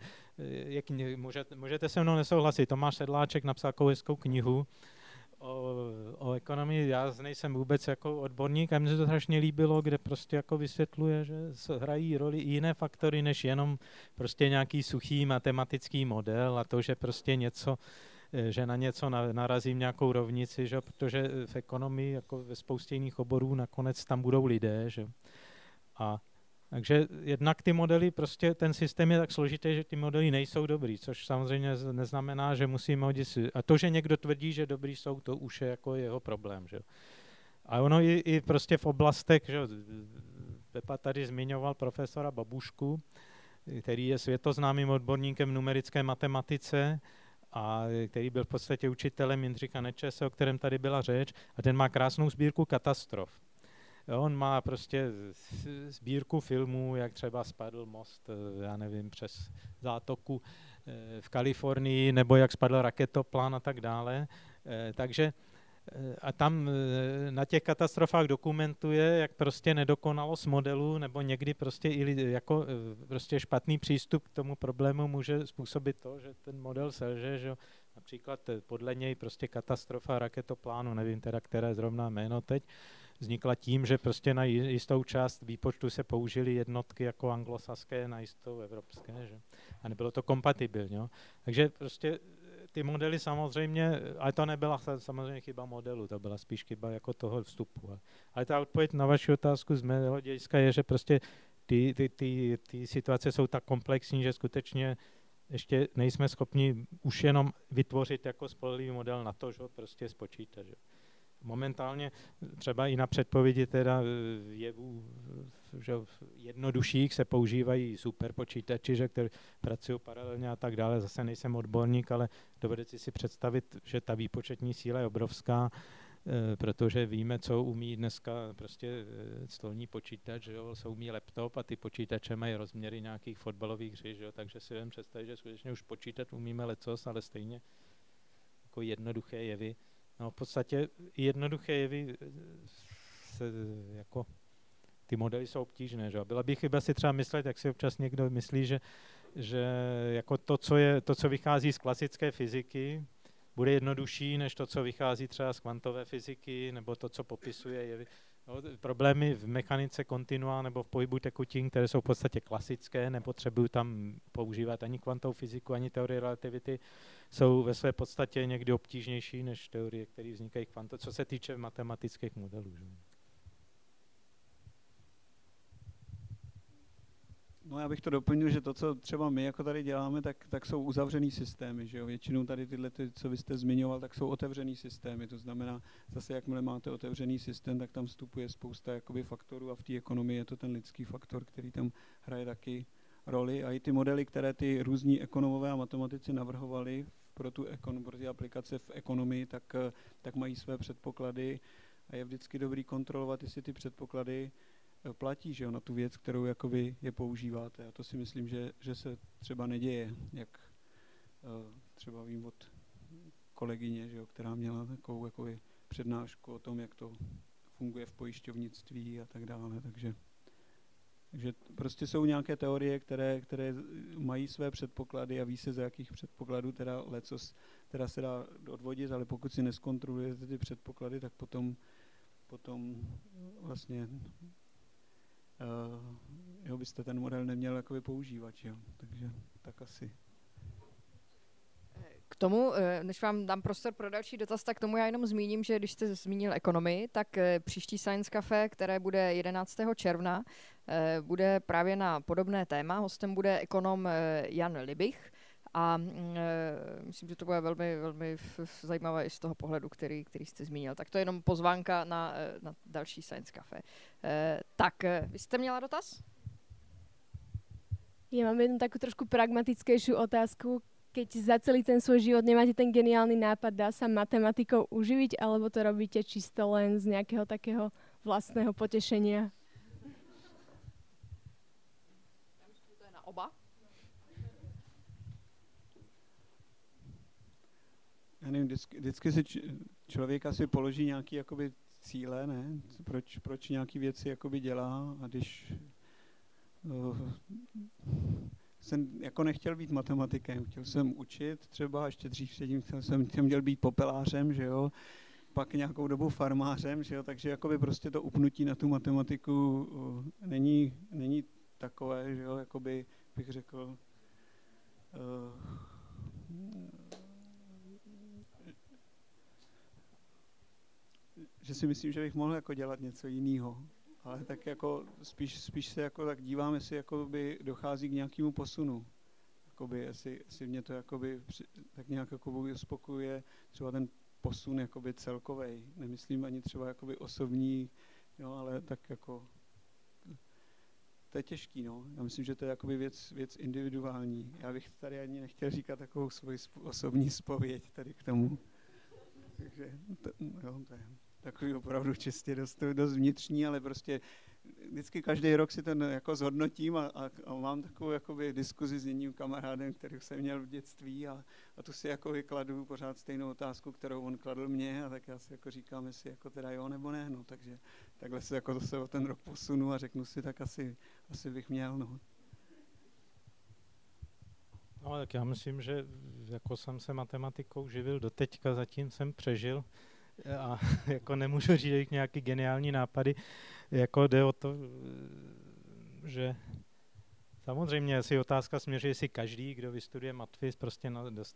Můžete se mnou nesouhlasit. Tomáš Sedláček napsal takovou hezkou knihu o ekonomii, já nejsem vůbec jako odborník a mně se to strašně líbilo, kde prostě jako vysvětluje, že hrají roli i jiné faktory, než jenom prostě nějaký suchý matematický model a to, že prostě něco že na něco narazím nějakou rovnici, že? Protože v ekonomii, jako ve spoustě jiných oborů, nakonec tam budou lidé. Že? A takže jednak ty modely, prostě ten systém je tak složitý, že ty modely nejsou dobrý, což samozřejmě neznamená, že musíme hodit. A to, že někdo tvrdí, že dobrý jsou, to už je jako jeho problém. Že? A ono i prostě v oblastech, že Pepa tady zmiňoval profesora Babušku, který je světoznámým odborníkem v numerické matematice a který byl v podstatě učitelem Jindřicha Nečese, o kterém tady byla řeč, a ten má krásnou sbírku katastrof. On má prostě sbírku filmů, jak třeba spadl most, já nevím, přes zátoku v Kalifornii, nebo jak spadl raketoplán a tak dále. Takže a tam na těch katastrofách dokumentuje, jak prostě nedokonalost modelu, nebo někdy prostě i jako prostě špatný přístup k tomu problému může způsobit to, že ten model selže, že například podle něj prostě katastrofa raketoplánu, nevím teda, které zrovna jméno teď, vznikla tím, že prostě na jistou část výpočtu se použily jednotky jako anglosaské na jistou evropské, že? A nebylo to kompatibilní. Takže prostě ty modely samozřejmě, ale to nebyla samozřejmě chyba modelu, to byla spíš chyba jako toho vstupu. Ale ta odpověď na vaši otázku z mého hlediska je, že prostě ty situace jsou tak komplexní, že skutečně ještě nejsme schopni už jenom vytvořit jako spolehlivý model na to, že ho prostě spočítat. Že? Momentálně třeba i na předpovědi teda jevů, že jednodušších se používají superpočítači, že které pracují paralelně a tak dále. Zase nejsem odborník, ale dovedete si představit, že ta výpočetní síla je obrovská, protože víme, co umí dneska prostě stolní počítač, že jo, co umí laptop a ty počítače mají rozměry nějakých fotbalových hřišť, takže si jen představit, že skutečně už počítat umíme lecos, ale stejně jako jednoduché jevy. No v podstatě jednoduché jevy jako ty modely jsou obtížné, že? Byla by chyba si třeba myslet, jak si občas někdo myslí, že jako to, co vychází z klasické fyziky, bude jednodušší, než to, co vychází třeba z kvantové fyziky, nebo to, co popisuje jevy. No, problémy v mechanice kontinua nebo v pohybu tekutin, které jsou v podstatě klasické, nepotřebují tam používat ani kvantovou fyziku, ani teorii relativity, jsou ve své podstatě někdy obtížnější než teorie, které vznikají kvantově, co se týče matematických modelů. Že? No já bych to doplnil, že to, co třeba my jako tady děláme, tak jsou uzavřený systémy. Že jo? Většinou tady tyhle, co vy jste zmiňoval, tak jsou otevřený systémy. To znamená, zase jakmile máte otevřený systém, tak tam vstupuje spousta jakoby faktorů a v té ekonomii je to ten lidský faktor, který tam hraje taky roli. A i ty modely, které ty různí ekonomové a matematici navrhovali pro ty aplikace v ekonomii, tak mají své předpoklady a je vždycky dobrý kontrolovat, jestli ty předpoklady platí, že jo, na tu věc, kterou jako vy je používáte. A to si myslím, že se třeba neděje, jak třeba vím od kolegyně, že jo, která měla takovou jakoby přednášku o tom, jak to funguje v pojišťovnictví a tak dále. Takže prostě jsou nějaké teorie, které mají své předpoklady a ví se, za jakých předpokladů teda se dá odvodit, ale pokud si neskontrolujete ty předpoklady, tak potom vlastně byste ten model neměl jakoby používat, jo? Takže tak asi. K tomu, než vám dám prostor pro další dotaz, tak k tomu já jenom zmíním, že když jste zmínil ekonomii, tak příští Science Café, které bude 11. června, bude právě na podobné téma. Hostem bude ekonom Jan Libich a myslím, že to bude velmi, velmi zajímavé i z toho pohledu, který jste zmínil. Tak to je jenom pozvánka na další Science Café. Tak, vy jste měla dotaz? Ja mám jednu takú trošku pragmatickejšiu otázku. Keď za celý ten svoj život nemáte ten geniálny nápad, dá sa matematikou uživiť, alebo to robíte čisto len z nejakého takého vlastného potešenia? Já myslím, že to je na oba. Já nevím, vždycky si člověk asi položí nějaký jakoby cíle, ne? Proč nějaký věci jakoby dělá a když jsem jako nechtěl být matematikem, chtěl jsem učit třeba, ještě dřív předtím jsem měl být popelářem, že jo, pak nějakou dobu farmářem, že jo, takže jakoby prostě to upnutí na tu matematiku není takové, že jo, jakoby bych řekl, si myslím, že bych mohl jako dělat něco jiného. Ale tak jako spíš se jako tak dívám, jestli jakoby dochází k nějakému posunu. Jakoby, jestli mě to jakoby tak nějak jakoby uspokojuje třeba ten posun jakoby celkovej. Nemyslím ani třeba jakoby osobní, jo, ale tak jako to je těžký, no. Já myslím, že to je jakoby věc individuální. Já bych tady ani nechtěl říkat takovou svoji osobní zpověď tady k tomu. Takže to je takový opravdu čistě dost vnitřní, ale prostě vždycky každý rok si to jako zhodnotím a mám takovou jakoby diskuzi s jedním kamarádem, který jsem měl v dětství a tu si jako kladu pořád stejnou otázku, kterou on kladl mě a tak já si jako říkám, jestli jako teda jo nebo ne, no, takže takhle se jako zase o ten rok posunu a řeknu si, tak asi bych měl, no. No, tak já myslím, že jako jsem se matematikou živil doteďka, zatím jsem přežil a jako nemůžu říct nějaký geniální nápady. Jako jde o to, že samozřejmě si otázka směřuje, jestli každý, kdo vystuduje matfis, prostě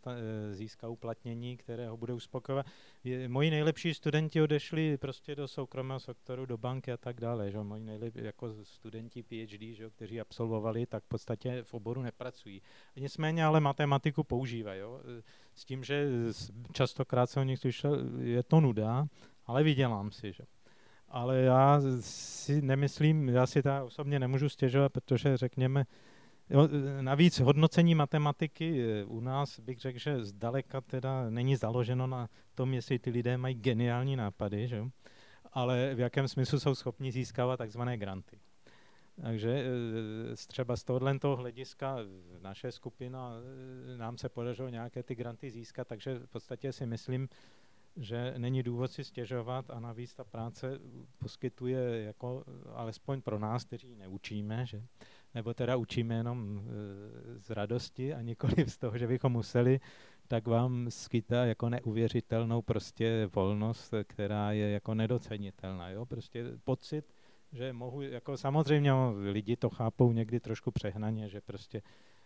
získá uplatnění, které ho bude uspokojovat. Moji nejlepší studenti odešli prostě do soukromého sektoru, do banky a tak dále. Že? Moji nejlepší jako studenti PhD, že? Kteří absolvovali, tak v podstatě v oboru nepracují. Nicméně ale matematiku používají. Jo? S tím, že častokrát se o nich slyšel, je to nuda, ale vydělám si. Že? Ale já si nemyslím, já si to osobně nemůžu stěžovat, protože řekněme, jo, navíc hodnocení matematiky u nás bych řekl, že zdaleka teda není založeno na tom, jestli ty lidé mají geniální nápady, že? Ale v jakém smyslu jsou schopni získávat takzvané granty. Takže třeba z tohoto hlediska naše skupina, nám se podařilo nějaké ty granty získat, takže v podstatě si myslím, že není důvod si stěžovat a navíc ta práce poskytuje jako alespoň pro nás, kteří neučíme, že? Nebo teda učíme jenom z radosti a nikoli z toho, že bychom museli, tak vám skýtá jako neuvěřitelnou prostě volnost, která je jako nedocenitelná. Jo? Prostě pocit, že mohu, jako samozřejmě lidi to chápou někdy trošku přehnaně, že prostě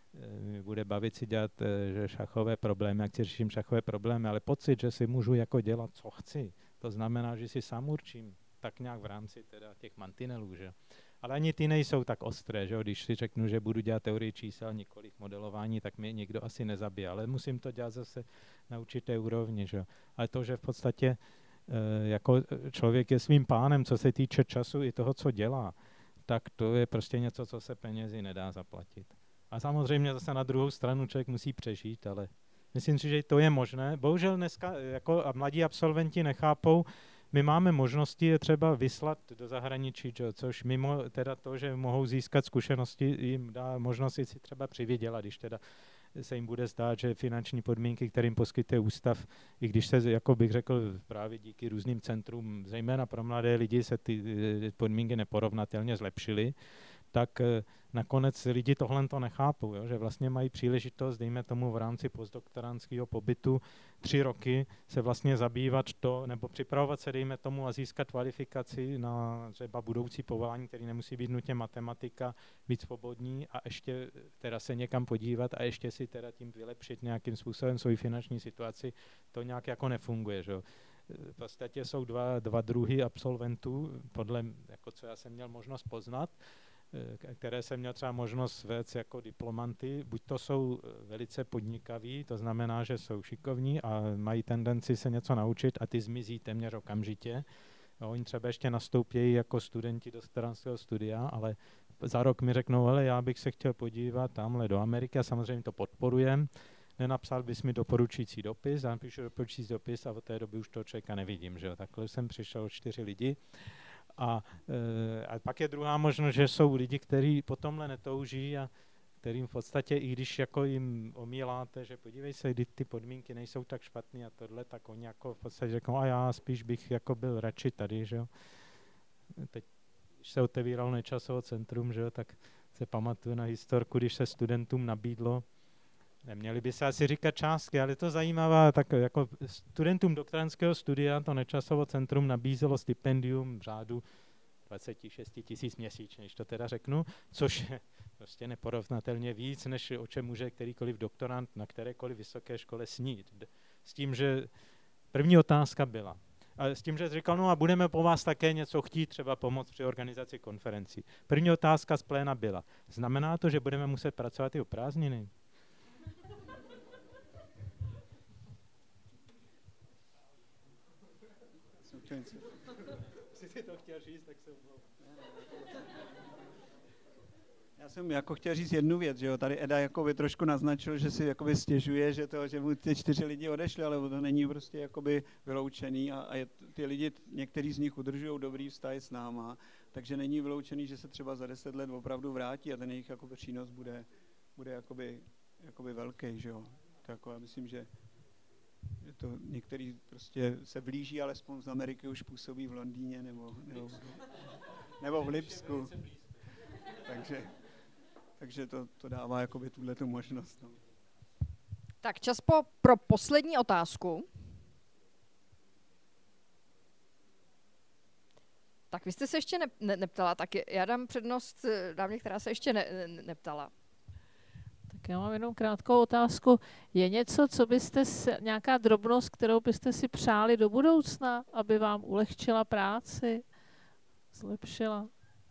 bude bavit si dělat že šachové problémy, jak si řeším šachové problémy, ale pocit, že si můžu jako dělat, co chci, to znamená, že si sám určím, tak nějak v rámci teda těch mantinelů, že. Ale ani ty nejsou tak ostré, že když si řeknu, že budu dělat teorii čísel, nikoliv modelování, tak mě někdo asi nezabije, ale musím to dělat zase na určité úrovni, že. Ale to, že v podstatě jako člověk je svým pánem, co se týče času i toho, co dělá, tak to je prostě něco, co se penězi nedá zaplatit. A samozřejmě zase na druhou stranu člověk musí přežít, ale myslím si, že to je možné. Bohužel dneska jako mladí absolventi nechápou, my máme možnosti je třeba vyslat do zahraničí, což mimo teda to, že mohou získat zkušenosti, jim dá možnost si třeba přivydělat, když teda se jim bude zdát, že finanční podmínky, kterým poskytuje ústav, i když se, jako bych řekl, právě díky různým centrům, zejména pro mladé lidi, se ty podmínky neporovnatelně zlepšily, tak nakonec lidi tohle to nechápou, jo? Že vlastně mají příležitost, dejme tomu v rámci postdoktorandského pobytu 3 roky se vlastně zabývat to, nebo připravovat se, dejme tomu, a získat kvalifikaci na třeba budoucí povolání, který nemusí být nutně matematika, být svobodní a ještě teda se někam podívat a ještě si teda tím vylepšit nějakým způsobem svoji finanční situaci, to nějak jako nefunguje, že jo. V podstatě jsou dva druhy absolventů, podle, jako co já jsem měl možnost poznat, které jsem měl třeba možnost vést jako diplomanty, buď to jsou velice podnikaví, to znamená, že jsou šikovní a mají tendenci se něco naučit a ty zmizí téměř okamžitě. No, oni třeba ještě nastoupějí jako studenti do doktorandského studia, ale za rok mi řeknou, hele, já bych se chtěl podívat tamhle do Ameriky a samozřejmě to podporujem. Nenapsal bys mi doporučující dopis, já napíšu doporučující dopis a od té doby už toho člověka nevidím. Že jo? Takhle jsem přišel 4 lidi. A pak je druhá možnost, že jsou lidi, kteří po tomhle netouží a kterým v podstatě, i když jako jim omíláte, že podívej se, kdy ty podmínky nejsou tak špatný a tohle, tak oni jako v podstatě řeknou, a já spíš bych jako byl radši tady, že jo. Teď, když se otevíralo Nečasovo centrum, že jo, tak se pamatuju na historku, když se studentům nabídlo, neměli by se asi říkat částky, ale je to zajímavá, tak jako studentům doktorandského studia to Nečasovo centrum nabízelo stipendium v řádu 26 000 měsíčně, když to teda řeknu, což je prostě neporovnatelně víc, než o čem může kterýkoliv doktorant na kterékoliv vysoké škole snít. S tím, že první otázka byla, A s tím, že říkal, no a budeme po vás také něco chtít, třeba pomoct při organizaci konferencí. První otázka z pléna byla, znamená to, že budeme muset pracovat i o prázdniny? Jsi to chtěl říct, tak se Já jsem jako chtěl říct jednu věc, že jo, tady Eda jakoby trošku naznačil, že si jakoby stěžuje, že mu ty 4 lidi odešli, ale to není prostě jakoby vyloučený a ty lidi, některý z nich udržují dobrý vztah s náma, takže není vyloučený, že se třeba za 10 let opravdu vrátí a ten jejich jakoby přínos bude jakoby velký, že jo. To jako já myslím, že to některý prostě se blíží, alespoň z Ameriky už působí v Londýně nebo v Lipsku. Takže to dává jakoby tuhletu možnost. No. Tak čas pro poslední otázku. Tak vy jste se ještě neptala, tak já dám přednost dámě, která se ještě neptala. Tak já mám jenom krátkou otázku. Je něco, co byste nějaká drobnost, kterou byste si přáli do budoucna, aby vám ulehčila práci, zlepšila?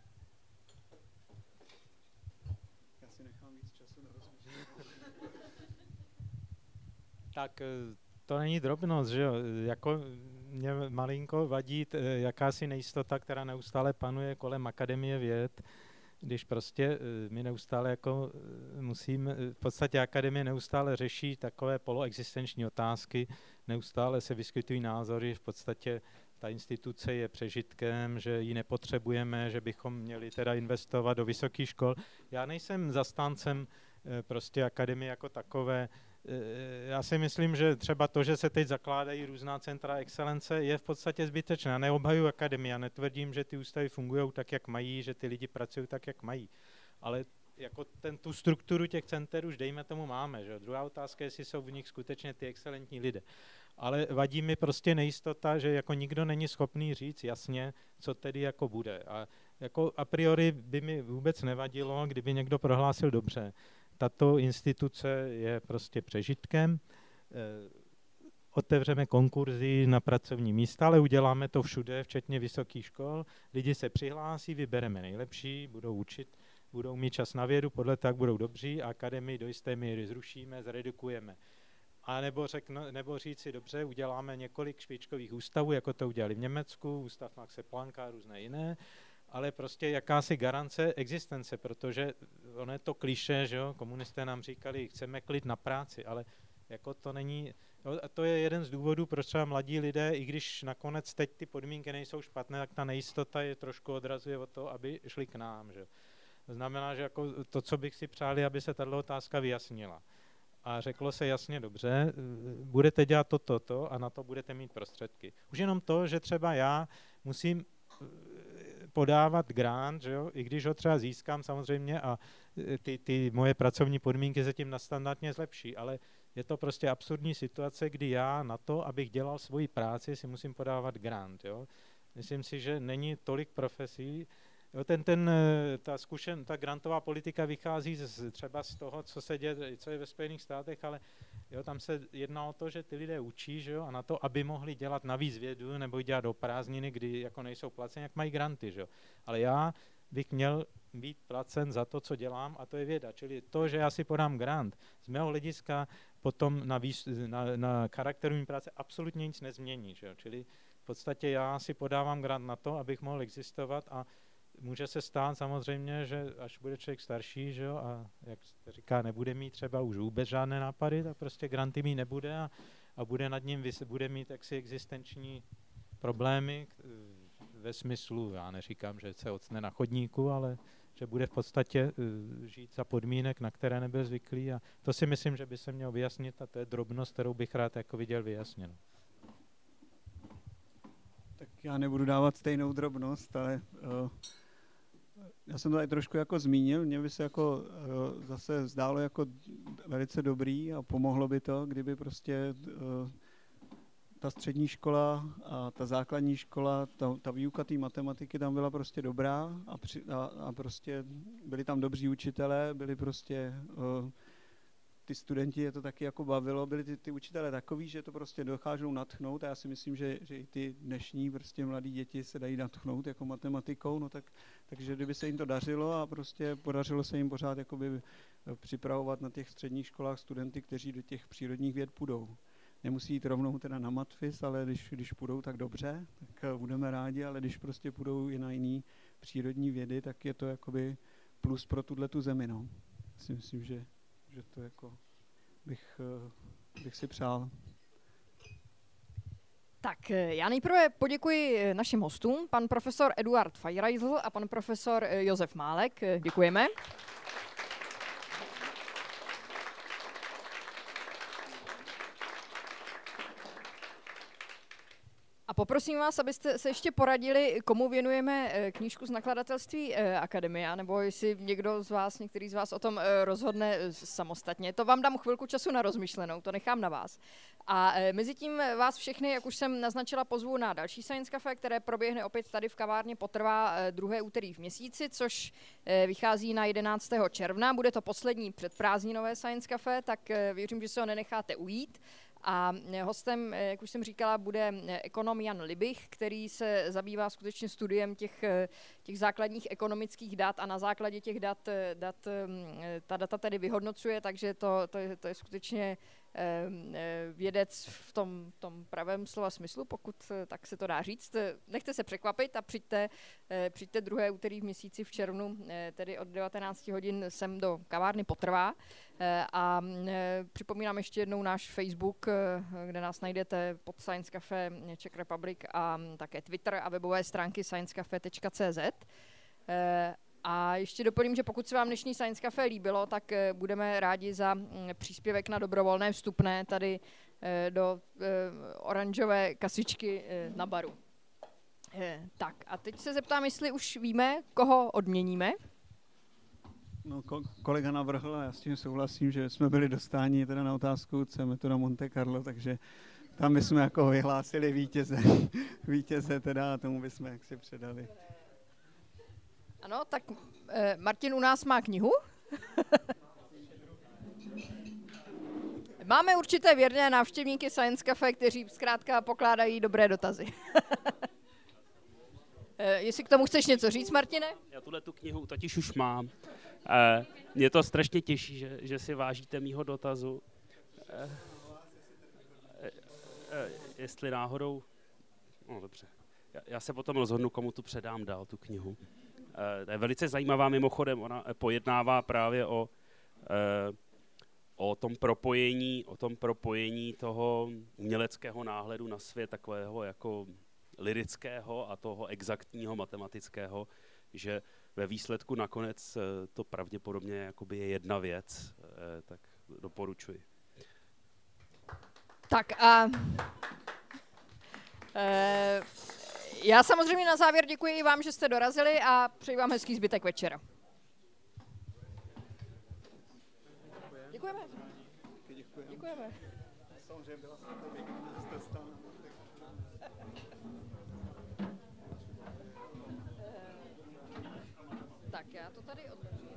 Tak to není drobnost, že jo? Jako mě malinko vadí jakási nejistota, která neustále panuje kolem Akademie věd, když prostě my neustále jako v podstatě Akademie neustále řeší takové poloexistenční otázky, neustále se vyskytují názory, v podstatě ta instituce je přežitkem, že ji nepotřebujeme, že bychom měli teda investovat do vysokých škol. Já nejsem zastáncem prostě Akademie jako takové. Já si myslím, že třeba to, že se teď zakládají různá centra excelence, je v podstatě zbytečné. Já neobhajuji Akademii, já netvrdím, že ty ústavy fungují tak, jak mají, že ty lidi pracují tak, jak mají. Ale jako tu strukturu těch center už dejme tomu máme. Že? Druhá otázka je, jestli jsou v nich skutečně ty excelentní lidé. Ale vadí mi prostě nejistota, že jako nikdo není schopný říct jasně, co tedy jako bude. A jako a priori by mi vůbec nevadilo, kdyby někdo prohlásil dobře. Tato instituce je prostě přežitkem, otevřeme konkurzy na pracovní místa, ale uděláme to všude, včetně vysokých škol. Lidi se přihlásí, vybereme nejlepší, budou učit, budou mít čas na vědu, podle tak budou dobří a akademii do jisté míry zrušíme, zredukujeme. A nebo říct si, dobře, uděláme několik špičkových ústavů, jako to udělali v Německu, ústav Maxe Plancka a různé jiné, ale prostě jakási garance existence, protože ono je to klišé, že jo, komunisté nám říkali, chceme klid na práci, ale jako to není, a to je jeden z důvodů, proč třeba mladí lidé, i když nakonec teď ty podmínky nejsou špatné, tak ta nejistota je trošku odrazuje od toho, aby šli k nám, že. To znamená, že jako to, co bych si přáli, aby se tato otázka vyjasnila. A řeklo se jasně, dobře, budete dělat toto a na to budete mít prostředky. Už jenom to, že třeba já musím podávat grant, že jo? I když ho třeba získám samozřejmě a ty moje pracovní podmínky se tím nadstandardně zlepší, ale je to prostě absurdní situace, kdy já na to, abych dělal svoji práci, si musím podávat grant. Jo? Myslím si, že není tolik profesí. Jo, ta grantová politika vychází třeba z toho, co je ve Spojených státech, ale jo, tam se jedná o to, že ty lidé učí, že jo, a na to, aby mohli dělat navíc vědu nebo dělat do prázdniny, kdy jako nejsou placeni, jak mají granty. Že jo. Ale já bych měl být placen za to, co dělám, a to je věda. Čili to, že já si podám grant, z mého hlediska potom na charakteru mé práce absolutně nic nezmění. Že jo. Čili v podstatě já si podávám grant na to, abych mohl existovat a může se stát samozřejmě, že až bude člověk starší, že jo, a jak se říká, nebude mít třeba už vůbec žádné nápady, tak prostě granty mít nebude a bude nad ním bude mít jaksi existenční problémy ve smyslu, já neříkám, že se ocne na chodníku, ale že bude v podstatě žít za podmínek, na které nebyl zvyklý a to si myslím, že by se mělo vyjasnit a to je drobnost, kterou bych rád jako viděl vyjasněno. Tak já nebudu dávat stejnou drobnost, ale já jsem to tady trošku jako zmínil, mně by se jako zase zdálo jako velice dobrý a pomohlo by to, kdyby prostě ta střední škola a ta základní škola, ta výuka té matematiky tam byla prostě dobrá a prostě byli tam dobří učitelé, byli prostě ty studenti je to taky jako bavilo, byli ty učitelé takový, že to prostě dokážou natchnout a já si myslím, že i ty dnešní prostě mladí děti se dají natchnout jako matematikou, no takže kdyby se jim to dařilo a prostě podařilo se jim pořád jakoby připravovat na těch středních školách studenty, kteří do těch přírodních věd půjdou. Nemusí jít rovnou teda na matfis, ale když půjdou, tak dobře, tak budeme rádi, ale když prostě půjdou i na jiný přírodní vědy, tak je to jakoby plus pro tuhletu zemi, no. Já si myslím, že to jako bych si přál. Tak já nejprve poděkuji našim hostům, pan profesor Eduard Feiereisl a pan profesor Josef Málek. Děkujeme. A poprosím vás, abyste se ještě poradili, komu věnujeme knížku z nakladatelství Akademia, nebo jestli některý z vás o tom rozhodne samostatně. To vám dám chvilku času na rozmyšlenou, to nechám na vás. A mezi tím vás všechny, jak už jsem naznačila, pozvu na další Science Café, které proběhne opět tady v kavárně Potrvá druhé úterý v měsíci, což vychází na 11. června. Bude to poslední předprázdninové Science Café, tak věřím, že se ho nenecháte ujít. A hostem, jak už jsem říkala, bude ekonom Jan Libich, který se zabývá skutečně studiem těch základních ekonomických dat a na základě těch dat ta data tedy vyhodnocuje, takže to je skutečně vědec v tom pravém slova smyslu, pokud tak se to dá říct. Nechte se překvapit a přijďte druhé úterý v měsíci v červnu, tedy od 19 hodin sem do kavárny Potrvá. A připomínám ještě jednou náš Facebook, kde nás najdete pod Science Café Czech Republic a také Twitter a webové stránky sciencecafe.cz. A ještě doplním, že pokud se vám dnešní Science Café líbilo, tak budeme rádi za příspěvek na dobrovolné vstupné tady do oranžové kasičky na baru. Tak a teď se zeptám, jestli už víme, koho odměníme. No, kolega navrhl a já s tím souhlasím, že jsme byli dostáni teda na otázku C metoda Monte Carlo, takže tam bychom jako vyhlásili vítěze teda a tomu bychom jaksi předali. Ano, tak Martin u nás má knihu. Máme určité věrné návštěvníky Science Café, kteří zkrátka pokládají dobré dotazy. Jestli k tomu chceš něco říct, Martine? Já tu knihu totiž už mám. Mě to strašně těší, že si vážíte mýho dotazu. Jestli náhodou... No dobře. Já se potom rozhodnu, komu tu předám dál tu knihu. To je velice zajímavá mimochodem, ona pojednává právě o tom propojení toho uměleckého náhledu na svět, takového jako lirického a toho exaktního matematického, že ve výsledku nakonec to pravděpodobně jakoby je jedna věc, tak doporučuji. Tak a já samozřejmě na závěr děkuji i vám, že jste dorazili a přeji vám hezký zbytek večera. Děkujeme. Děkujeme. Samozřejmě byla jsem to stala. Tak já to tady odložím.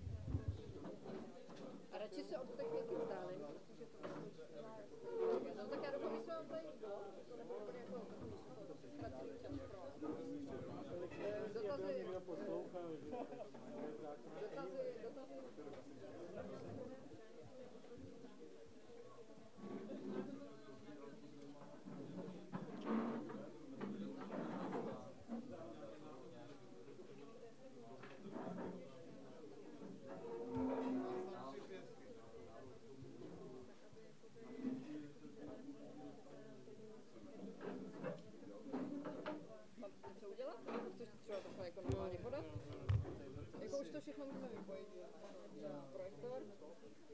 A radši se od té chvílky vzdálím, protože to no, tak já doufám, že se vám tady líbilo. To nebude úplně jako ztracený čas pro vás. Dotazy. Co udělat? Chceš to třeba takhle jako normálně podat? Jako už to všechno můžeme vypojit, že? Projektor.